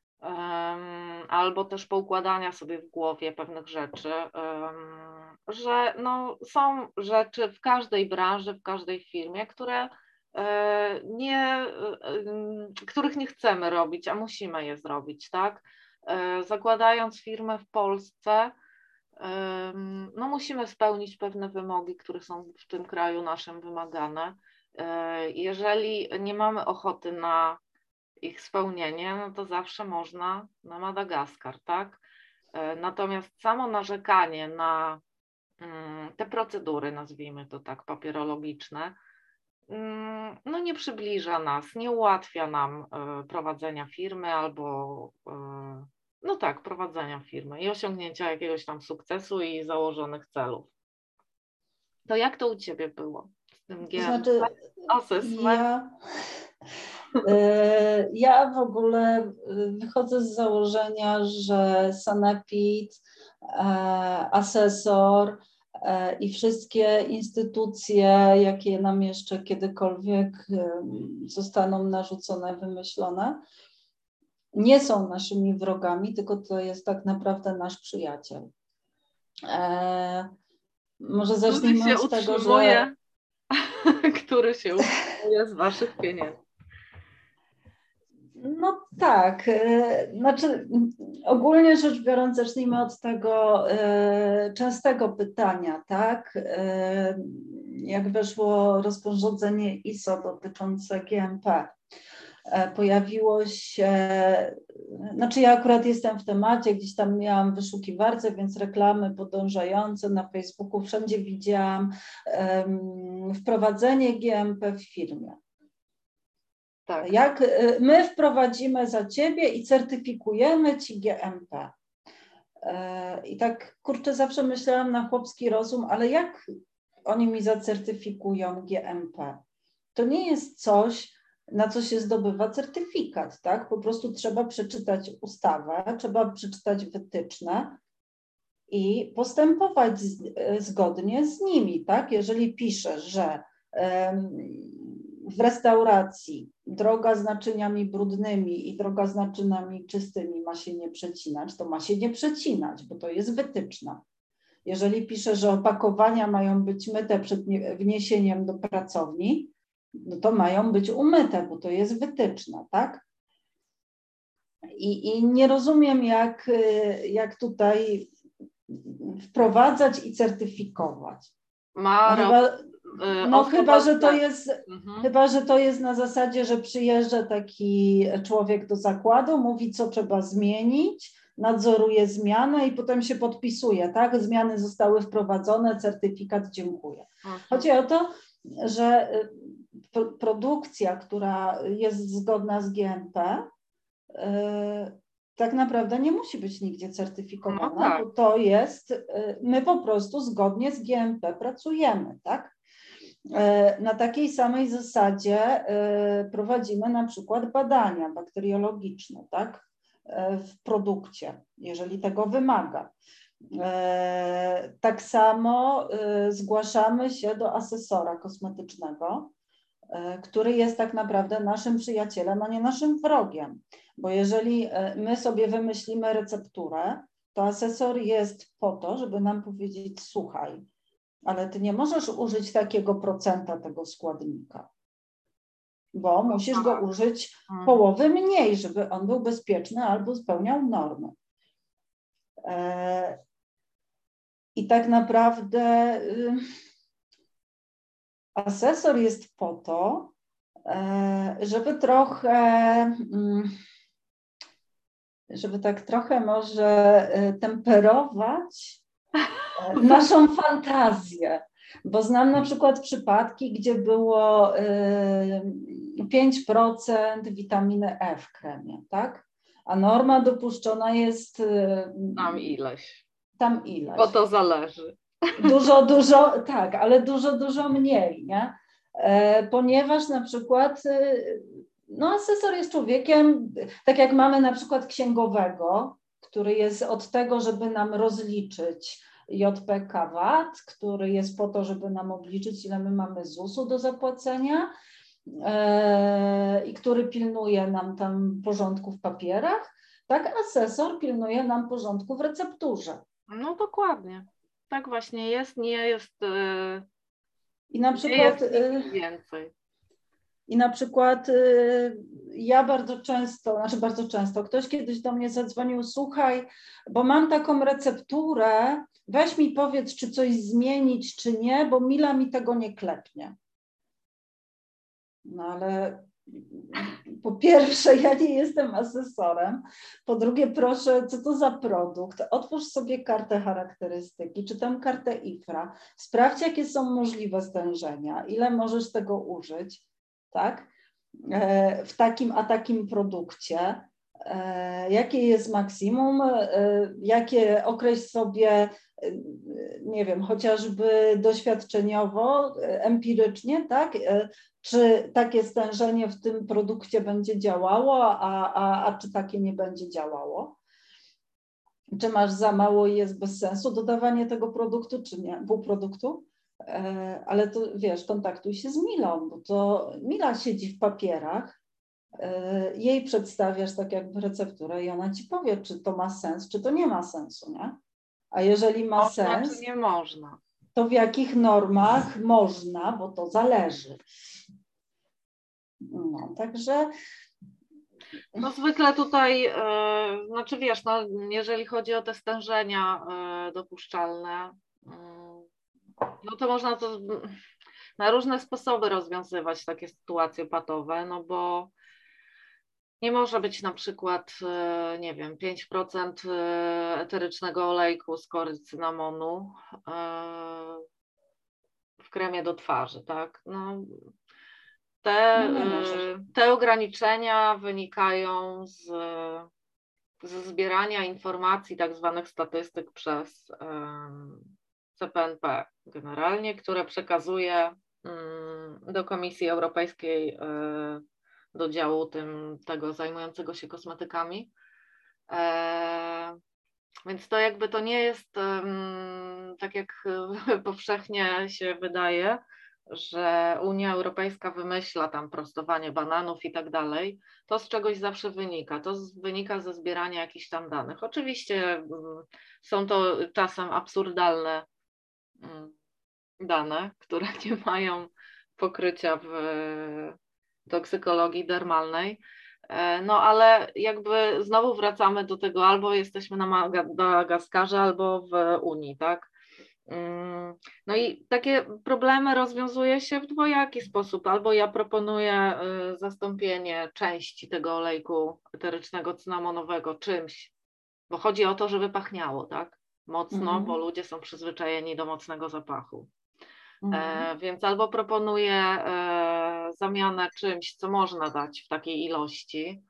albo też poukładania sobie w głowie pewnych rzeczy, że no, są rzeczy w każdej branży, w każdej firmie, które nie, których nie chcemy robić, a musimy je zrobić, tak? Zakładając firmę w Polsce, no musimy spełnić pewne wymogi, które są w tym kraju naszym wymagane. Jeżeli nie mamy ochoty na ich spełnienie, no to zawsze można na Madagaskar, tak? Natomiast samo narzekanie na te procedury, nazwijmy to tak, papierologiczne, no nie przybliża nas, nie ułatwia nam prowadzenia firmy albo no tak, prowadzenia firmy i osiągnięcia jakiegoś tam sukcesu i założonych celów. To jak to u Ciebie było z tym G M P? To znaczy, ja, ja w ogóle wychodzę z założenia, że sanepid, asesor i wszystkie instytucje, jakie nam jeszcze kiedykolwiek zostaną narzucone, wymyślone, nie są naszymi wrogami, tylko to jest tak naprawdę nasz przyjaciel. E, może zacznijmy od tego, że... który się utrzymuje z Waszych pieniędzy. No tak, znaczy ogólnie rzecz biorąc zacznijmy od tego e, częstego pytania, tak? E, jak weszło rozporządzenie I S O dotyczące G M P. Pojawiło się, znaczy ja akurat jestem w temacie, gdzieś tam miałam wyszukiwarkę, więc reklamy podążające na Facebooku, wszędzie widziałam um, wprowadzenie G M P w firmie. tak. Jak my wprowadzimy za ciebie i certyfikujemy ci G M P. I tak, kurczę, zawsze myślałam na chłopski rozum, ale jak oni mi zacertyfikują G M P? To nie jest coś, na co się zdobywa certyfikat, tak? Po prostu trzeba przeczytać ustawę, trzeba przeczytać wytyczne i postępować z, zgodnie z nimi, tak? Jeżeli piszesz, że um, w restauracji droga z naczyniami brudnymi i droga z naczyniami czystymi ma się nie przecinać, to ma się nie przecinać, bo to jest wytyczna. Jeżeli pisze, że opakowania mają być myte przed wniesieniem do pracowni, no to mają być umyte, bo to jest wytyczna, tak? I, i nie rozumiem, jak, jak tutaj wprowadzać i certyfikować. Ma no chyba, no chyba, że to jest, mhm. chyba, że to jest na zasadzie, że przyjeżdża taki człowiek do zakładu, mówi, co trzeba zmienić, nadzoruje zmianę i potem się podpisuje, tak? Zmiany zostały wprowadzone, certyfikat, dziękuję. Mhm. Chodzi o to, że produkcja, która jest zgodna z G M P, tak naprawdę nie musi być nigdzie certyfikowana, no tak. bo to jest, my po prostu zgodnie z G M P pracujemy, tak? Na takiej samej zasadzie prowadzimy na przykład badania bakteriologiczne, tak? W produkcie, jeżeli tego wymaga. Tak samo zgłaszamy się do asesora kosmetycznego, który jest tak naprawdę naszym przyjacielem, a nie naszym wrogiem. Bo jeżeli my sobie wymyślimy recepturę, to asesor jest po to, żeby nam powiedzieć, słuchaj, ale ty nie możesz użyć takiego procenta tego składnika, bo musisz go użyć połowy mniej, żeby on był bezpieczny albo spełniał normy. I tak naprawdę asesor jest po to, żeby trochę, żeby tak trochę może temperować naszą fantazję, bo znam na przykład przypadki, gdzie było pięć procent witaminy E w kremie, tak? A norma dopuszczona jest tam ileś. Tam ileś. Bo to zależy. Dużo, dużo, tak, ale dużo, dużo mniej, nie? E, ponieważ na przykład no, asesor jest człowiekiem, tak jak mamy na przykład księgowego, który jest od tego, żeby nam rozliczyć J P K V A T, który jest po to, żeby nam obliczyć, ile my mamy zusu do zapłacenia e, i który pilnuje nam tam porządku w papierach, tak asesor pilnuje nam porządku w recepturze. No dokładnie. Tak właśnie jest, nie jest, yy, I na przykład, nie jest nic więcej. I na przykład y, ja bardzo często, znaczy bardzo często, ktoś kiedyś do mnie zadzwonił, słuchaj, bo mam taką recepturę, weź mi powiedz, czy coś zmienić, czy nie, bo Mila mi tego nie klepnie. No ale po pierwsze, ja nie jestem asesorem, po drugie, proszę, co to za produkt? Otwórz sobie kartę charakterystyki, czy tam kartę I F R A, sprawdź, jakie są możliwe stężenia, ile możesz tego użyć, tak? W takim a takim produkcie, jakie jest maksimum, jakie określ sobie, nie wiem, chociażby doświadczeniowo, empirycznie, tak? Czy takie stężenie w tym produkcie będzie działało, a, a, a czy takie nie będzie działało? Czy masz za mało i jest bez sensu dodawanie tego produktu, czy nie, półproduktu? Ale to wiesz, kontaktuj się z Milą, bo to Mila siedzi w papierach, jej przedstawiasz tak jakby recepturę i ona ci powie, czy to ma sens, czy to nie ma sensu, nie? A jeżeli ma można, sens, czy nie można, to w jakich normach można, bo to zależy. No, także... No zwykle tutaj, yy, znaczy wiesz, no, jeżeli chodzi o te stężenia yy, dopuszczalne, yy, no to można to na różne sposoby rozwiązywać takie sytuacje patowe, no bo nie może być na przykład, nie wiem, pięć procent eterycznego olejku z kory cynamonu w kremie do twarzy, tak? No, Te, No nie możesz. te ograniczenia wynikają z, ze zbierania informacji, tak zwanych statystyk przez C P N P generalnie, które przekazuje do Komisji Europejskiej, do działu tym, tego zajmującego się kosmetykami. Więc to jakby to nie jest tak, jak powszechnie się wydaje, że Unia Europejska wymyśla tam prostowanie bananów i tak dalej. To z czegoś zawsze wynika. To z, wynika ze zbierania jakichś tam danych. Oczywiście są to czasem absurdalne dane, które nie mają pokrycia w toksykologii dermalnej. No ale jakby znowu wracamy do tego, albo jesteśmy na Madagaskarze, albo w Unii, tak? No i takie problemy rozwiązuje się w dwojaki sposób. Albo ja proponuję zastąpienie części tego olejku eterycznego cynamonowego czymś, bo chodzi o to, żeby pachniało, tak? Mocno, mhm. bo ludzie są przyzwyczajeni do mocnego zapachu. Mhm. E, więc albo proponuję e, zamianę czymś, co można dać w takiej ilości,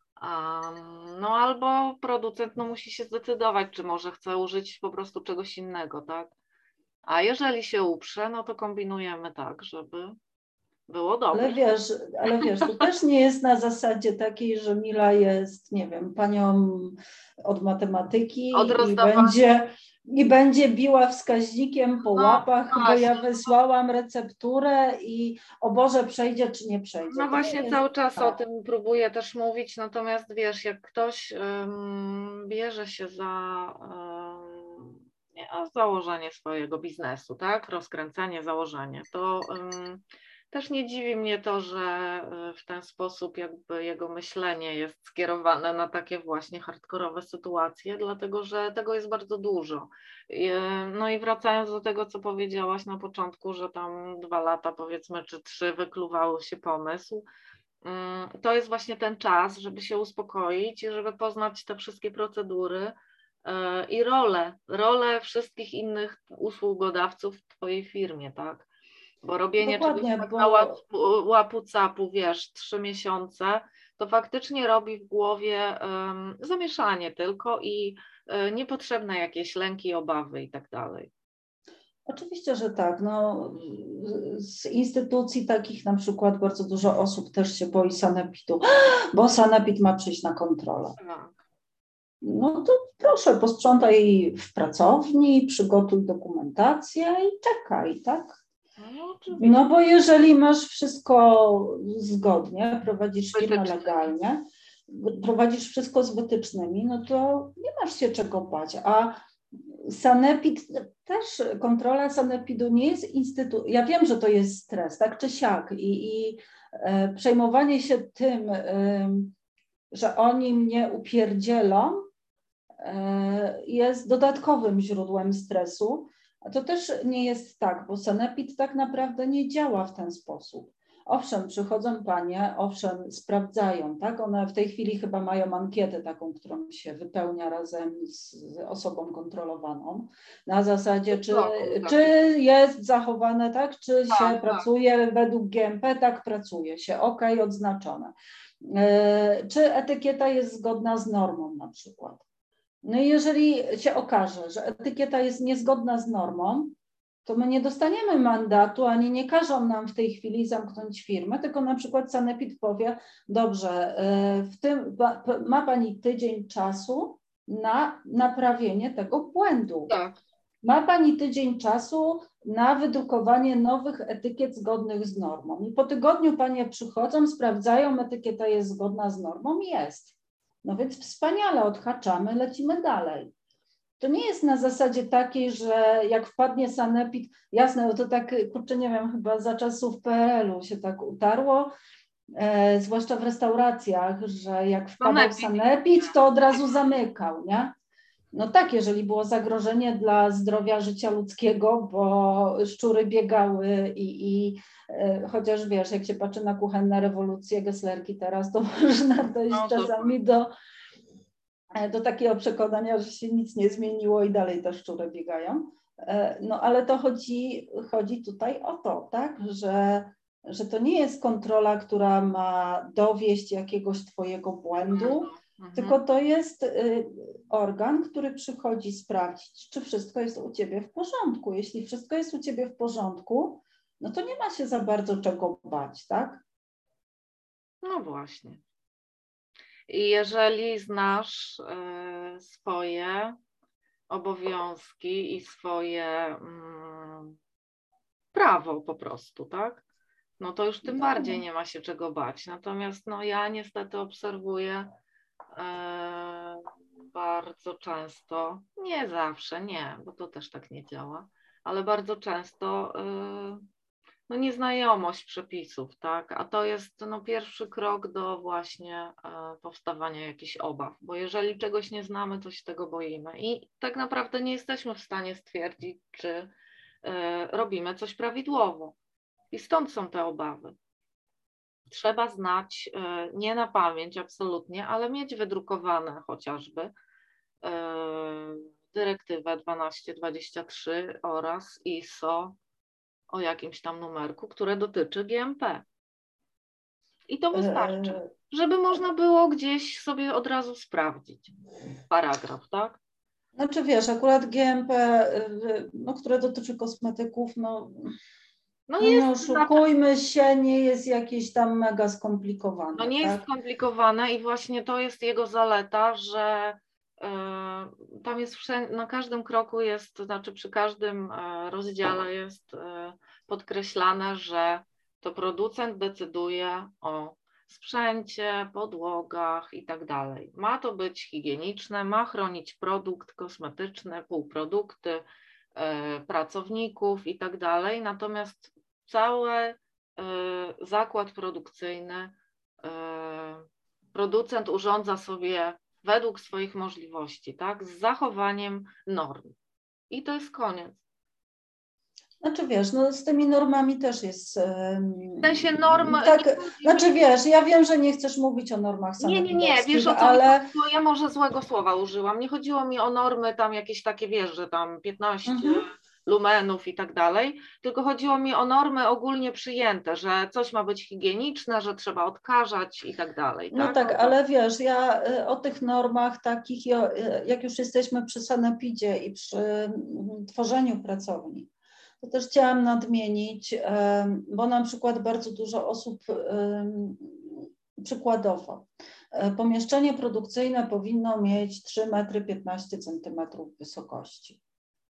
um, no albo producent no, musi się zdecydować, czy może chce użyć po prostu czegoś innego, tak? A jeżeli się uprze, no to kombinujemy tak, żeby było dobrze. Ale wiesz, ale wiesz, to też nie jest na zasadzie takiej, że Mila jest, nie wiem, panią od matematyki Od i będzie, i będzie biła wskaźnikiem po no, łapach, właśnie. bo ja wysłałam recepturę i o Boże, przejdzie czy nie przejdzie. No to właśnie jest, cały czas tak. o tym próbuję też mówić, natomiast wiesz, jak ktoś um, bierze się za um, nie, założenie swojego biznesu, tak, rozkręcenie, założenie, to um, też nie dziwi mnie to, że w ten sposób jakby jego myślenie jest skierowane na takie właśnie hardkorowe sytuacje, dlatego że tego jest bardzo dużo. No i wracając do tego, co powiedziałaś na początku, że tam dwa lata powiedzmy, czy trzy wykluwał się pomysł, to jest właśnie ten czas, żeby się uspokoić i żeby poznać te wszystkie procedury i rolę, rolę wszystkich innych usługodawców w twojej firmie, tak? Bo robienie Dokładnie, czegoś tak bo... na łapu-capu, wiesz, trzy miesiące, to faktycznie robi w głowie um, zamieszanie tylko i um, niepotrzebne jakieś lęki, obawy i tak dalej. Oczywiście, że tak. No, z instytucji takich na przykład bardzo dużo osób też się boi sanepidu, bo sanepid ma przyjść na kontrolę. Tak. No to proszę, posprzątaj w pracowni, przygotuj dokumentację i czekaj, tak? No, no bo jeżeli masz wszystko zgodnie, prowadzisz firmę Wytyczne. legalnie, prowadzisz wszystko z wytycznymi, no to nie masz się czego bać. A sanepid też, kontrola sanepidu nie jest instytut. Ja wiem, że to jest stres, tak czy siak. I, i e, przejmowanie się tym, e, że oni mnie upierdzielą, e, jest dodatkowym źródłem stresu. A to też nie jest tak, bo sanepid tak naprawdę nie działa w ten sposób. Owszem, przychodzą panie, owszem, sprawdzają, tak? One w tej chwili chyba mają ankietę taką, którą się wypełnia razem z osobą kontrolowaną, na zasadzie, czy, czy jest zachowane, tak? Czy się tak, pracuje tak. według G M P, tak pracuje się, ok, odznaczone. Czy etykieta jest zgodna z normą na przykład? No i jeżeli się okaże, że etykieta jest niezgodna z normą, to my nie dostaniemy mandatu, ani nie każą nam w tej chwili zamknąć firmy, tylko na przykład sanepid powie, dobrze, w tym ma pani tydzień czasu na naprawienie tego błędu. Tak. Ma pani tydzień czasu na wydrukowanie nowych etykiet zgodnych z normą. I po tygodniu panie przychodzą, sprawdzają, etykieta jest zgodna z normą, jest. No więc wspaniale, odhaczamy, lecimy dalej. To nie jest na zasadzie takiej, że jak wpadnie sanepid, jasne, no to tak, kurczę, nie wiem, chyba za czasów P R L u się tak utarło, e, zwłaszcza w restauracjach, że jak wpadał sanepid, to od razu zamykał, nie? No tak, jeżeli było zagrożenie dla zdrowia życia ludzkiego, bo szczury biegały i, i e, chociaż wiesz, jak się patrzy na kuchenne rewolucje Gesslerki teraz, to można dojść no, czasami do, do takiego przekonania, że się nic nie zmieniło i dalej te szczury biegają. E, no ale to chodzi, chodzi tutaj o to, tak, że że to nie jest kontrola, która ma dowieść jakiegoś twojego błędu, Mhm. tylko to jest y, organ, który przychodzi sprawdzić, czy wszystko jest u ciebie w porządku. Jeśli wszystko jest u ciebie w porządku, no to nie ma się za bardzo czego bać, tak? No właśnie. I jeżeli znasz y, swoje obowiązki i swoje mm, prawo po prostu, tak? No to już tym No. bardziej nie ma się czego bać. Natomiast no ja niestety obserwuję e, bardzo często, nie zawsze, nie, bo to też tak nie działa, ale bardzo często e, no nieznajomość przepisów, tak? A to jest no, pierwszy krok do właśnie e, powstawania jakichś obaw, bo jeżeli czegoś nie znamy, to się tego boimy i tak naprawdę nie jesteśmy w stanie stwierdzić, czy e, robimy coś prawidłowo. I stąd są te obawy. Trzeba znać, e, nie na pamięć absolutnie, ale mieć wydrukowane chociażby e, dyrektywę dwanaście dwadzieścia trzy oraz I S O o jakimś tam numerku, które dotyczy G M P. I to wystarczy, żeby można było gdzieś sobie od razu sprawdzić paragraf, tak? Znaczy wiesz, akurat G M P, no, które dotyczy kosmetyków, no, No, no nie jest oszukujmy się, nie jest jakieś tam mega skomplikowane. No nie jest tak? skomplikowane i właśnie to jest jego zaleta, że y, tam jest wszędzie, na każdym kroku jest, to znaczy przy każdym y, rozdziale jest y, podkreślane, że to producent decyduje o sprzęcie, podłogach i tak dalej. Ma to być higieniczne, ma chronić produkt kosmetyczny, półprodukty, y, pracowników i tak dalej, natomiast cały zakład produkcyjny, producent urządza sobie według swoich możliwości, tak, z zachowaniem norm. I to jest koniec. Znaczy wiesz, no z tymi normami też jest... W sensie norm... Tak, znaczy wiesz, ja wiem, że nie chcesz mówić o normach sanepidowskich. Nie, nie, nie, wiesz o co ale... mi chodziło, ja może złego słowa użyłam. Nie chodziło mi o normy tam jakieś takie, wiesz, że tam piętnaście mhm. lumenów i tak dalej, tylko chodziło mi o normy ogólnie przyjęte, że coś ma być higieniczne, że trzeba odkażać i tak dalej. No tak, tak, ale wiesz, ja o tych normach takich, jak już jesteśmy przy sanepidzie i przy tworzeniu pracowni, to też chciałam nadmienić, bo na przykład bardzo dużo osób, przykładowo, pomieszczenie produkcyjne powinno mieć trzy metry piętnaście centymetrów wysokości.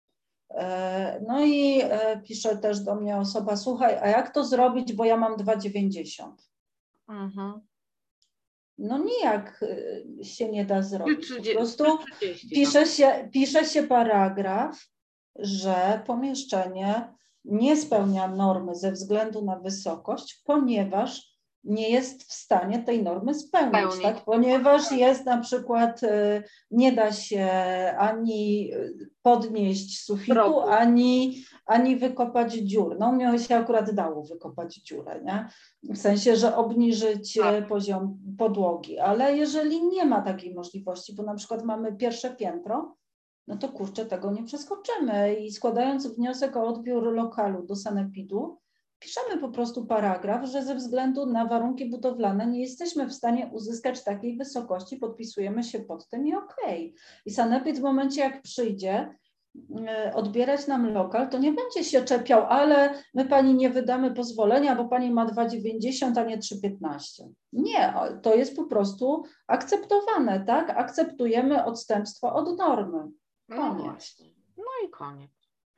No i pisze też do mnie osoba, słuchaj, a jak to zrobić, bo ja mam dwa dziewięćdziesiąt. Mhm. No nijak się nie da zrobić. Po prostu pisze się, pisze się paragraf, że pomieszczenie nie spełnia normy ze względu na wysokość, ponieważ nie jest w stanie tej normy spełnić, Pełnić. tak? Ponieważ jest na przykład, nie da się ani podnieść sufitu, ani, ani wykopać dziur. No mnie się akurat dało wykopać dziurę, nie? W sensie, że obniżyć tak. poziom podłogi, ale jeżeli nie ma takiej możliwości, bo na przykład mamy pierwsze piętro, no to kurczę, tego nie przeskoczymy i składając wniosek o odbiór lokalu do sanepidu, piszemy po prostu paragraf, że ze względu na warunki budowlane nie jesteśmy w stanie uzyskać takiej wysokości, podpisujemy się pod tym i okej. Okay. I sanepid w momencie jak przyjdzie odbierać nam lokal, to nie będzie się czepiał, ale my pani nie wydamy pozwolenia, bo pani ma dwa dziewięćdziesiąt, a nie trzy piętnaście. Nie, to jest po prostu akceptowane, tak? Akceptujemy odstępstwo od normy. Koniec. No, no i koniec.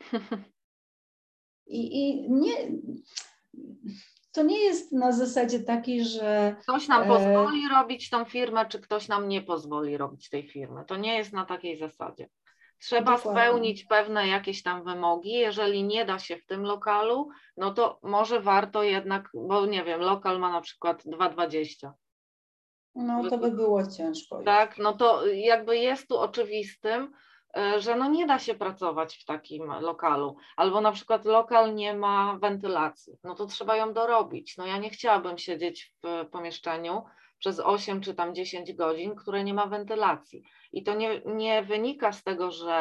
I, I nie, to nie jest na zasadzie takiej, że... Ktoś nam pozwoli e... robić tą firmę, czy ktoś nam nie pozwoli robić tej firmy. To nie jest na takiej zasadzie. Trzeba Dokładnie. spełnić pewne jakieś tam wymogi. Jeżeli nie da się w tym lokalu, no to może warto jednak, bo nie wiem, lokal ma na przykład dwa dwadzieścia. No to by było ciężko. Tak, no to jakby jest tu oczywistym, że no nie da się pracować w takim lokalu, albo na przykład lokal nie ma wentylacji, no to trzeba ją dorobić. No ja nie chciałabym siedzieć w pomieszczeniu przez osiem czy tam dziesięć godzin, które nie ma wentylacji. I to nie, nie wynika z tego, że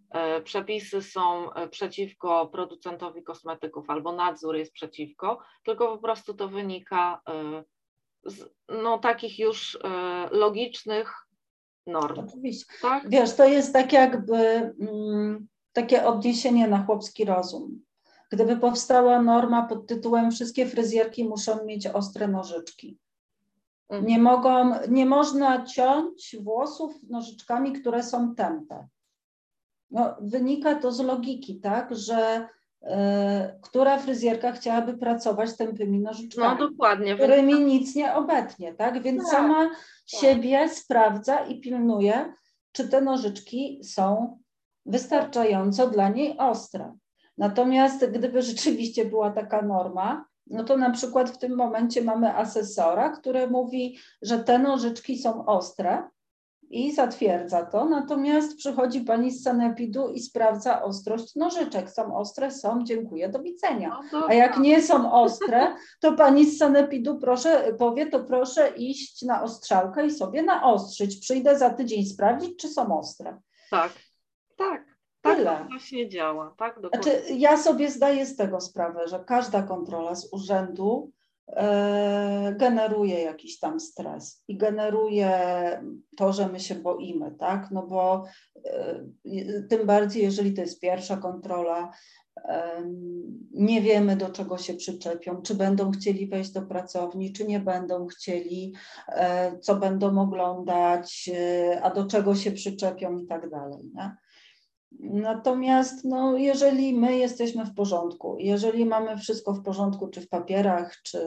przepisy są przeciwko producentowi kosmetyków albo nadzór jest przeciwko, tylko po prostu to wynika z no, takich już logicznych norm. Oczywiście. Tak? Wiesz, to jest tak jakby mm, takie odniesienie na chłopski rozum. Gdyby powstała norma pod tytułem wszystkie fryzjerki muszą mieć ostre nożyczki. Mhm. Nie mogą, nie można ciąć włosów nożyczkami, które są tępe. No, wynika to z logiki, tak, że y, która fryzjerka chciałaby pracować tępymi nożyczkami, No dokładnie. którymi Więc... nic nie obetnie, tak, więc tak, sama tak. siebie sprawdza i pilnuje, czy te nożyczki są wystarczająco dla niej ostre. Natomiast gdyby rzeczywiście była taka norma, no to na przykład w tym momencie mamy asesora, który mówi, że te nożyczki są ostre, i zatwierdza to, natomiast przychodzi pani z sanepidu i sprawdza ostrość nożyczek. Są ostre, są, dziękuję, do widzenia. No A jak nie są ostre, to pani z sanepidu proszę, powie, to proszę iść na ostrzałkę i sobie naostrzyć. Przyjdę za tydzień sprawdzić, czy są ostre. Tak, tak. Tak Tyle. to właśnie działa. Tak, Znaczy, ja sobie zdaję z tego sprawę, że każda kontrola z urzędu e, generuje jakiś tam stres i generuje to, że my się boimy, tak? No bo e, tym bardziej, jeżeli to jest pierwsza kontrola, e, nie wiemy, do czego się przyczepią, czy będą chcieli wejść do pracowni, czy nie będą chcieli, e, co będą oglądać, e, a do czego się przyczepią i tak dalej, nie? Natomiast no, jeżeli my jesteśmy w porządku, jeżeli mamy wszystko w porządku, czy w papierach, czy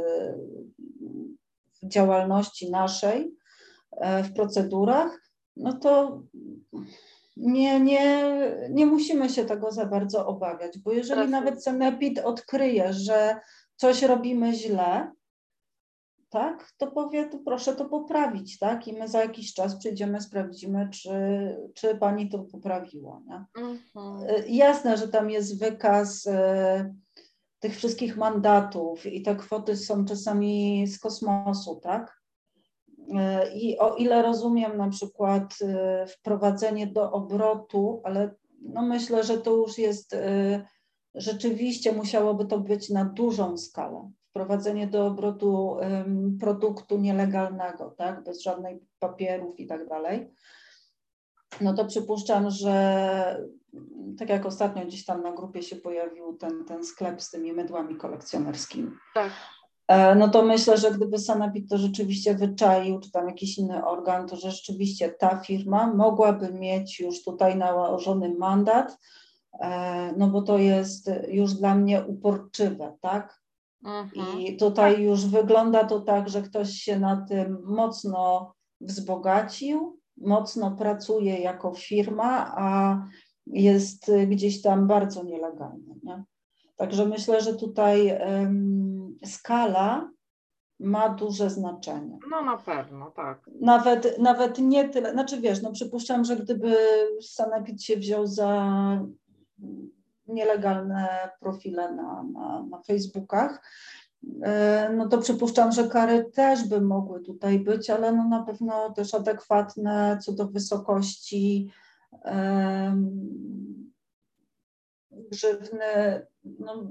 w działalności naszej, w procedurach, no to nie, nie, nie musimy się tego za bardzo obawiać, bo jeżeli Teraz nawet sanepid odkryje, że coś robimy źle, tak, to powie, to proszę to poprawić, tak, i my za jakiś czas przyjdziemy, sprawdzimy, czy, czy pani to poprawiła, nie? Mhm. Jasne, że tam jest wykaz y, tych wszystkich mandatów i te kwoty są czasami z kosmosu, tak? Y, I o ile rozumiem na przykład y, wprowadzenie do obrotu, ale no myślę, że to już jest y, rzeczywiście musiałoby to być na dużą skalę. Wprowadzenie do obrotu um, produktu nielegalnego, tak, bez żadnych papierów i tak dalej, no to przypuszczam, że tak jak ostatnio gdzieś tam na grupie się pojawił ten, ten sklep z tymi mydłami kolekcjonerskimi. Tak. No to myślę, że gdyby sanepid to rzeczywiście wyczaił, czy tam jakiś inny organ, to rzeczywiście ta firma mogłaby mieć już tutaj nałożony mandat, no bo to jest już dla mnie uporczywe, tak? Mhm. I tutaj już wygląda to tak, że ktoś się na tym mocno wzbogacił, mocno pracuje jako firma, a jest gdzieś tam bardzo nielegalny, nie? Także myślę, że tutaj um, skala ma duże znaczenie. No na pewno, tak. Nawet, nawet nie tyle, znaczy wiesz, no przypuszczam, że gdyby sanepid się wziął za nielegalne profile na, na, na Facebookach, no to przypuszczam, że kary też by mogły tutaj być, ale no na pewno też adekwatne co do wysokości um, grzywny no,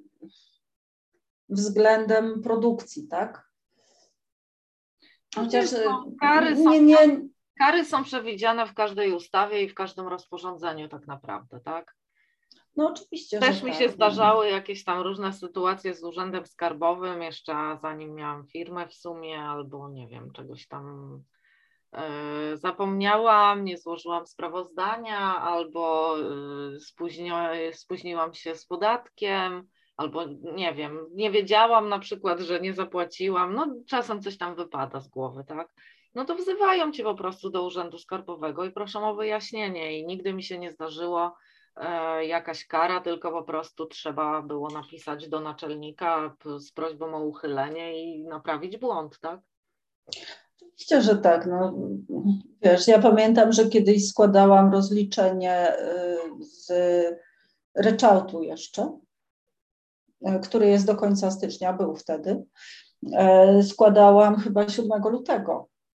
względem produkcji, tak? Chociaż no, kary, nie, są, nie, kary są przewidziane w każdej ustawie i w każdym rozporządzeniu tak naprawdę, tak? No oczywiście, Też że mi tak. się zdarzały jakieś tam różne sytuacje z urzędem skarbowym, jeszcze zanim miałam firmę w sumie, albo nie wiem, czegoś tam e, zapomniałam, nie złożyłam sprawozdania, albo e, spóźnio, spóźniłam się z podatkiem, albo nie wiem, nie wiedziałam na przykład, że nie zapłaciłam, no czasem coś tam wypada z głowy, tak? No to wzywają cię po prostu do urzędu skarbowego i proszą o wyjaśnienie i nigdy mi się nie zdarzyło jakaś kara, tylko po prostu trzeba było napisać do naczelnika z prośbą o uchylenie i naprawić błąd, tak? Oczywiście, że tak. No, wiesz, ja pamiętam, że kiedyś składałam rozliczenie z ryczałtu jeszcze, który jest do końca stycznia, był wtedy. Składałam chyba siódmego lutego.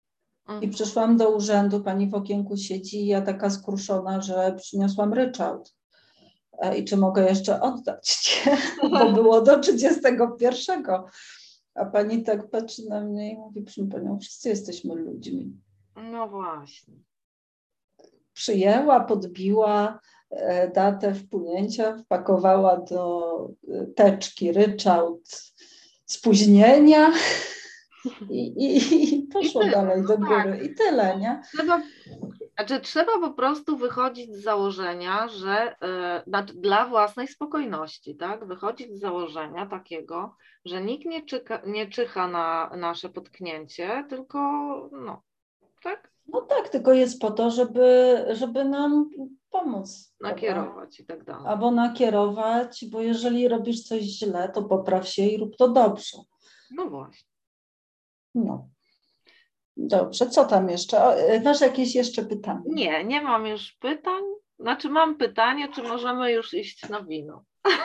I przyszłam do urzędu, pani w okienku siedzi i ja taka skruszona, że przyniosłam ryczałt. I czy mogę jeszcze oddać cię, bo było do trzydziestego pierwszego. A pani tak patrzy na mnie i mówi, proszę panią, wszyscy jesteśmy ludźmi. No właśnie. Przyjęła, podbiła datę wpłynięcia, wpakowała do teczki ryczałt spóźnienia i, i, i poszło I dalej do góry. tak. I tyle, nie? Trzeba, znaczy, trzeba po prostu wychodzić z założenia, że y, dla własnej spokojności, tak? Wychodzić z założenia takiego, że nikt nie, czyka, nie czyha na nasze potknięcie, tylko no, tak? No tak, tylko jest po to, żeby, żeby nam pomóc. Nakierować prawda? i tak dalej. Albo nakierować, bo jeżeli robisz coś źle, to popraw się i rób to dobrze. No właśnie. No. Dobrze, co tam jeszcze? O, masz jakieś jeszcze pytania? Nie, nie mam już pytań. Znaczy mam pytanie, czy możemy już iść na wino?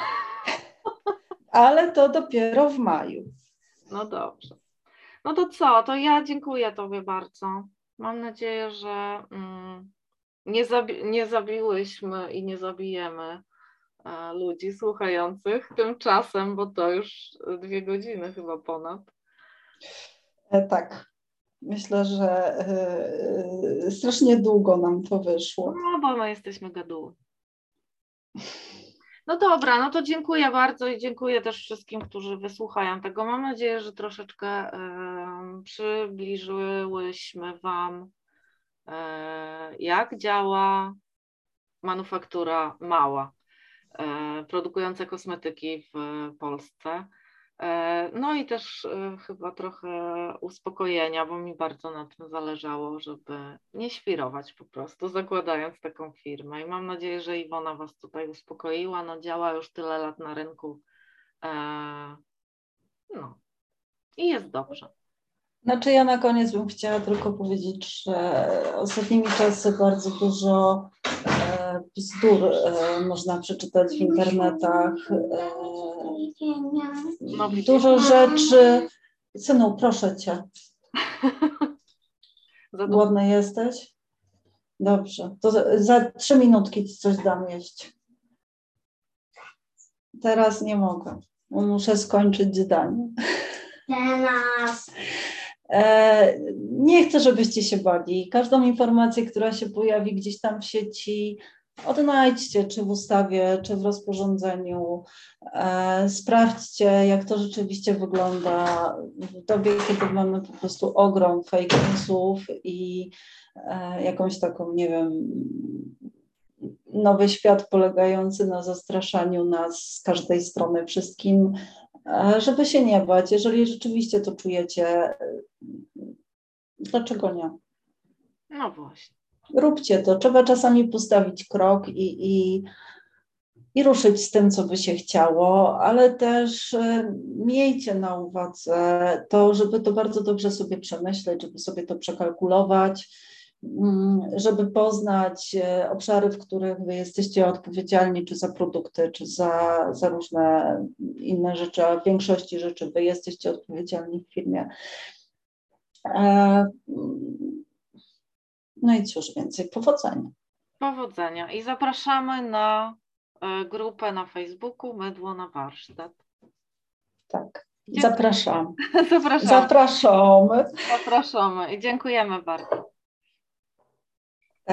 Ale to dopiero w maju. No dobrze. No to co? To ja dziękuję tobie bardzo. Mam nadzieję, że mm, nie, zabi nie zabiłyśmy i nie zabijemy e, ludzi słuchających tymczasem, bo to już dwie godziny chyba ponad. E, tak. Myślę, że y, strasznie długo nam to wyszło. No, bo my jesteśmy gaduły. No dobra, no to dziękuję bardzo i dziękuję też wszystkim, którzy wysłuchają tego. Mam nadzieję, że troszeczkę y, przybliżyłyśmy Wam, y, jak działa manufaktura mała, y, produkująca kosmetyki w Polsce. No i też chyba trochę uspokojenia, bo mi bardzo na tym zależało, żeby nie świrować po prostu, zakładając taką firmę. I mam nadzieję, że Iwona Was tutaj uspokoiła. No działa już tyle lat na rynku. No i jest dobrze. Znaczy ja na koniec bym chciała tylko powiedzieć, że ostatnimi czasy bardzo dużo e, bzdur e, można przeczytać w internetach. E, No, dużo rzeczy. Synu, proszę cię. Głodny jesteś? Dobrze. To za, za trzy minutki ci coś dam jeść. Teraz nie mogę. Muszę skończyć zdanie. Teraz. E, nie chcę, żebyście się bali. Każdą informację, która się pojawi gdzieś tam w sieci, odnajdźcie, czy w ustawie, czy w rozporządzeniu. E, sprawdźcie, jak to rzeczywiście wygląda w dobie, kiedy mamy po prostu ogrom fake newsów i e, jakąś taką, nie wiem, nowy świat polegający na zastraszaniu nas z każdej strony wszystkim, żeby się nie bać. Jeżeli rzeczywiście to czujecie, dlaczego nie? No właśnie. Róbcie to. Trzeba czasami postawić krok i, i, i ruszyć z tym, co by się chciało, ale też miejcie na uwadze to, żeby to bardzo dobrze sobie przemyśleć, żeby sobie to przekalkulować, żeby poznać obszary, w których wy jesteście odpowiedzialni, czy za produkty, czy za, za różne inne rzeczy, a w większości rzeczy wy jesteście odpowiedzialni w firmie. No i cóż więcej, powodzenia. Powodzenia i zapraszamy na grupę na Facebooku Mydło na warsztat. Tak, zapraszam. Zapraszamy. Zapraszamy. Zapraszamy i dziękujemy bardzo.